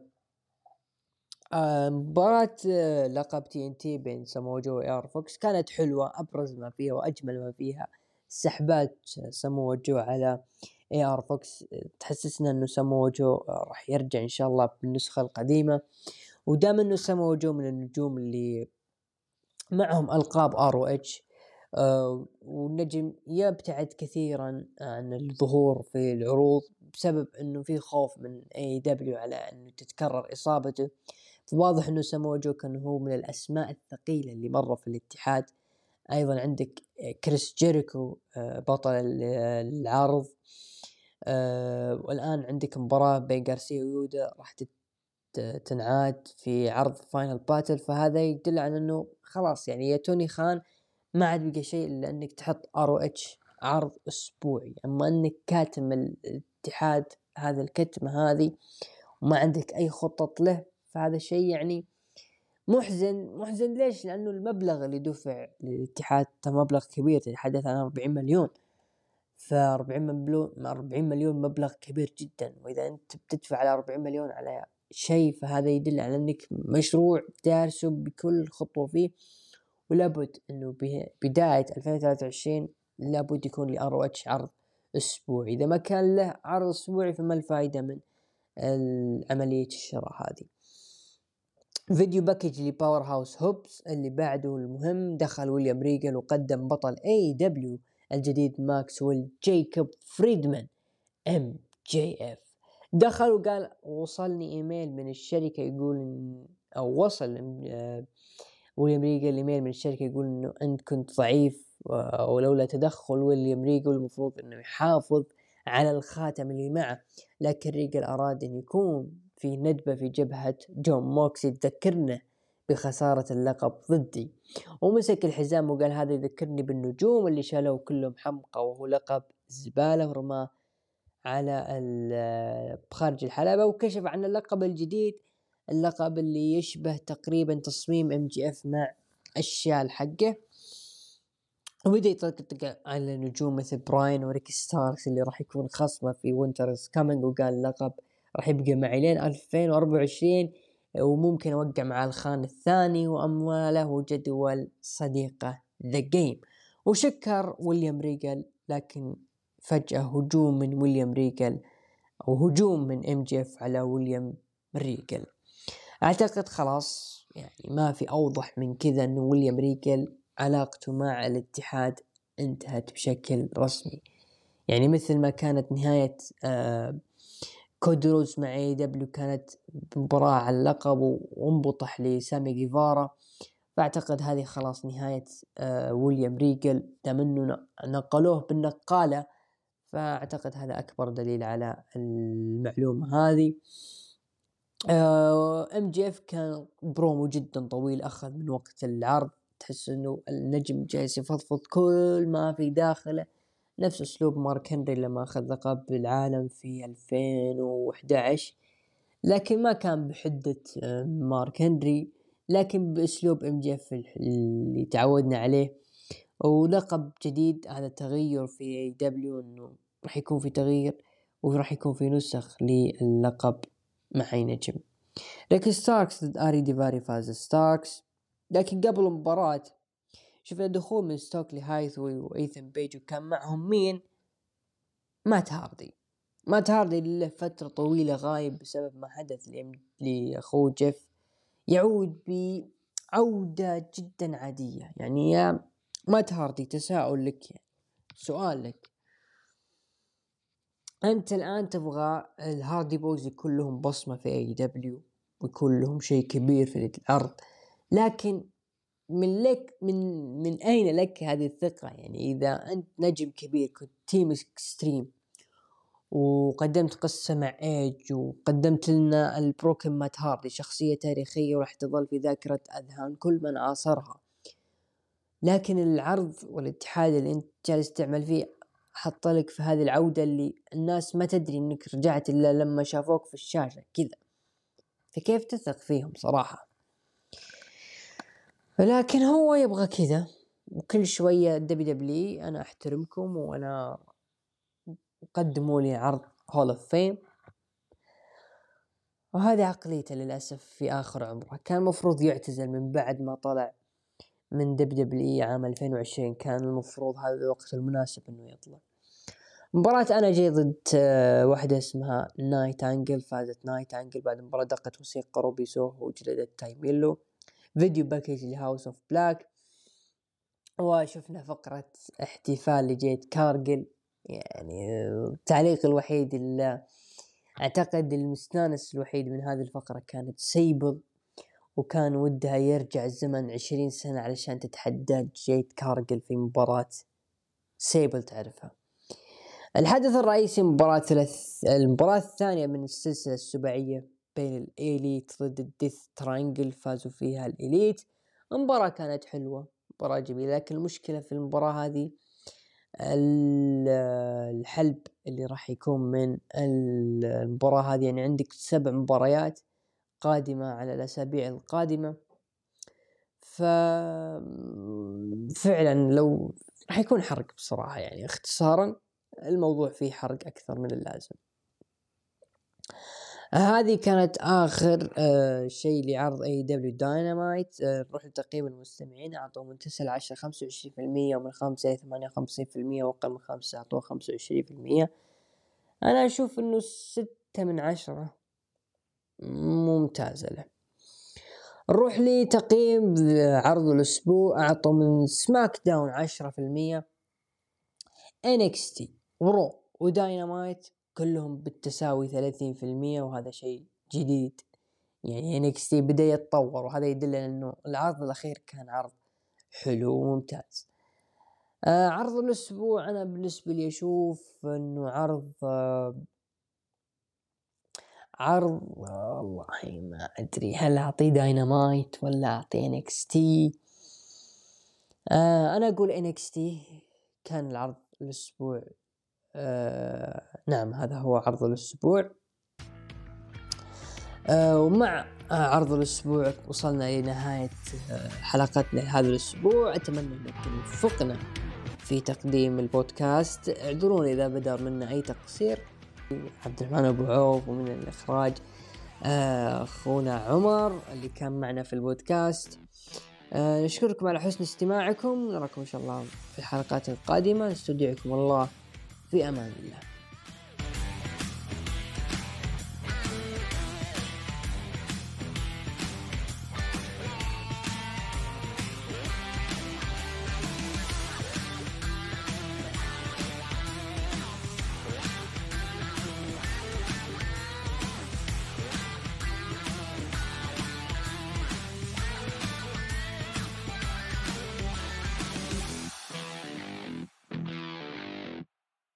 مباراة لقب تي ان تي بين سامو جو وإير فوكس كانت حلوة. ابرز ما فيها واجمل ما فيها سحبات سامو جو على اي ار فوكس، تحسسنا انه سامو جو راح يرجع ان شاء الله بالنسخة القديمة. ودام انه سامو جو من النجوم اللي معهم القاب ار او اتش، آه والنجم يبتعد كثيرا عن الظهور في العروض بسبب انه في خوف من اي دبليو على انه تتكرر اصابته. فواضح انه سامو جو كان هو من الاسماء الثقيلة اللي مرة في الاتحاد. ايضا عندك كريس جيريكو بطل العرض، أه والآن عندك مباراة بين غارسيا ويودا راح تنعاد في عرض فاينل باتل. فهذا يدل على انه خلاص يعني يا توني خان ما عاد بقى شيء الا انك تحط ار او اتش عرض اسبوعي. اما انك كاتم الاتحاد هذا الكتمة هذه وما عندك اي خطط له، فهذا شيء يعني محزن. محزن ليش؟ لانه المبلغ اللي دفع للاتحاد مبلغ كبير، تتحدث عن أربعين مليون. فأربعين مليون أربعين مليون مبلغ كبير جدا، وإذا أنت بتدفع على أربعين مليون على شيء فهذا يدل على أنك مشروع دارسه بكل خطوة فيه. ولابد أنه بداية ألفين وثلاثة وعشرين لابد يكون لي ار او اتش عرض أسبوعي. إذا ما كان له عرض أسبوعي فما الفائدة من عملية الشراء هذه. فيديو باكج لباور هاوس هوبس اللي بعده المهم، دخل ويليام ريغل وقدم بطل اي دبليو الجديد ماكسويل جايكوب فريدمان ام جي اف. دخل وقال وصلني ايميل من الشركة يقول إن او وصل آه ويليام ريغل ايميل من الشركة يقول انه انت كنت ضعيف، ولولا تدخل ويليام ريغل المفروض انه يحافظ على الخاتم اللي معه، لكن ريغل اراد ان يكون في ندبة في جبهة جون موكسي تذكرنا بخسارة اللقب ضدي، ومسك الحزام وقال هذا يذكرني بالنجوم اللي شالوا كلهم حمقى وهو لقب زبالة، ورماه على بخارج الحلبة. وكشف عن اللقب الجديد، اللقب اللي يشبه تقريبا تصميم ام جي اف مع الشال حقه. وبدأ يطقطق على نجوم مثل براين وريكي ستاركس اللي راح يكون خصمه في وينترز كامينج، وقال اللقب راح يبقى معي لين ألفين وأربعة وعشرين وممكن أوقع مع الخان الثاني وأمواله وجدول صديقه ذا جيم. وشكر ويليام ريغل، لكن فجأة هجوم من ويليام ريغل أو هجوم من ام جي اف على ويليام ريغل. أعتقد خلاص يعني ما في أوضح من كذا أنه ويليام ريغل علاقته مع الاتحاد انتهت بشكل رسمي. يعني مثل ما كانت نهاية آه كودروز مع اي دبليو كانت مباراة على اللقب وانبطح لسامي جيفارا، فأعتقد هذه خلاص نهاية آه ويليام ريغل. دامنه نقلوه بالنقالة، فأعتقد هذا أكبر دليل على المعلومة هذه. ام جي اف كان برومو جدا طويل اخذ من وقت العرض، تحس انه النجم جالس يفضفض كل ما في داخله، نفس اسلوب مارك هنري لما اخذ لقب العالم في ألفين وأحد عشر، لكن ما كان بحدة مارك هنري، لكن باسلوب ام جي اف اللي تعودنا عليه. ولقب جديد. هذا تغير في اي دبليو انه راح يكون في تغيير وراح يكون في نسخ للقب مع اي نجم. لكن ستاركس ضد اري ديفاري فاز ستاركس. لكن قبل المباراة شفنا دخول من ستوكلي هايثوي وايثن بيج وكان معهم مين؟ مات هاردي. مات هاردي له فترة طويلة غايب بسبب ما حدث لأخوه جيف، يعود بعودة جدا عادية. يعني يا مات هاردي تساؤل لك، يعني سؤال لك، أنت الآن تبغى الهاردي بويز يكون لهم بصمة في اي دبليو ويكون لهم شيء كبير في العرض، لكن من لك من من أين لك هذه الثقة؟ يعني إذا أنت نجم كبير كنت تيم اكستريم وقدمت قصة مع ايج وقدمت لنا البروكن مات هاردي شخصية تاريخية وراح تظل في ذاكرة أذهان كل من عاصرها، لكن العرض والاتحاد اللي انت جالس تعمل فيه حط لك في هذه العودة اللي الناس ما تدري انك رجعت الا لما شافوك في الشاشة كذا، فكيف تثق فيهم صراحة؟ لكن هو يبغى كذا، وكل شوية دبليو دبليو انا احترمكم وانا قدموا لي عرض هول اوف فيم، وهذه عقليته للأسف في آخر عمره. كان مفروض يعتزل من بعد ما طلع من دبليو دبليو عام ألفين وعشرين، كان المفروض هذا الوقت المناسب انه يطلع. مباراة انا جاي ضد واحدة اسمها نايت انجل، فازت نايت انجل بعد مباراة دقت موسيقى روبي سوهو وجلدت تايميلو. فيديو باكيج لهاوس اوف بلاك، وشفنا فقرة احتفال لجيت كارجل. يعني التعليق الوحيد اللي اعتقد المستانس الوحيد من هذه الفقرة كانت سيبل، وكان ودها يرجع الزمن عشرين سنة علشان تتحدى جيت كارجل في مباراة سيبل تعرفها. الحدث الرئيسي مباراة ثلاث المباراة الثانية من السلسلة السباعية بين الإليت ضد الديث ترانجل، فازوا فيها الإليت. المباراة كانت حلوة، مباراة جميلة، لكن المشكلة في المباراة هذه الحلب اللي راح يكون من المباراة هذه. يعني عندك سبع مباريات قادمة على الأسابيع القادمة، ففعلا لو راح يكون حرق بصراحة. يعني اختصارا الموضوع فيه حرق أكثر من اللازم. هذه كانت آخر آه شيء لعرض اي دبليو داينامايت. آه نروح لتقييم المستمعين. أعطوا من تسعة لعشرة خمسة وعشرين في المية، ومن خمسة لثمانية وخمسين في المية، وأقل من خمسة أعطوه خمسة وعشرين في المية. أنا أشوف إنه ستة من عشرة ممتازة له. نروح لتقييم عرض الأسبوع. أعطوا من سماك داون عشرة في المية، إن إكس تي ورو وداينامايت كلهم بالتساوي ثلاثين في المية، وهذا شيء جديد. يعني إن إكس تي بدأ يتطور، وهذا يدل أنه العرض الأخير كان عرض حلو وممتاز. آه عرض الأسبوع أنا بالنسبة لي أشوف أنه عرض آه عرض والله ما أدري هل أعطيه داينامايت ولا أعطيه إن إكس تي. آه أنا أقول إن إكس تي كان العرض الأسبوع. آه نعم هذا هو عرض الأسبوع. آه ومع آه عرض الأسبوع وصلنا لنهاية آه حلقتنا هذا الأسبوع. أتمنى أنكم وفقنا في تقديم البودكاست. اعذروني إذا بدأ منا أي تقصير. عبد الرحمن أبو عوف، ومن الإخراج آه أخونا عمر اللي كان معنا في البودكاست. آه نشكركم على حسن استماعكم. نراكم إن شاء الله في الحلقات القادمة. نستودعكم الله في أمان الله.